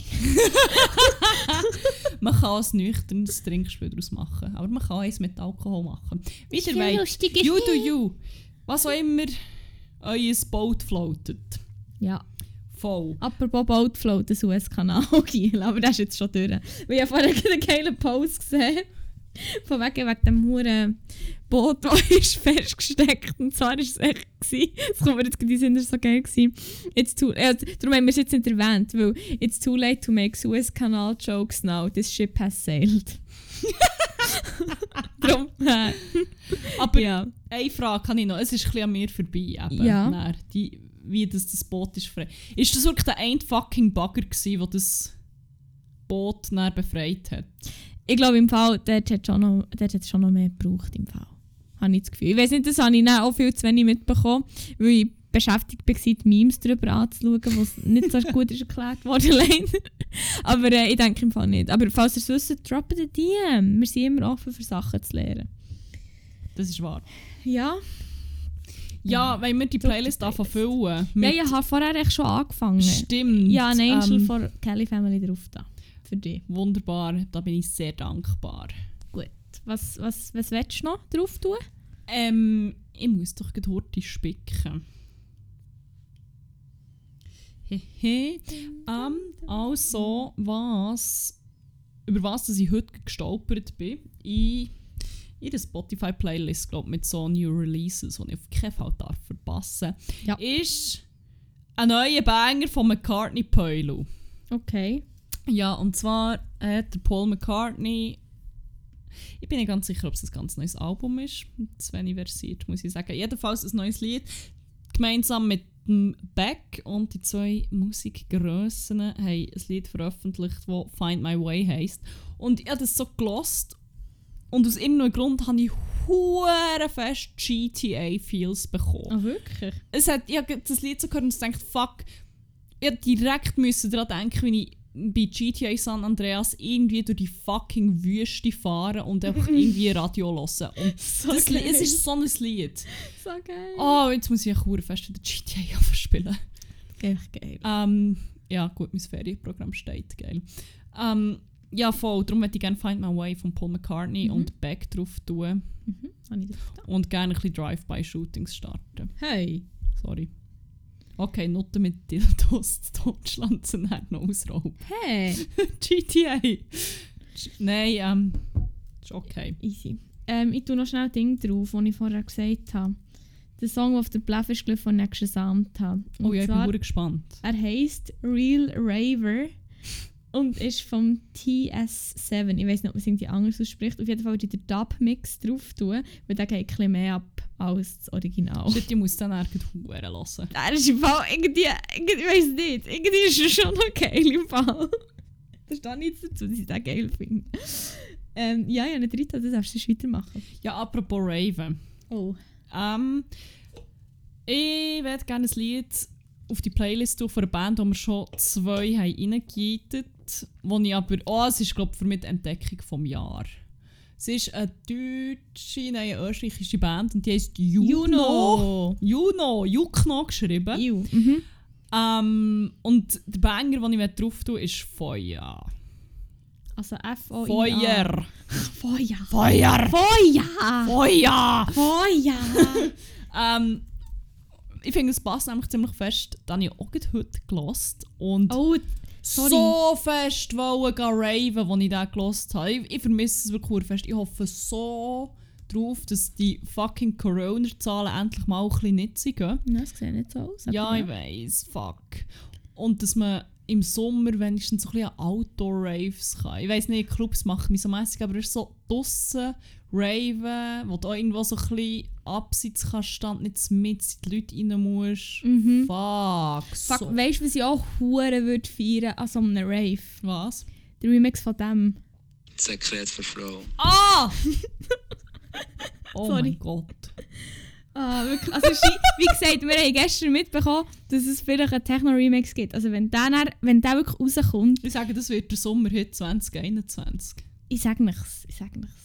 [SPEAKER 1] Man kann ein nüchternes Trinkspiel daraus machen. Aber man kann eins mit Alkohol machen. Wie ihr wollt.
[SPEAKER 2] lustig.
[SPEAKER 1] You do you. Was auch immer euer Boot floatet.
[SPEAKER 2] Ja.
[SPEAKER 1] Voll.
[SPEAKER 2] Apropos Boatfloat, der Suezkanal, Giel, aber das ist jetzt schon durch. Weil ich habe vorher einen geilen Post gesehen. Von wegen, wegen dem huren Boot, das ist festgesteckt. Und zwar war es echt, gewesen, das kommt mir jetzt gerade in den Sinn, das war so geil. Gewesen. It's too, äh, darum haben wir es jetzt nicht erwähnt, weil it's too late to make Suezkanal jokes now. This ship has sailed. Darum, äh,
[SPEAKER 1] Aber
[SPEAKER 2] ja.
[SPEAKER 1] eine Frage habe ich noch. Es ist ein bisschen an mir vorbei. Eben,
[SPEAKER 2] Ja.
[SPEAKER 1] Dann, die, wie das, das Boot ist frei. Ist das wirklich der ein fucking Bagger gewesen, der das Boot dann befreit hat?
[SPEAKER 2] Ich glaube im Fall, dort hat schon noch, dort hat es schon noch mehr gebraucht im Fall. Habe ich das Gefühl. Ich weiss nicht, das habe ich dann auch viel zu wenig mitbekommen, weil ich beschäftigt war, die Memes darüber anzuschauen, was nicht so gut ist erklärt wurde. Leider. Aber äh, ich denke im Fall nicht. Aber falls ihr es wisst, droppt eine D M. Wir sind immer offen für Sachen zu lernen.
[SPEAKER 1] Das ist wahr.
[SPEAKER 2] Ja.
[SPEAKER 1] Ja, wenn wir die
[SPEAKER 2] Drop
[SPEAKER 1] Playlist
[SPEAKER 2] die
[SPEAKER 1] anfangen
[SPEAKER 2] Playlist.
[SPEAKER 1] füllen.
[SPEAKER 2] Ja,
[SPEAKER 1] mit-
[SPEAKER 2] ich habe vorher echt schon angefangen.
[SPEAKER 1] Stimmt.
[SPEAKER 2] Ja, ein Angel
[SPEAKER 1] ähm,
[SPEAKER 2] von Kelly Family drauf da. Für dich.
[SPEAKER 1] Wunderbar, da bin ich sehr dankbar.
[SPEAKER 2] Gut. Was, was, was willst du noch drauf tun?
[SPEAKER 1] Ähm, ich muss doch gerade Horti spicken. Hehe. ähm, also, was, über was dass ich heute gestolpert bin, in ihrer Spotify-Playlist, glaube mit so New Releases, die ich auf keinen Fall darf verpassen
[SPEAKER 2] Ja.
[SPEAKER 1] ist Ein neuer Banger von McCartney Pölu.
[SPEAKER 2] Okay.
[SPEAKER 1] Ja, und zwar hat der Paul McCartney. Ich bin nicht ganz sicher, ob es ein ganz neues Album ist. Das wäre nicht versiert, muss ich sagen. Jedenfalls ein neues Lied. Gemeinsam mit dem Beck und die zwei Musikgrössen haben ein Lied veröffentlicht, das Find My Way heisst. Und ich habe das so gelost. Und aus irgendeinem Grund habe ich hure fest G T A-Feels bekommen.
[SPEAKER 2] Ah, wirklich?
[SPEAKER 1] Es hat, ich habe das Lied so gehört und ich dachte, fuck, ich musste direkt müssen daran denken, wenn ich bei G T A San Andreas irgendwie durch die fucking Wüste fahren und einfach irgendwie Radio hören. Und
[SPEAKER 2] So
[SPEAKER 1] das Lied,
[SPEAKER 2] geil.
[SPEAKER 1] es ist so ein Lied.
[SPEAKER 2] So geil.
[SPEAKER 1] Oh, jetzt muss ich auch hure fest wieder G T A spielen.
[SPEAKER 2] Echt geil.
[SPEAKER 1] Ähm, ja, gut, mein Ferienprogramm steht, geil. Ähm, ja, voll. Darum möchte ich gerne Find My Way von Paul McCartney
[SPEAKER 2] Mhm.
[SPEAKER 1] und Beck drauf tun.
[SPEAKER 2] Mhm. Habe ich das getan?
[SPEAKER 1] Und gerne ein bisschen Drive-by-Shootings starten.
[SPEAKER 2] Hey.
[SPEAKER 1] Sorry. Okay, Noten mit Dildos zu Totschlanzen hat noch ausrauben.
[SPEAKER 2] Hey.
[SPEAKER 1] G T A. Nein, ähm, ist okay.
[SPEAKER 2] Easy. Ähm, ich tue noch schnell ein Ding drauf, das ich vorher gesagt habe. Der Song, der auf der Playlist von Next gesamt habe. Und
[SPEAKER 1] Oh ja, ich bin
[SPEAKER 2] zwar,
[SPEAKER 1] sehr gespannt.
[SPEAKER 2] er heisst Real Raver und ist vom T S sieben. Ich weiß nicht, ob man es irgendwie anders ausspricht. Auf jeden Fall würde ich den Dub-Mix drauf tun, weil der geht ein bisschen mehr ab als das Original.
[SPEAKER 1] Shit, ich muss dann irgendwie Huren hören.
[SPEAKER 2] Er ist im Fall irgendwie, irgendwie ich weiß nicht, irgendwie ist er schon noch geil im Fall. Da steht nichts dazu, dass ich den geil finde. Ähm, ja, ich habe nicht rein, das darfst du weitermachen.
[SPEAKER 1] Ja, apropos Raven.
[SPEAKER 2] Oh.
[SPEAKER 1] Ähm, ich würde gerne ein Lied auf die Playlist tun von einer Band, die wir schon zwei haben reingegeben haben. Wo ich aber... Oh, es ist, glaube ich, für mich die Entdeckung vom Jahr. Es ist eine deutsche, nein, eine österreichische Band und die heisst Juno. Juno, Jukno geschrieben.
[SPEAKER 2] Iu. Mhm.
[SPEAKER 1] Ähm, und der Banger, den ich drauf tue, ist Feuer.
[SPEAKER 2] Also F O I A.
[SPEAKER 1] Feuer.
[SPEAKER 2] Feuer.
[SPEAKER 1] Feuer.
[SPEAKER 2] Feuer.
[SPEAKER 1] Feuer.
[SPEAKER 2] Feuer.
[SPEAKER 1] ähm, ich finde, es passt nämlich ziemlich fest. Da habe ich auch gerade heute gelost und
[SPEAKER 2] Oh, sorry.
[SPEAKER 1] so fest wollen gehen raven, als ich den gelost habe. Ich, ich vermisse es wirklich fest. Ich hoffe so drauf, dass die fucking Corona-Zahlen endlich mal ein bisschen nicht sind.
[SPEAKER 2] Ja, das sieht nicht so aus.
[SPEAKER 1] Ja,
[SPEAKER 2] aber
[SPEAKER 1] ich weiss, fuck. Und dass man im Sommer wenigstens so ein bisschen Outdoor-Raves kann. Ich weiss nicht, Clubs machen mich so mässig, aber es ist so draussen Raven, wo du irgendwo so ein bisschen abseits kannst stehen, nicht mit in die Leute rein musst.
[SPEAKER 2] Mhm.
[SPEAKER 1] Fuck.
[SPEAKER 2] Fuck,
[SPEAKER 1] so.
[SPEAKER 2] weißt du, was ich auch hure würde feiern an so einem Rave?
[SPEAKER 1] Was?
[SPEAKER 2] Der Remix von dem.
[SPEAKER 3] Sekret für Frau.
[SPEAKER 1] Ah! Oh
[SPEAKER 2] Sorry.
[SPEAKER 1] mein Gott.
[SPEAKER 2] Ah, wirklich. Also, schi- wie gesagt, wir haben gestern mitbekommen, dass es vielleicht einen Techno-Remix gibt. Also, wenn der, dann, wenn der wirklich rauskommt,
[SPEAKER 1] Ich sage, das wird der Sommerhit zwanzig einundzwanzig.
[SPEAKER 2] ich sage nichts. Ich sage nichts.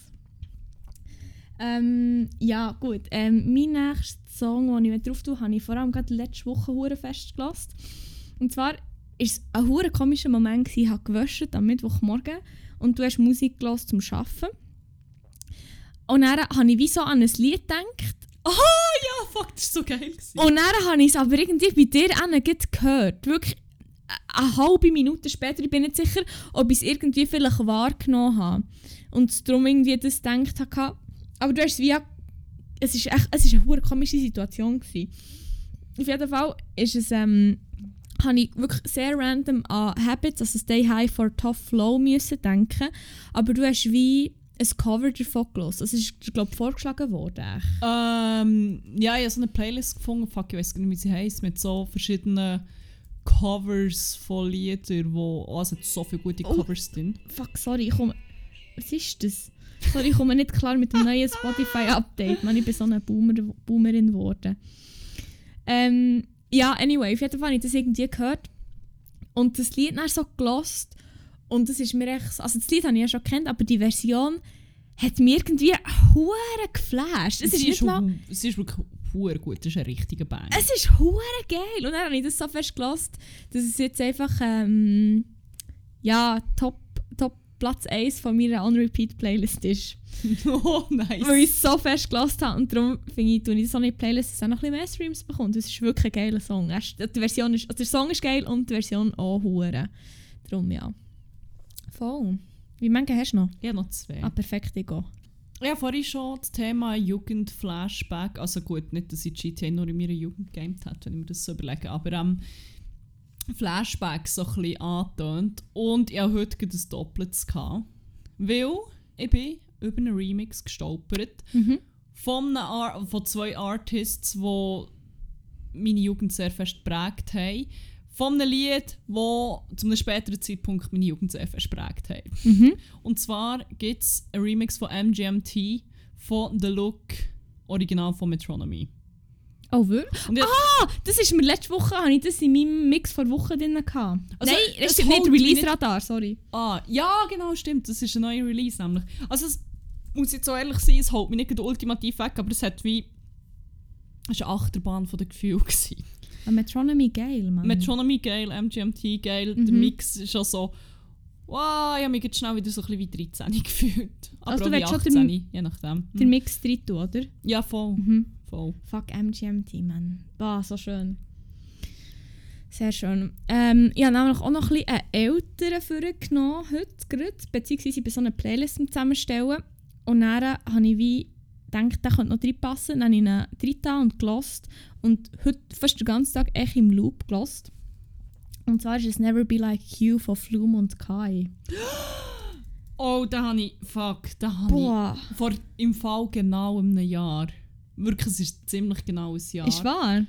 [SPEAKER 2] Ähm, ja, gut. Ähm, mein nächster Song, den ich drauf tue, habe ich vor allem gerade letzte Woche hure fest gehört. Und zwar war es ein hure komischer Moment, gewesen. Ich habe gewäscht am Mittwochmorgen und du hast Musik gehört zum Arbeiten. Und dann habe ich wie so an ein Lied gedacht.
[SPEAKER 1] Ah ja, fuck, das war so geil. Gewesen.
[SPEAKER 2] Und dann habe ich es aber irgendwie bei dir auch gehört. Wirklich eine halbe Minute später. Ich bin nicht sicher, ob ich es irgendwie vielleicht wahrgenommen habe. Und darum irgendwie das gedacht habe. Aber du hast es wie... Es ist echt, es ist eine verdammt komische Situation gewesen. Auf jeden Fall ist es... Ähm, habe ich wirklich sehr random an Habits, also Stay High for Tough Flow müssen denken. Aber du hast wie ein Cover davon gehört. Es ist, glaube ich, vorgeschlagen worden.
[SPEAKER 1] Ähm, ja, ich habe so eine Playlist gefunden, fuck, ich weiß gar nicht, wie sie heisst, mit so verschiedenen Covers von Liedern, wo... Oh, es hat so viele gute
[SPEAKER 2] Oh.
[SPEAKER 1] Covers drin.
[SPEAKER 2] Fuck, sorry, ich komme... Was ist das? Sorry, ich komme nicht klar mit dem neuen Spotify-Update. Man, ich bin so eine Boomer, Boomerin geworden. Ähm, ja, anyway, auf jeden Fall habe ich das irgendwie gehört. Und das Lied dann so gelost. Und das ist mir echt... Also das Lied habe ich ja schon gekannt, aber die Version hat mir irgendwie hure geflasht. Es
[SPEAKER 1] Sie
[SPEAKER 2] ist nicht mal...
[SPEAKER 1] hu- sie ist wirklich hure gut, das ist ein richtiger Bang.
[SPEAKER 2] Es ist hure geil. Und dann habe ich das so fest gelost, dass es jetzt einfach... Ähm, ja, Top... Top Platz eins von meiner On-Repeat-Playlist ist.
[SPEAKER 1] Oh, nice.
[SPEAKER 2] Weil ich es so fest gelassen habe. Und darum finde ich, tue ich so eine Playlist, dass es auch noch ein bisschen mehr Streams bekommt. Das ist wirklich ein geiler Song. Er ist- Die Version ist, also der Song ist geil und die Version auch hure. Darum ja. Voll. Wie viele hast du noch?
[SPEAKER 1] Ich habe noch zwei.
[SPEAKER 2] Ah, perfekt, ich gehe.
[SPEAKER 1] Ja, vorhin schon das Thema Jugend-Flashback. Also gut, nicht, dass ich G T A nur in meiner Jugend gegamed habe, wenn ich mir das so überlege. Aber ähm, Flashback so ein bisschen angetönt. Und ich hatte heute gerade ein Doppeltes. Gehabt, weil ich bin über einen Remix gestolpert
[SPEAKER 2] Mhm.
[SPEAKER 1] von, Ar- von zwei Artists, die meine Jugend sehr fest geprägt haben. Von einem Lied, das zu einem späteren Zeitpunkt meine Jugend sehr fest geprägt hat.
[SPEAKER 2] Mhm.
[SPEAKER 1] Und zwar gibt es einen Remix von M G M T von The Look, Original von Metronomy.
[SPEAKER 2] Oh, wirklich?
[SPEAKER 1] Und ich,
[SPEAKER 2] Ah, das ist mir letzte Woche, habe ich das in meinem Mix vor Wochen drin gehabt.
[SPEAKER 1] Also,
[SPEAKER 2] Nein,
[SPEAKER 1] das
[SPEAKER 2] das ist nicht
[SPEAKER 1] holt
[SPEAKER 2] Release-Radar, sorry.
[SPEAKER 1] ah, ja, genau, stimmt. Das ist ein neuer Release nämlich. Also es muss jetzt so ehrlich sein, es holt mich nicht ultimativ weg, aber es hat wie... Es war eine Achterbahn von den Gefühlen.
[SPEAKER 2] Ein Metronomy geil, Mann.
[SPEAKER 1] Metronomy geil, M G M T geil,
[SPEAKER 2] Mhm.
[SPEAKER 1] der Mix ist schon so... Wow, ich habe mich jetzt schnell wieder so ein bisschen wie dreizehn gefühlt. Aber
[SPEAKER 2] Also
[SPEAKER 1] auch
[SPEAKER 2] du
[SPEAKER 1] wie
[SPEAKER 2] willst schon
[SPEAKER 1] achtzehn,
[SPEAKER 2] den-
[SPEAKER 1] je nachdem.
[SPEAKER 2] Der Mix drin, oder?
[SPEAKER 1] Ja, voll.
[SPEAKER 2] Mhm.
[SPEAKER 1] voll.
[SPEAKER 2] Fuck M G M T, Mann. Boah, so schön. Sehr schön. Ähm, ich habe nämlich auch noch ein bisschen einen älteren vorgenommen heute gerade, beziehungsweise bei so einer Playlist zum Zusammenstellen. Und dann habe ich wie gedacht, der könnte noch reinpassen. Dann habe ich ihn reingetan und gelost. Und heute fast den ganzen Tag echt im Loop gelost. Und zwar ist es Never Be Like You von Flume und Kai.
[SPEAKER 1] Oh, da habe ich... Fuck, da habe
[SPEAKER 2] Boah,
[SPEAKER 1] ich... Vor im Fall genau einem Jahr. Wirklich, es ist ziemlich genau ein Jahr.
[SPEAKER 2] ist wahr?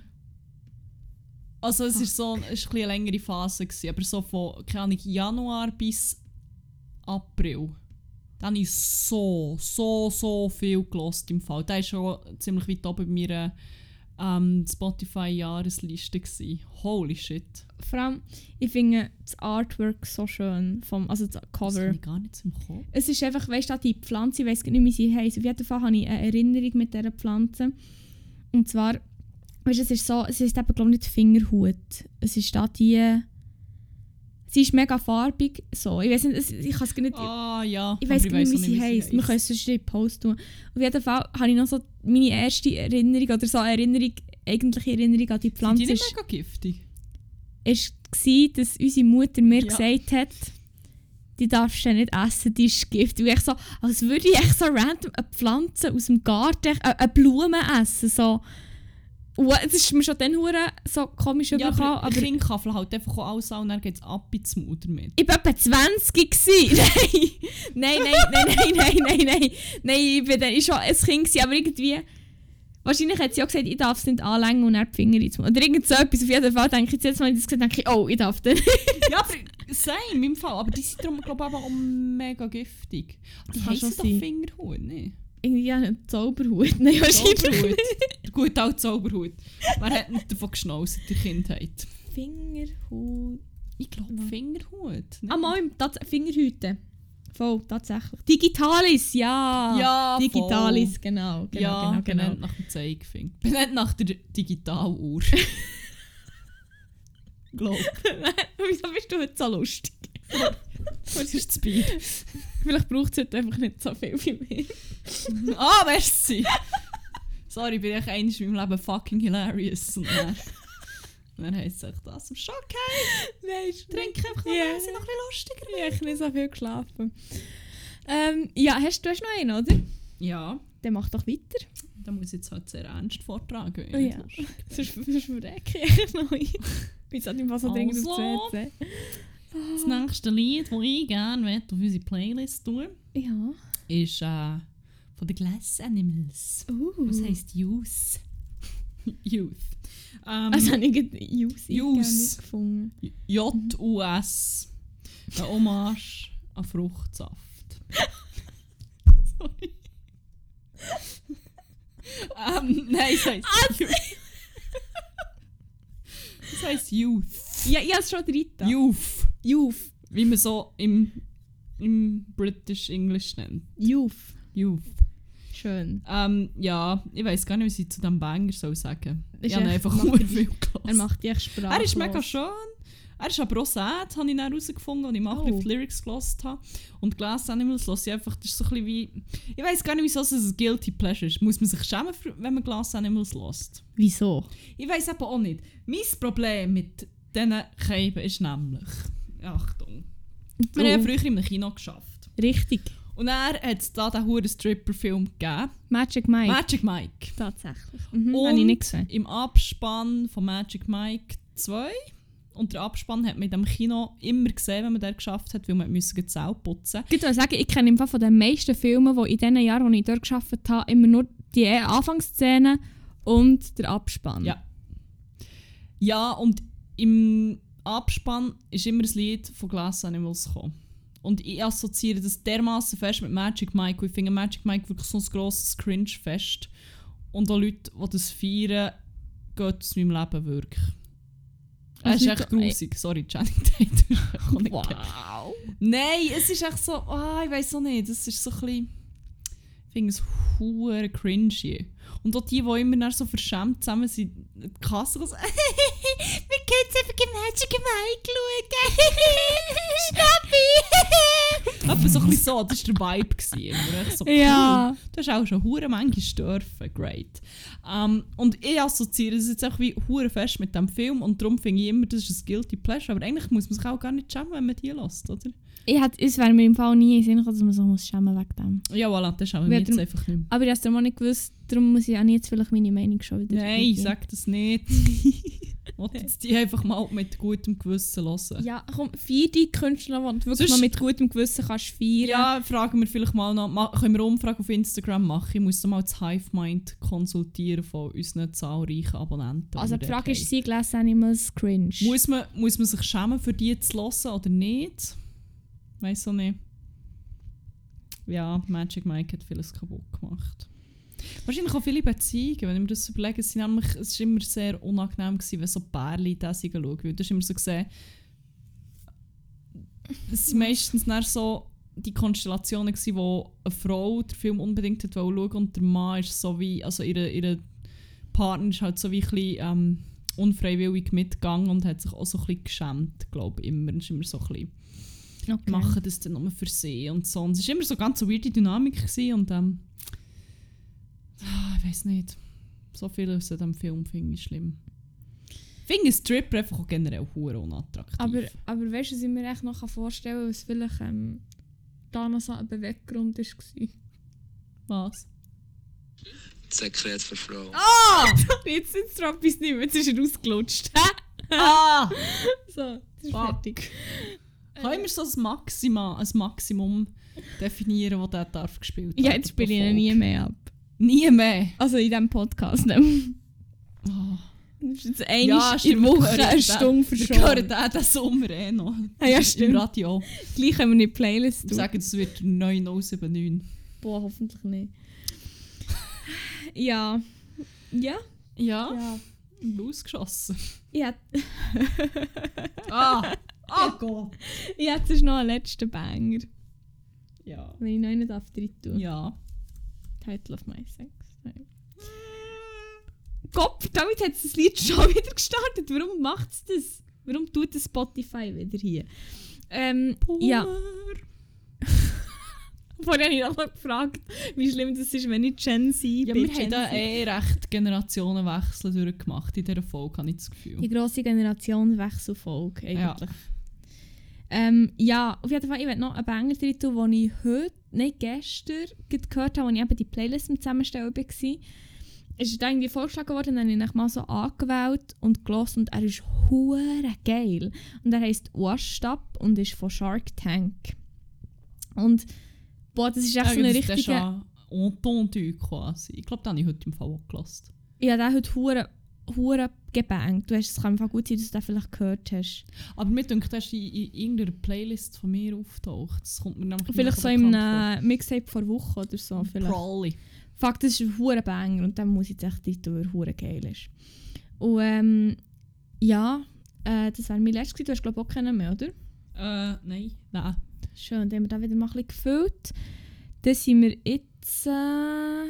[SPEAKER 1] Also es ist so, es ist ein bisschen eine längere Phase gewesen, aber so von, keine Ahnung, Januar bis April. Da habe ich so, so, so viel gehört im Fall. Der war schon ziemlich weit oben bei meiner ähm, Spotify-Jahresliste gewesen. Holy shit.
[SPEAKER 2] Vor allem, ich finde das Artwork so schön, vom, also das
[SPEAKER 1] Das
[SPEAKER 2] Cover.
[SPEAKER 1] habe ich gar nicht im Kopf.
[SPEAKER 2] Es ist einfach, weißt du, die Pflanze, ich weiss gar nicht, wie sie heisst. Auf jeden Fall habe ich eine Erinnerung mit dieser Pflanze. Und zwar, weißt du, es ist so, es ist eben, glaube ich, nicht Fingerhut. Es ist da die... Sie ist mega farbig, so. Ich weiß nicht, es- ich kann es gar nicht...
[SPEAKER 1] Ah ja,
[SPEAKER 2] Ich
[SPEAKER 1] aber
[SPEAKER 2] weiß gar nicht, wie
[SPEAKER 1] auch
[SPEAKER 2] sie heisst. Wir können es sonst in den Post tun. Auf jeden Fall habe ich noch so meine erste Erinnerung, oder so eine Erinnerung, eigentliche Erinnerung an die
[SPEAKER 1] Sind
[SPEAKER 2] Pflanze.
[SPEAKER 1] die nicht
[SPEAKER 2] ist-
[SPEAKER 1] mega giftig?
[SPEAKER 2] ist gsi, dass unsere Mutter mir
[SPEAKER 1] Ja.
[SPEAKER 2] gesagt hat, die darfst du nicht essen, die ist Gift. Und ich so, als würde ich echt so random eine Pflanze aus dem Garten, echt, äh, eine Blume essen. So. Und es ist mir schon dann hure so komisch
[SPEAKER 1] Ja,
[SPEAKER 2] übergekommen.
[SPEAKER 1] aber,
[SPEAKER 2] aber
[SPEAKER 1] aber Kind kann halt einfach auch alles an und dann geht es ab ins Mund damit.
[SPEAKER 2] ich war etwa zwanzig. Gsi. Nein, nein, nein, nein, nein, nein, nein. Nein, ich war dann schon ein Kind, gsi, aber irgendwie... Wahrscheinlich hat sie auch gesagt, ich darf es nicht anlängen und dann die Finger ins Mund. Oder irgend so etwas. Auf jeden Fall denke ich jetzt, jedes Mal, wenn ich das sehe, denke ich, oh, ich darf das.
[SPEAKER 1] Ja, aber same im Fall. Aber die sind darum, glaube ich, auch mega giftig. Die
[SPEAKER 2] kann schon
[SPEAKER 1] heissen doch
[SPEAKER 2] sein.
[SPEAKER 1] Fingerhut, ne?
[SPEAKER 2] Irgendwie ja, ein Zauberhut. Nein, wahrscheinlich
[SPEAKER 1] Zauberhut.
[SPEAKER 2] nicht.
[SPEAKER 1] Der gute alte Zauberhut. Wer hat nicht davon geschnauzt in der Kindheit?
[SPEAKER 2] Fingerhut.
[SPEAKER 1] Ich glaube Fingerhut. Ne?
[SPEAKER 2] Ah, mal, tats- Fingerhüte. Voll, tatsächlich. Digitalis, ja.
[SPEAKER 1] Ja,
[SPEAKER 2] Digitalis,
[SPEAKER 1] voll.
[SPEAKER 2] genau. genau,
[SPEAKER 1] Ja,
[SPEAKER 2] genau, genau.
[SPEAKER 1] benannt nach dem Zeigefinger. Benannt nach der Digitaluhr. Glaub.
[SPEAKER 2] Wieso bist du heute so lustig?
[SPEAKER 1] Was ist das Bier?
[SPEAKER 2] Vielleicht braucht es heute einfach nicht so viel wie mir.
[SPEAKER 1] Ah, merci! Sorry, ich bin echt einmal in meinem Leben fucking hilarious. Und dann, dann heisst es echt das. Ist schon okay.
[SPEAKER 2] Nein,
[SPEAKER 1] Trink einfach noch
[SPEAKER 2] Ja.
[SPEAKER 1] yeah. noch ein bisschen lustiger.
[SPEAKER 2] Ich habe echt nicht so viel geschlafen. Ähm, ja, hast, du hast noch einen, oder?
[SPEAKER 1] Ja,
[SPEAKER 2] Dann mach doch weiter.
[SPEAKER 1] da muss ich jetzt halt sehr ernst vortragen.
[SPEAKER 2] Oh ja. Sonst sonst verrecke ich echt noch ein. Ich bin jetzt nicht so dringend auf
[SPEAKER 1] Also.
[SPEAKER 2] das W C.
[SPEAKER 1] Das nächste Lied, das ich gerne auf unsere Playlist tun
[SPEAKER 2] Ja.
[SPEAKER 1] ist äh, von den Glass Animals.
[SPEAKER 2] Uh.
[SPEAKER 1] Das heisst Youth. Youth. Ähm,
[SPEAKER 2] Also habe ich gerade Use
[SPEAKER 1] Use.
[SPEAKER 2] gefunden.
[SPEAKER 1] J U S. Eine Hommage an Fruchtsaft. Sorry. ähm, nein, es heisst Youth. Das heisst Youth.
[SPEAKER 2] Ja, ich habe es schon drin.
[SPEAKER 1] Youth.
[SPEAKER 2] Youth.
[SPEAKER 1] Wie man so im, im British English nennt.
[SPEAKER 2] Youth.
[SPEAKER 1] Youth.
[SPEAKER 2] Schön.
[SPEAKER 1] Ähm, ja, ich weiß gar nicht, was ich zu diesem Banger soll sagen.
[SPEAKER 2] Ist
[SPEAKER 1] Ich habe ihn
[SPEAKER 2] echt-
[SPEAKER 1] einfach
[SPEAKER 2] macht
[SPEAKER 1] sehr
[SPEAKER 2] er-
[SPEAKER 1] viel gehört.
[SPEAKER 2] Er macht dich echt sprachlos.
[SPEAKER 1] Er ist mega schön. Er ist aber auch sad, habe ich dann herausgefunden, als ich mal
[SPEAKER 2] Oh.
[SPEAKER 1] oh. die Lyrics gehört habe. Und Glass Animals höre ich einfach, das ist so ein bisschen wie... Ich weiß gar nicht, wieso es ein Guilty Pleasure ist. Muss man sich schämen, für- wenn man Glass Animals hört?
[SPEAKER 2] Wieso?
[SPEAKER 1] Ich weiß eben auch nicht. Mein Problem mit diesen Scheiben ist nämlich... Achtung. Wir
[SPEAKER 2] Oh.
[SPEAKER 1] haben früher im Kino geschafft.
[SPEAKER 2] Richtig.
[SPEAKER 1] Und dann hat es da den huren Stripper-Film gegeben.
[SPEAKER 2] Magic Mike.
[SPEAKER 1] Magic Mike.
[SPEAKER 2] Tatsächlich. Mhm,
[SPEAKER 1] Und
[SPEAKER 2] habe ich nicht gesehen.
[SPEAKER 1] im Abspann von Magic Mike zwei. Und der Abspann hat man in dem Kino immer gesehen, wenn man den geschafft hat, weil man musste die Zelle putzen.
[SPEAKER 2] Ich würde sagen, ich kenne im Fall von den meisten Filmen, die in den Jahren, die ich dort gearbeitet habe, immer nur die Anfangsszene und der Abspann.
[SPEAKER 1] Ja. Ja, und im Abspann ist immer ein Lied von Glass Animals gekommen. Und ich assoziiere das dermaßen fest mit Magic Mike. Und ich finde Magic Mike wirklich so ein grosses Cringe-Fest. Und auch Leute, die das feiern, gehen aus meinem Leben wirklich. Es ist echt grusig. Sorry, Channing Tatum.
[SPEAKER 2] Wow.
[SPEAKER 1] Nein, es ist echt so, oh, ich weiß auch nicht, das ist so ein bisschen, ich finde es hure cringy. Und auch die, die immer dann so verschämt zusammen sind, die Kasse so, wir können jetzt einfach im Magic Mike schauen. Schnappi! Etwa so ein bisschen so, das war der Vibe. Immer echt so,
[SPEAKER 2] Ja.
[SPEAKER 1] cool. Du hast auch schon hure manchmal dürfen, great. Um, und ich assoziiere das jetzt auch wie hure fest mit dem Film und darum finde ich immer, das ist ein Guilty Pleasure. Aber eigentlich muss man sich auch gar nicht schämen, wenn man die lässt, oder?
[SPEAKER 2] Ich hat, es wäre mir im Fall nie in den Sinn gekommen, dass man so muss schämen wegen dem.
[SPEAKER 1] Ja, voilà, das schaue ich
[SPEAKER 2] Wer
[SPEAKER 1] mir jetzt
[SPEAKER 2] drum-
[SPEAKER 1] einfach nicht mehr.
[SPEAKER 2] Aber ich habe es darum auch nicht gewusst, darum muss ich auch jetzt vielleicht meine Meinung schon wieder...
[SPEAKER 1] Nein, sag das nicht. Ich will jetzt die einfach mal mit gutem Gewissen hören.
[SPEAKER 2] Ja, komm, feier die Künstler, die du wirklich
[SPEAKER 1] Sonst-
[SPEAKER 2] noch mit gutem Gewissen kannst feiern.
[SPEAKER 1] Ja, fragen wir vielleicht mal noch, ma- können wir eine Umfrage auf Instagram machen? Ich muss da mal das Hivemind konsultieren von unseren zahlreichen Abonnenten.
[SPEAKER 2] Also
[SPEAKER 1] die
[SPEAKER 2] die
[SPEAKER 1] wir
[SPEAKER 2] Frage
[SPEAKER 1] dort
[SPEAKER 2] ist, sind Glass Animals cringe?
[SPEAKER 1] haben. Muss man, muss man sich schämen, für die zu hören oder nicht? Weiss auch nicht. Ja, Magic Mike hat vieles kaputt gemacht. Wahrscheinlich auch viele Beziehungen, wenn ich mir das überlege. Es war nämlich, es war immer sehr unangenehm, gewesen, wenn so Pärchen das schauen. Weil du hast immer so gesehen, es waren meistens dann so die Konstellationen, gewesen, wo eine Frau den Film unbedingt hat schauen wollte und der Mann ist so wie, also ihre, ihre Partner ist halt so wie ein bisschen ähm, unfreiwillig mitgegangen und hat sich auch so ein bisschen geschämt, glaube ich, immer. Es ist immer so ein bisschen,
[SPEAKER 2] Okay.
[SPEAKER 1] machen das dann nur für sie und so. Und es war immer so ganz so weirde Dynamik gewesen und ähm, ah, ich weiß nicht. So vieles an diesem Film finde ich schlimm. Ich finde einen Stripper einfach auch generell hure unattraktiv.
[SPEAKER 2] Aber, aber weißt du, was ich mir echt noch vorstellen kann, was vielleicht ähm, da noch so ein Beweggrund war?
[SPEAKER 1] Was?
[SPEAKER 3] Sekret für Frauen.
[SPEAKER 2] Ah! Jetzt sind es etwas nicht mehr, jetzt ist er ausgelutscht.
[SPEAKER 1] Ah!
[SPEAKER 2] So, das ist
[SPEAKER 1] Fuck.
[SPEAKER 2] fertig.
[SPEAKER 1] Können wir so ein Maxima, ein Maximum definieren, das der darf gespielt
[SPEAKER 2] Ja,
[SPEAKER 1] werden
[SPEAKER 2] jetzt spiele
[SPEAKER 1] pro
[SPEAKER 2] ich ihn
[SPEAKER 1] Folge?
[SPEAKER 2] nie mehr ab.
[SPEAKER 1] Nie mehr?
[SPEAKER 2] Also in diesem Podcast. Das
[SPEAKER 1] Oh.
[SPEAKER 2] ist jetzt eine
[SPEAKER 1] Ja,
[SPEAKER 2] in
[SPEAKER 1] stimmt,
[SPEAKER 2] der Woche
[SPEAKER 1] wir hören
[SPEAKER 2] eine
[SPEAKER 1] den-
[SPEAKER 2] Stunde
[SPEAKER 1] Wir
[SPEAKER 2] verschoben.
[SPEAKER 1] hören den diesen Sommer eh noch.
[SPEAKER 2] Ah, ja,
[SPEAKER 1] Im
[SPEAKER 2] stimmt.
[SPEAKER 1] Radio.
[SPEAKER 2] Gleich können wir nicht Playlist
[SPEAKER 1] Wir
[SPEAKER 2] tun.
[SPEAKER 1] sagen, es wird neun null sieben neun.
[SPEAKER 2] Boah, hoffentlich nicht. Ja. Ja?
[SPEAKER 1] Ja,
[SPEAKER 2] Ja.
[SPEAKER 1] ausgeschossen.
[SPEAKER 2] Ja.
[SPEAKER 1] Ah! Oh Gott!
[SPEAKER 2] Jetzt ist noch ein letzter Banger.
[SPEAKER 1] Ja.
[SPEAKER 2] Wenn ich noch einen darf drin tun.
[SPEAKER 1] Ja.
[SPEAKER 2] Title of my sex. Nein. Gott, damit hat das Lied schon wieder gestartet. Warum macht es das? Warum tut das Spotify wieder hier? Ähm, ja. Vorher habe ich auch noch gefragt, wie schlimm das ist, wenn ich Gen Z
[SPEAKER 1] Ja,
[SPEAKER 2] bin.
[SPEAKER 1] wir haben da eh recht Generationenwechsel durchgemacht in dieser Folge, habe ich das Gefühl.
[SPEAKER 2] Die grosse Generationswechselfolge eigentlich.
[SPEAKER 1] Ja.
[SPEAKER 2] Ähm, ja, auf jeden Fall, ich werde noch einen Banger drin tun, den ich heute, nein, gestern gerade gehört habe, als ich eben die Playlist am Zusammenstellen war. Es ist da irgendwie vorgeschlagen worden, dann habe ich ihn mal so angewählt und gehört und er ist hure geil. Und er heisst Washed Up und ist von Shark Tank. Und boah, das ist echt so eine
[SPEAKER 1] Das ist
[SPEAKER 2] richtige...
[SPEAKER 1] schon entendu quasi. Ich glaube, den habe ich heute im Fall auch gelassen.
[SPEAKER 2] Ich habe den heute hure, hure gebangt. Du hast, es kann einfach gut sein, dass du den vielleicht gehört hast.
[SPEAKER 1] Aber mir denke, der ist in, in irgendeiner Playlist von mir auftaucht. Das kommt mir nämlich
[SPEAKER 2] Vielleicht so
[SPEAKER 1] nachher
[SPEAKER 2] in
[SPEAKER 1] bekannt
[SPEAKER 2] einem Mixtape vor Woche oder so.
[SPEAKER 1] vor.
[SPEAKER 2] Vielleicht.
[SPEAKER 1] Probably.
[SPEAKER 2] Fakt, das ist ein hure Banger und dann muss ich jetzt echt drin tun, weil er hure geil ist. Und ähm, ja, äh, das wäre mein letztes gewesen. Du hast glaube ich auch keinen mehr, oder?
[SPEAKER 1] Äh, nein. Nein.
[SPEAKER 2] Schön, dann haben wir da wieder mal ein bisschen gefüllt. Dann sind wir jetzt... Äh...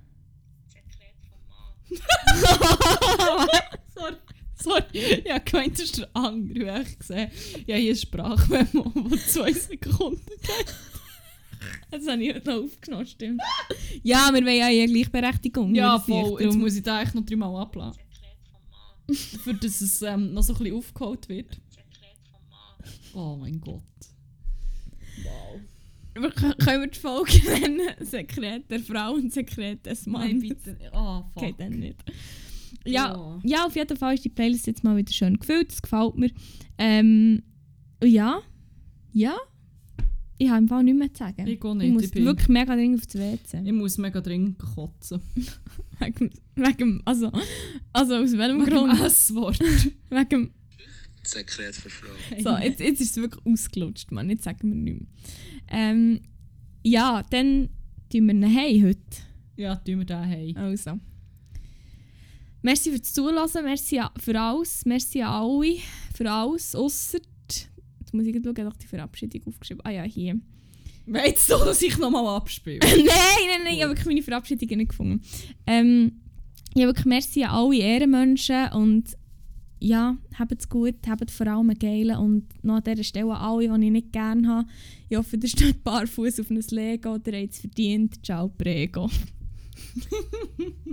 [SPEAKER 1] Sorry. Sorry. Ich habe gemeint, das ist der andere. Ich habe gesehen, ja, hier ist Sprachmemo, die zwei Sekunden geht.
[SPEAKER 2] Das habe ich heute noch aufgenommen, stimmt. Ja, wir wollen ja hier Gleichberechtigung.
[SPEAKER 1] Ja,
[SPEAKER 2] das sehe ich
[SPEAKER 1] voll. Jetzt
[SPEAKER 2] drum.
[SPEAKER 1] muss ich da echt noch dreimal abladen. Für dass es ähm, noch so ein bisschen aufgeholt wird. Oh mein Gott. Wow.
[SPEAKER 2] wir, können wir die Folge nennen? Sekret der Frau und Sekret des Mannes.
[SPEAKER 1] Nein, bitte. Ah, oh, fuck.
[SPEAKER 2] Okay, dann nicht. Ja,
[SPEAKER 1] Oh.
[SPEAKER 2] ja, auf jeden Fall ist die Playlist jetzt mal wieder schön gefüllt. Das gefällt mir. Ähm, ja. Ja. Ich habe im Fall nichts mehr zu sagen.
[SPEAKER 1] Ich auch nicht.
[SPEAKER 2] Ich muss
[SPEAKER 1] Ich bin-
[SPEAKER 2] wirklich mega dringend aufs W C.
[SPEAKER 1] Ich muss mega dringend kotzen.
[SPEAKER 2] Wegen, wegen, also, also aus welchem
[SPEAKER 1] Wegen dem
[SPEAKER 2] Grund?
[SPEAKER 1] S-Wort.
[SPEAKER 2] Wegen,
[SPEAKER 3] Sekret für Frau.
[SPEAKER 2] so, jetzt, jetzt ist es wirklich ausgelutscht, Mann. Jetzt sagen wir nichts mehr. Ähm, ja, dann tun wir ihn heim heute.
[SPEAKER 1] Ja, tun wir den hey.
[SPEAKER 2] Also. Merci fürs Zuhören, merci a- für alles, merci an alle, für alles, ausser... Jetzt muss ich schauen, ich habe doch die Verabschiedung aufgeschrieben. Ah ja, hier.
[SPEAKER 1] Weißt du, dass ich nochmal abspiele?
[SPEAKER 2] nein, nein, nein, ich habe wirklich meine Verabschiedung nicht gefunden. Ähm, ja, wirklich merci an alle Ehrenmenschen und ja, habt's gut, habt vor allem einen geilen und noch an dieser Stelle alle, die ich nicht gerne habe. Ich hoffe, ihr steht barfuß auf ein Lego oder habt es verdient. Ciao, Prego.